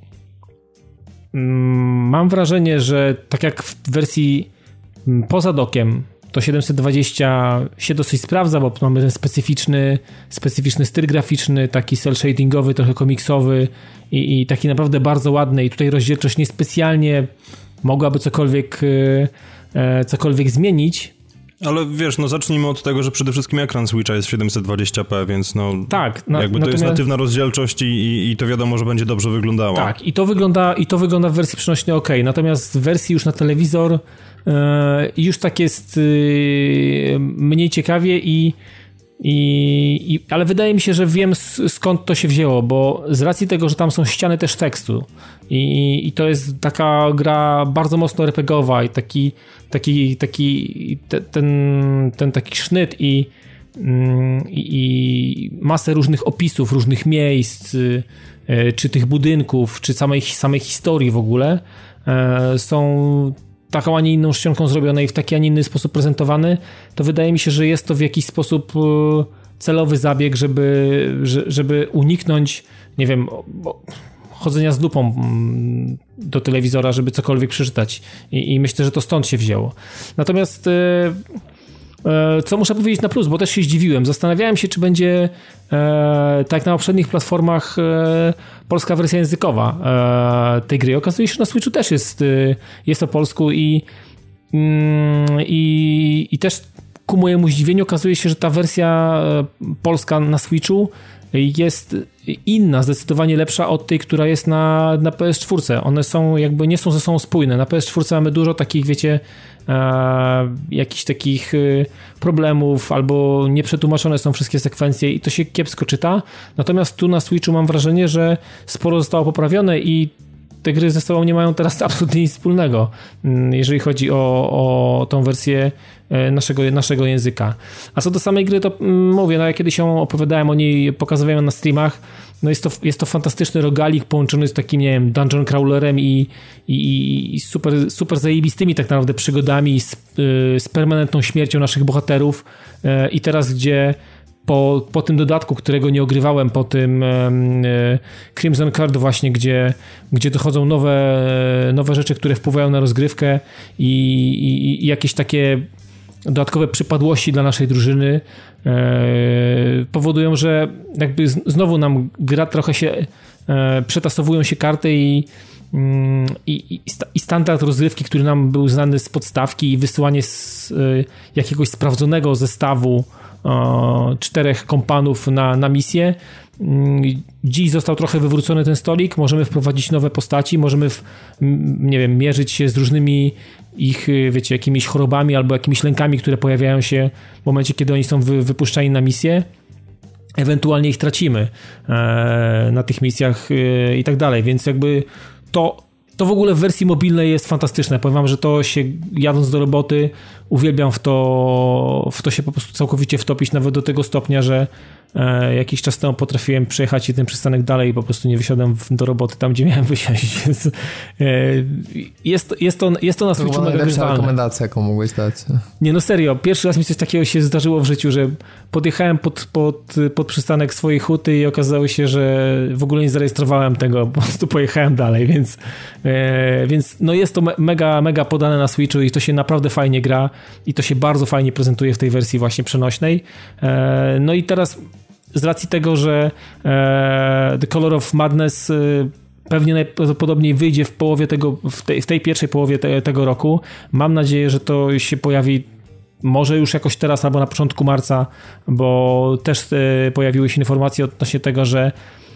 S2: mam wrażenie, że tak jak w wersji poza dokiem to siedemset dwadzieścia się dosyć sprawdza, bo mamy ten specyficzny, specyficzny styl graficzny, taki cel shadingowy, trochę komiksowy i, i taki naprawdę bardzo ładny i tutaj rozdzielczość niespecjalnie mogłaby cokolwiek, e, cokolwiek zmienić.
S3: Ale wiesz, no zacznijmy od tego, że przede wszystkim ekran Switcha jest siedemset dwadzieścia p, więc no
S2: tak, na,
S3: jakby to
S2: natomiast...
S3: jest natywna rozdzielczość i, i, i to wiadomo, że będzie dobrze wyglądało.
S2: Tak, i to wygląda, i to wygląda w wersji przenośnej ok, natomiast w wersji już na telewizor yy, już tak jest yy, mniej ciekawie i, i, i ale wydaje mi się, że wiem skąd to się wzięło, bo z racji tego, że tam są ściany też tekstu i, i to jest taka gra bardzo mocno er pe gie owa i taki taki, taki te, ten, ten taki sznyt i, i, i masę różnych opisów, różnych miejsc, czy tych budynków, czy samej, samej historii w ogóle są taką, a nie inną czcionką zrobione i w taki, a nie inny sposób prezentowany, to wydaje mi się, że jest to w jakiś sposób celowy zabieg, żeby, żeby uniknąć, nie wiem, chodzenia z lupą do telewizora, żeby cokolwiek przeczytać. I, i myślę, że to stąd się wzięło. Natomiast e, e, co muszę powiedzieć na plus, bo też się zdziwiłem. Zastanawiałem się, czy będzie e, tak jak na poprzednich platformach e, polska wersja językowa e, tej gry. Okazuje się, że na Switchu też jest, e, jest o polsku i, mm, i, i też ku mojemu zdziwieniu okazuje się, że ta wersja polska na Switchu jest inna, zdecydowanie lepsza od tej, która jest na, na P S cztery. One są jakby, nie są ze sobą spójne. Na P S cztery mamy dużo takich, wiecie, e, jakichś takich e, problemów, albo nieprzetłumaczone są wszystkie sekwencje i to się kiepsko czyta. Natomiast tu na Switchu mam wrażenie, że sporo zostało poprawione i te gry ze sobą nie mają teraz absolutnie nic wspólnego, jeżeli chodzi o, o tą wersję naszego, naszego języka. A co do samej gry, to mówię, no ja kiedyś ją opowiadałem o niej, pokazywałem na streamach, no jest to, jest to fantastyczny rogalik połączony z takim, nie wiem, dungeon crawlerem i, i, i super, super zajebistymi tak naprawdę przygodami z, z permanentną śmiercią naszych bohaterów i teraz, gdzie Po, po tym dodatku, którego nie ogrywałem, po tym e, Crimson Card właśnie, gdzie, gdzie dochodzą nowe, nowe rzeczy, które wpływają na rozgrywkę i, i, i jakieś takie dodatkowe przypadłości dla naszej drużyny e, powodują, że jakby z, znowu nam gra trochę się e, przetasowują się karty i, i, i standard rozgrywki, który nam był znany z podstawki i wysyłanie z e, jakiegoś sprawdzonego zestawu e, czterech kompanów na, na misję. Dziś został trochę wywrócony ten stolik, możemy wprowadzić nowe postaci, możemy w, nie wiem, mierzyć się z różnymi ich, wiecie, jakimiś chorobami albo jakimiś lękami, które pojawiają się w momencie, kiedy oni są wy, wypuszczani na misję. Ewentualnie ich tracimy e, na tych misjach e, i tak dalej, więc jakby to To w ogóle w wersji mobilnej jest fantastyczne. Powiem wam, że to się jadąc do roboty uwielbiam w to, w to się po prostu całkowicie wtopić, nawet do tego stopnia, że e, jakiś czas temu potrafiłem przejechać jeden przystanek dalej i po prostu nie wysiadłem do roboty tam, gdzie miałem wysiąść, więc e, jest, jest, to, jest to na Switchu mega
S1: najlepsza rekomendacja, jaką mogłeś dać.
S2: Nie, no serio, pierwszy raz mi coś takiego się zdarzyło w życiu, że podjechałem pod, pod, pod przystanek swojej huty i okazało się, że w ogóle nie zarejestrowałem tego, po prostu pojechałem dalej, więc e, więc no jest to mega, mega podane na Switchu i to się naprawdę fajnie gra i to się bardzo fajnie prezentuje w tej wersji właśnie przenośnej. E, no i teraz z racji tego, że e, The Color of Madness e, pewnie najprawdopodobniej wyjdzie w połowie tego, w tej, w tej pierwszej połowie te, tego roku, mam nadzieję, że to się pojawi może już jakoś teraz albo na początku marca, bo też e, pojawiły się informacje odnośnie tego, że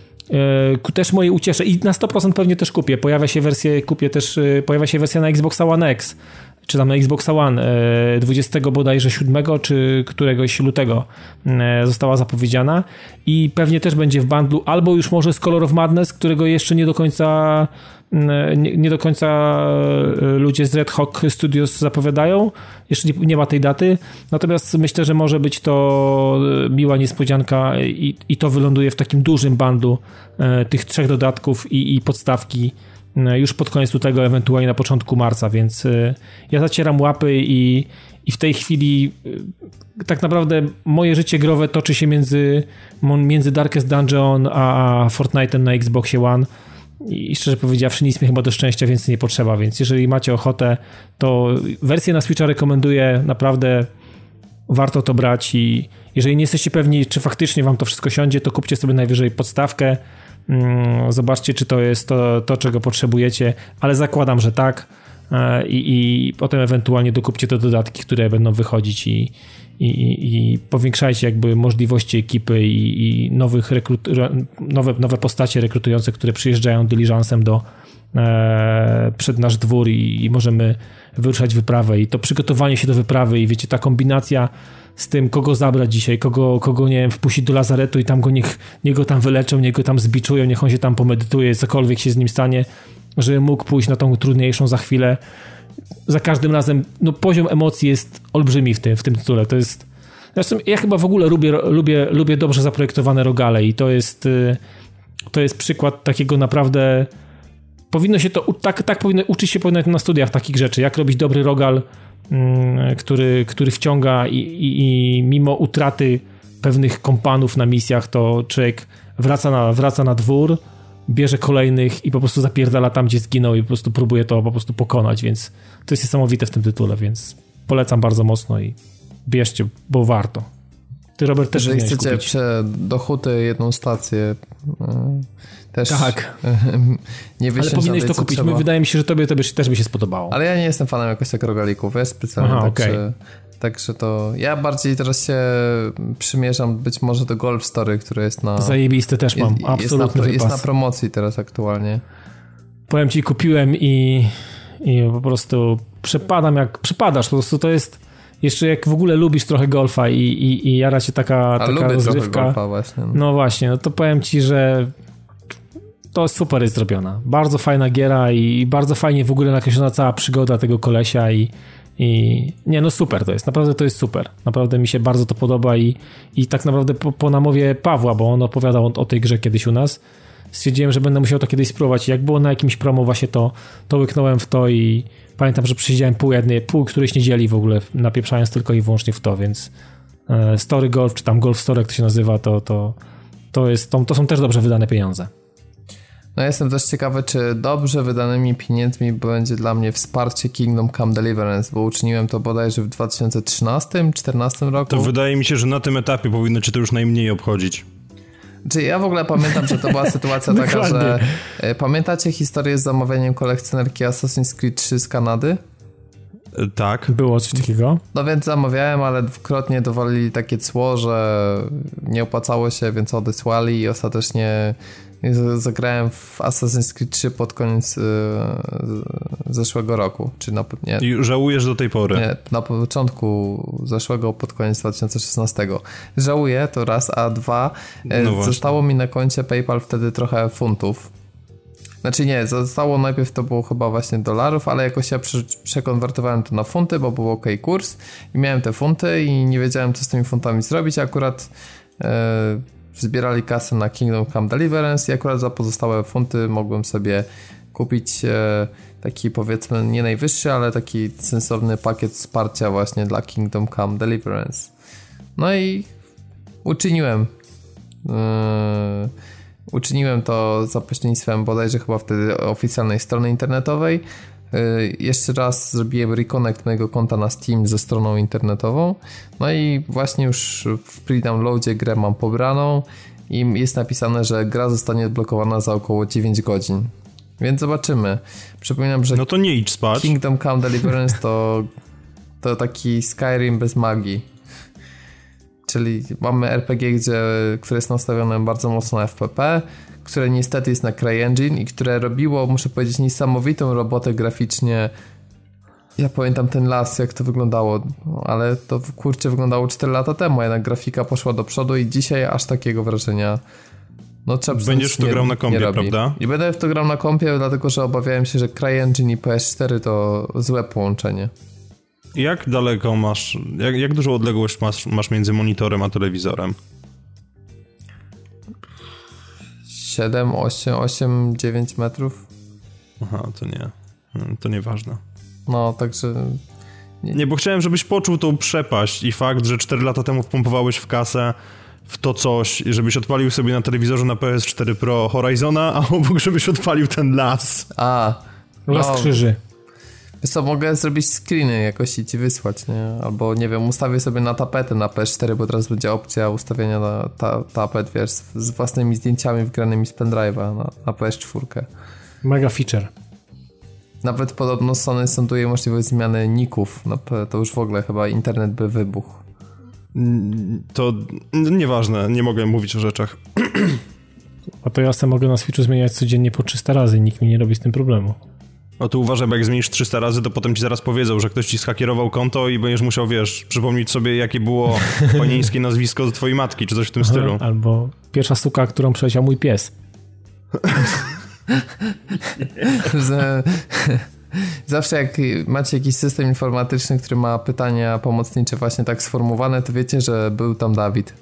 S2: e, też moje ucieszę i na sto procent pewnie też kupię. Pojawia się wersja, kupię też, e, pojawia się wersja na Xboxa One X, czy tam na Xboxa One e, dwudziestego bodajże siódmego czy któregoś lutego e, została zapowiedziana i pewnie też będzie w bundlu albo już może z Color of Madness, którego jeszcze nie do końca nie, nie do końca ludzie z Red Hawk Studios zapowiadają, jeszcze nie, nie ma tej daty, natomiast myślę, że może być to miła niespodzianka i, i to wyląduje w takim dużym bundlu e, tych trzech dodatków i, i podstawki już pod koniec lutego, ewentualnie na początku marca, więc ja zacieram łapy i, i w tej chwili tak naprawdę moje życie growe toczy się między, między Darkest Dungeon a Fortnite'em na Xboxie One i szczerze powiedziawszy nic mi chyba do szczęścia więcej nie potrzeba, więc jeżeli macie ochotę, to wersję na Switcha rekomenduję, naprawdę warto to brać i jeżeli nie jesteście pewni, czy faktycznie wam to wszystko siądzie, to kupcie sobie najwyżej podstawkę, zobaczcie, czy to jest to, to czego potrzebujecie, ale zakładam, że tak i, i potem ewentualnie dokupcie te dodatki, które będą wychodzić i, i, i powiększajcie jakby możliwości ekipy i, i nowych rekrut, nowe, nowe postacie rekrutujące, które przyjeżdżają dyliżansem do e, przed nasz dwór i, i możemy wyruszać wyprawę i to przygotowanie się do wyprawy i wiecie, ta kombinacja z tym, kogo zabrać dzisiaj, kogo, kogo nie wiem, wpuścić do lazaretu i tam go niech, niech go tam wyleczą, niech go tam zbiczują, niech on się tam pomedytuje, cokolwiek się z nim stanie, żeby mógł pójść na tą trudniejszą za chwilę. Za każdym razem, no poziom emocji jest olbrzymi w tym, w tym tytule. To jest, zresztą ja chyba w ogóle lubię, lubię, lubię dobrze zaprojektowane rogale i to jest, to jest przykład takiego naprawdę, powinno się to, tak, tak powinno, uczyć się powinno na studiach takich rzeczy, jak robić dobry rogal, Który, który wciąga i, i, i mimo utraty pewnych kompanów na misjach, to człowiek wraca na, wraca na dwór, bierze kolejnych i po prostu zapierdala tam, gdzie zginął i po prostu próbuje to po prostu pokonać, więc to jest niesamowite w tym tytule, więc polecam bardzo mocno i bierzcie, bo warto. Ty, Robert, też
S1: jeżeli chcecie
S2: kupić.
S1: Prze, do huty jedną stację też
S2: tak.
S1: nie
S2: ale powinieneś to kupić. My, wydaje mi się, że tobie to by, też by się spodobało.
S1: Ale ja nie jestem fanem jakoś tak rogalików, ja specjalnie. Aha, także, okay. także to ja bardziej teraz się przymierzam być może do Golf Story, które jest na...
S2: Zajebiste też mam,
S1: jest,
S2: absolutny
S1: jest na,
S2: wypas.
S1: Jest na promocji teraz aktualnie.
S2: Powiem ci, kupiłem i, i po prostu przepadam jak... Przepadasz, po prostu to jest... Jeszcze jak w ogóle lubisz trochę golfa i, i, i jara cię taka,
S1: A
S2: taka
S1: lubię
S2: rozgrywka.
S1: Golfa właśnie. No.
S2: no właśnie, no to powiem ci, że to super jest zrobiona. Bardzo fajna giera i bardzo fajnie w ogóle nakreślona cała przygoda tego kolesia i, i nie no super to jest, naprawdę to jest super. Naprawdę mi się bardzo to podoba i, i tak naprawdę po, po namowie Pawła, bo on opowiadał o, o tej grze kiedyś u nas, stwierdziłem, że będę musiał to kiedyś spróbować. Jak było na jakimś promo właśnie to, to łyknąłem w to i pamiętam, że przysiedziałem pół jednej, pół którejś niedzieli w ogóle, napieprzając tylko i wyłącznie w to, więc e, Story Golf, czy tam Golf Story, jak to się nazywa, to, to, to, jest, to, to są też dobrze wydane pieniądze.
S1: No jestem też ciekawy, czy dobrze wydanymi pieniędzmi będzie dla mnie wsparcie Kingdom Come Deliverance, bo uczyniłem to bodajże w dwa tysiące trzynastym czternastym roku.
S3: To wydaje mi się, że na tym etapie powinno cię to już najmniej obchodzić.
S1: Czy ja w ogóle pamiętam, że to była sytuacja taka, że pamiętacie historię z zamawianiem kolekcjonerki Assassin's Creed trzy z Kanady?
S3: Tak.
S2: Było coś takiego?
S1: No więc zamawiałem, ale dwukrotnie dowalili takie cło, że nie opłacało się, więc odesłali i ostatecznie zagrałem w Assassin's Creed trzy pod koniec yy, zeszłego roku. Czy na, nie,
S3: I żałujesz do tej pory?
S1: Nie, na początku zeszłego, pod koniec dwa tysiące szesnastego. Żałuję, to raz, a dwa, yy, no zostało mi na koncie PayPal wtedy trochę funtów. Znaczy nie, zostało najpierw to było chyba właśnie dolarów, ale jakoś ja prze, przekonwertowałem to na funty, bo był ok kurs i miałem te funty i nie wiedziałem, co z tymi funtami zrobić. Akurat yy, zbierali kasę na Kingdom Come Deliverance i akurat za pozostałe funty mogłem sobie kupić e, taki, powiedzmy, nie najwyższy, ale taki sensowny pakiet wsparcia właśnie dla Kingdom Come Deliverance. No i uczyniłem yy, uczyniłem to za pośrednictwem bodajże chyba wtedy oficjalnej strony internetowej. Yy, jeszcze raz zrobiłem reconnect mojego konta na Steam ze stroną internetową. No i właśnie już w pre-downloadzie grę mam pobraną i jest napisane, że gra zostanie odblokowana za około dziewięć godzin. Więc zobaczymy. Przypominam, że
S3: no to nie idź spać.
S1: Kingdom Come Deliverance to, to taki Skyrim bez magii. Czyli mamy R P G, gdzie, które jest nastawione bardzo mocno na F P P, które niestety jest na CryEngine i które robiło, muszę powiedzieć, niesamowitą robotę graficznie. Ja pamiętam ten las, jak to wyglądało, no, ale to kurczę wyglądało cztery lata temu, a jednak grafika poszła do przodu i dzisiaj aż takiego wrażenia no trzeba
S3: Będziesz w to
S1: nie,
S3: grał na kompie, prawda?
S1: I będę w to grał na kompie, dlatego że obawiałem się, że CryEngine i P S cztery to złe połączenie.
S3: Jak daleko masz, jak, jak dużą odległość masz, masz między monitorem a telewizorem?
S1: siedem, osiem, osiem, dziewięć metrów.
S3: Aha, to nie, to nieważne.
S1: No, także...
S3: Nie. nie, bo chciałem, żebyś poczuł tą przepaść i fakt, że cztery lata temu wpompowałeś w kasę w to coś, żebyś odpalił sobie na telewizorze na P S cztery Pro Horizona, a obok żebyś odpalił ten las.
S1: A,
S2: las
S1: no.
S2: krzyży.
S1: Wiesz co, mogę zrobić screeny jakoś i ci wysłać, nie? Albo nie wiem, ustawię sobie na tapetę na P S cztery, bo teraz będzie opcja ustawienia na ta, tapet, wiesz, z własnymi zdjęciami wgranymi z pendrive'a na, na P S cztery.
S2: Mega feature.
S1: Nawet podobno Sony sonduje możliwość zmiany ników. No, to już w ogóle chyba internet by wybuchł.
S3: To nieważne, nie mogę mówić o rzeczach.
S2: A to ja sam mogę na Switchu zmieniać codziennie po trzysta razy i nikt mi nie robi z tym problemu.
S3: O tu uważaj, bo jak zmienisz trzysta razy, to potem ci zaraz powiedzą, że ktoś ci zhakierował konto i będziesz musiał, wiesz, przypomnieć sobie, jakie było panieńskie nazwisko twojej matki, czy coś w tym
S2: Aha,
S3: stylu.
S2: Albo pierwsza suka, którą przeleciał mój pies.
S1: Zawsze jak macie jakiś system informatyczny, który ma pytania pomocnicze właśnie tak sformułowane, to wiecie, że był tam Dawid.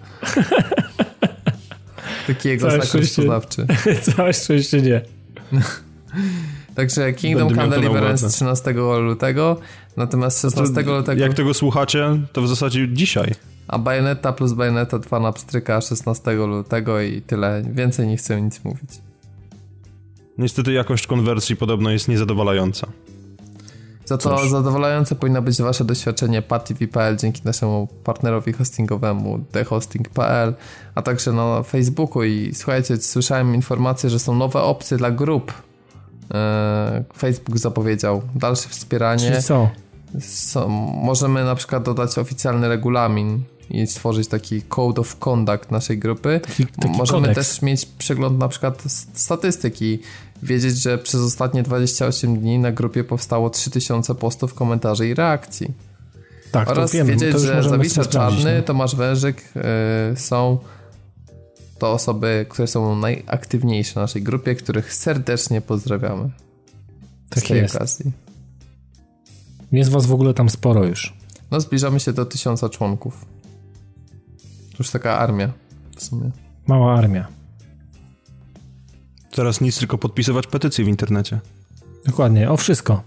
S1: Taki jego znak rozpoznawczy.
S2: Całe szczęście nie.
S1: Także Kingdom Come Deliverance trzynastego lutego, natomiast szesnastego lutego...
S3: Jak tego słuchacie, to w zasadzie dzisiaj.
S1: A Bayonetta plus Bayonetta dwa na pstryka szesnastego lutego i tyle. Więcej nie chcę nic mówić.
S3: Niestety jakość konwersji podobno jest niezadowalająca.
S1: Za to Cóż. zadowalające powinno być wasze doświadczenie Patv kropka p l dzięki naszemu partnerowi hostingowemu the hosting kropka p l, a także na Facebooku. I słuchajcie, słyszałem informację, że są nowe opcje dla grup. Facebook zapowiedział dalsze wspieranie.
S2: Czyli co?
S1: So, możemy na przykład dodać oficjalny regulamin i stworzyć taki code of conduct naszej grupy. Taki, taki możemy kodeks. Też mieć przegląd na przykład statystyki. Wiedzieć, że przez ostatnie dwadzieścia osiem dni na grupie powstało trzy tysiące postów, komentarzy i reakcji.
S2: Tak,
S1: oraz
S2: to wiemy,
S1: wiedzieć,
S2: to
S1: że Zawisza Czarny, no? Tomasz Wężyk yy, są to osoby, które są najaktywniejsze w naszej grupie, których serdecznie pozdrawiamy.
S2: Tak
S1: z tej
S2: jest.
S1: okazji.
S2: Jest was w ogóle tam sporo już.
S1: No zbliżamy się do tysiąca członków. To już taka armia w sumie.
S2: Mała armia.
S3: Teraz nic, tylko podpisywać petycje w internecie.
S2: Dokładnie, o wszystko.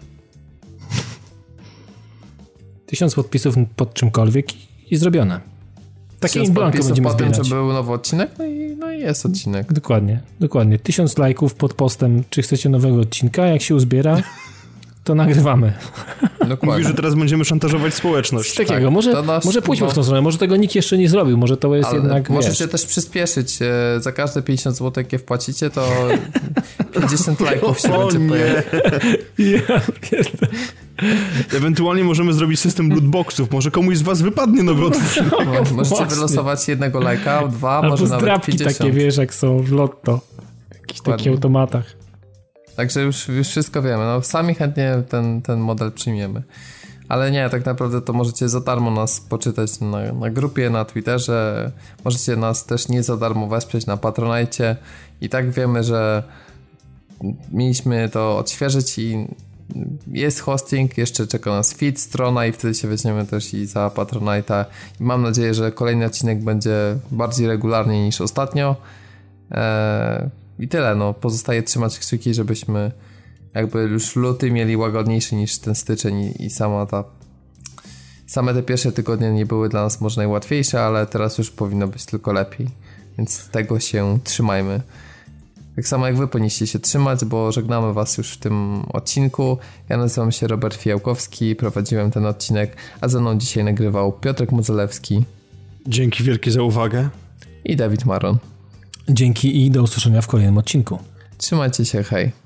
S2: Tysiąc podpisów pod czymkolwiek i zrobione. Takie in blanco będziemy
S1: po tym,
S2: zbierać.
S1: że był nowy odcinek, no i, no i jest odcinek.
S2: Dokładnie, dokładnie. Tysiąc lajków pod postem, czy chcecie nowego odcinka, jak się uzbiera, to nagrywamy.
S1: Dokładnie.
S3: Mówisz, że teraz będziemy szantażować społeczność.
S2: Coś takiego,
S1: Tak,
S2: może,
S1: nasz,
S2: może pójdźmy
S1: no,
S2: w tą stronę, może tego nikt jeszcze nie zrobił, może to jest
S1: ale
S2: jednak,
S1: możecie
S2: wiesz,
S1: też przyspieszyć, e, za każde pięćdziesiąt złotych, jakie wpłacicie, to pięćdziesiąt lajków się
S3: O
S1: będzie
S3: nie.
S1: pojawiać.
S3: Ewentualnie możemy zrobić system lootboxów. Może komuś z was wypadnie nowy odcinek.
S1: No, możecie
S2: Właśnie.
S1: wylosować jednego lajka, dwa,
S2: albo
S1: może nawet
S2: zdrabki
S1: pięćdziesiąt.
S2: takie, wiesz, jak są w lotto, w jakichś
S1: Dokładnie.
S2: takich automatach.
S1: Także już, już wszystko wiemy. No, sami chętnie ten, ten model przyjmiemy. Ale nie, tak naprawdę to możecie za darmo nas poczytać na, na grupie, na Twitterze. Możecie nas też nie za darmo wesprzeć na Patronite. I tak wiemy, że mieliśmy to odświeżyć i jest hosting, jeszcze czeka nas feed, strona i wtedy się weźmiemy też i za Patronite'a. I mam nadzieję, że kolejny odcinek będzie bardziej regularnie niż ostatnio. Eee, I tyle, no. Pozostaje trzymać kciuki, żebyśmy jakby już luty mieli łagodniejszy niż ten styczeń i, i sama ta same te pierwsze tygodnie nie były dla nas może najłatwiejsze, ale teraz już powinno być tylko lepiej. Więc tego się trzymajmy. Tak samo jak wy powinniście się trzymać, bo żegnamy was już w tym odcinku. Ja nazywam się Robert Fijałkowski, prowadziłem ten odcinek, a ze mną dzisiaj nagrywał Piotrek Modzelewski.
S3: Dzięki wielkie za uwagę.
S1: I Dawid Maron.
S2: Dzięki i do usłyszenia w kolejnym odcinku.
S1: Trzymajcie się, hej.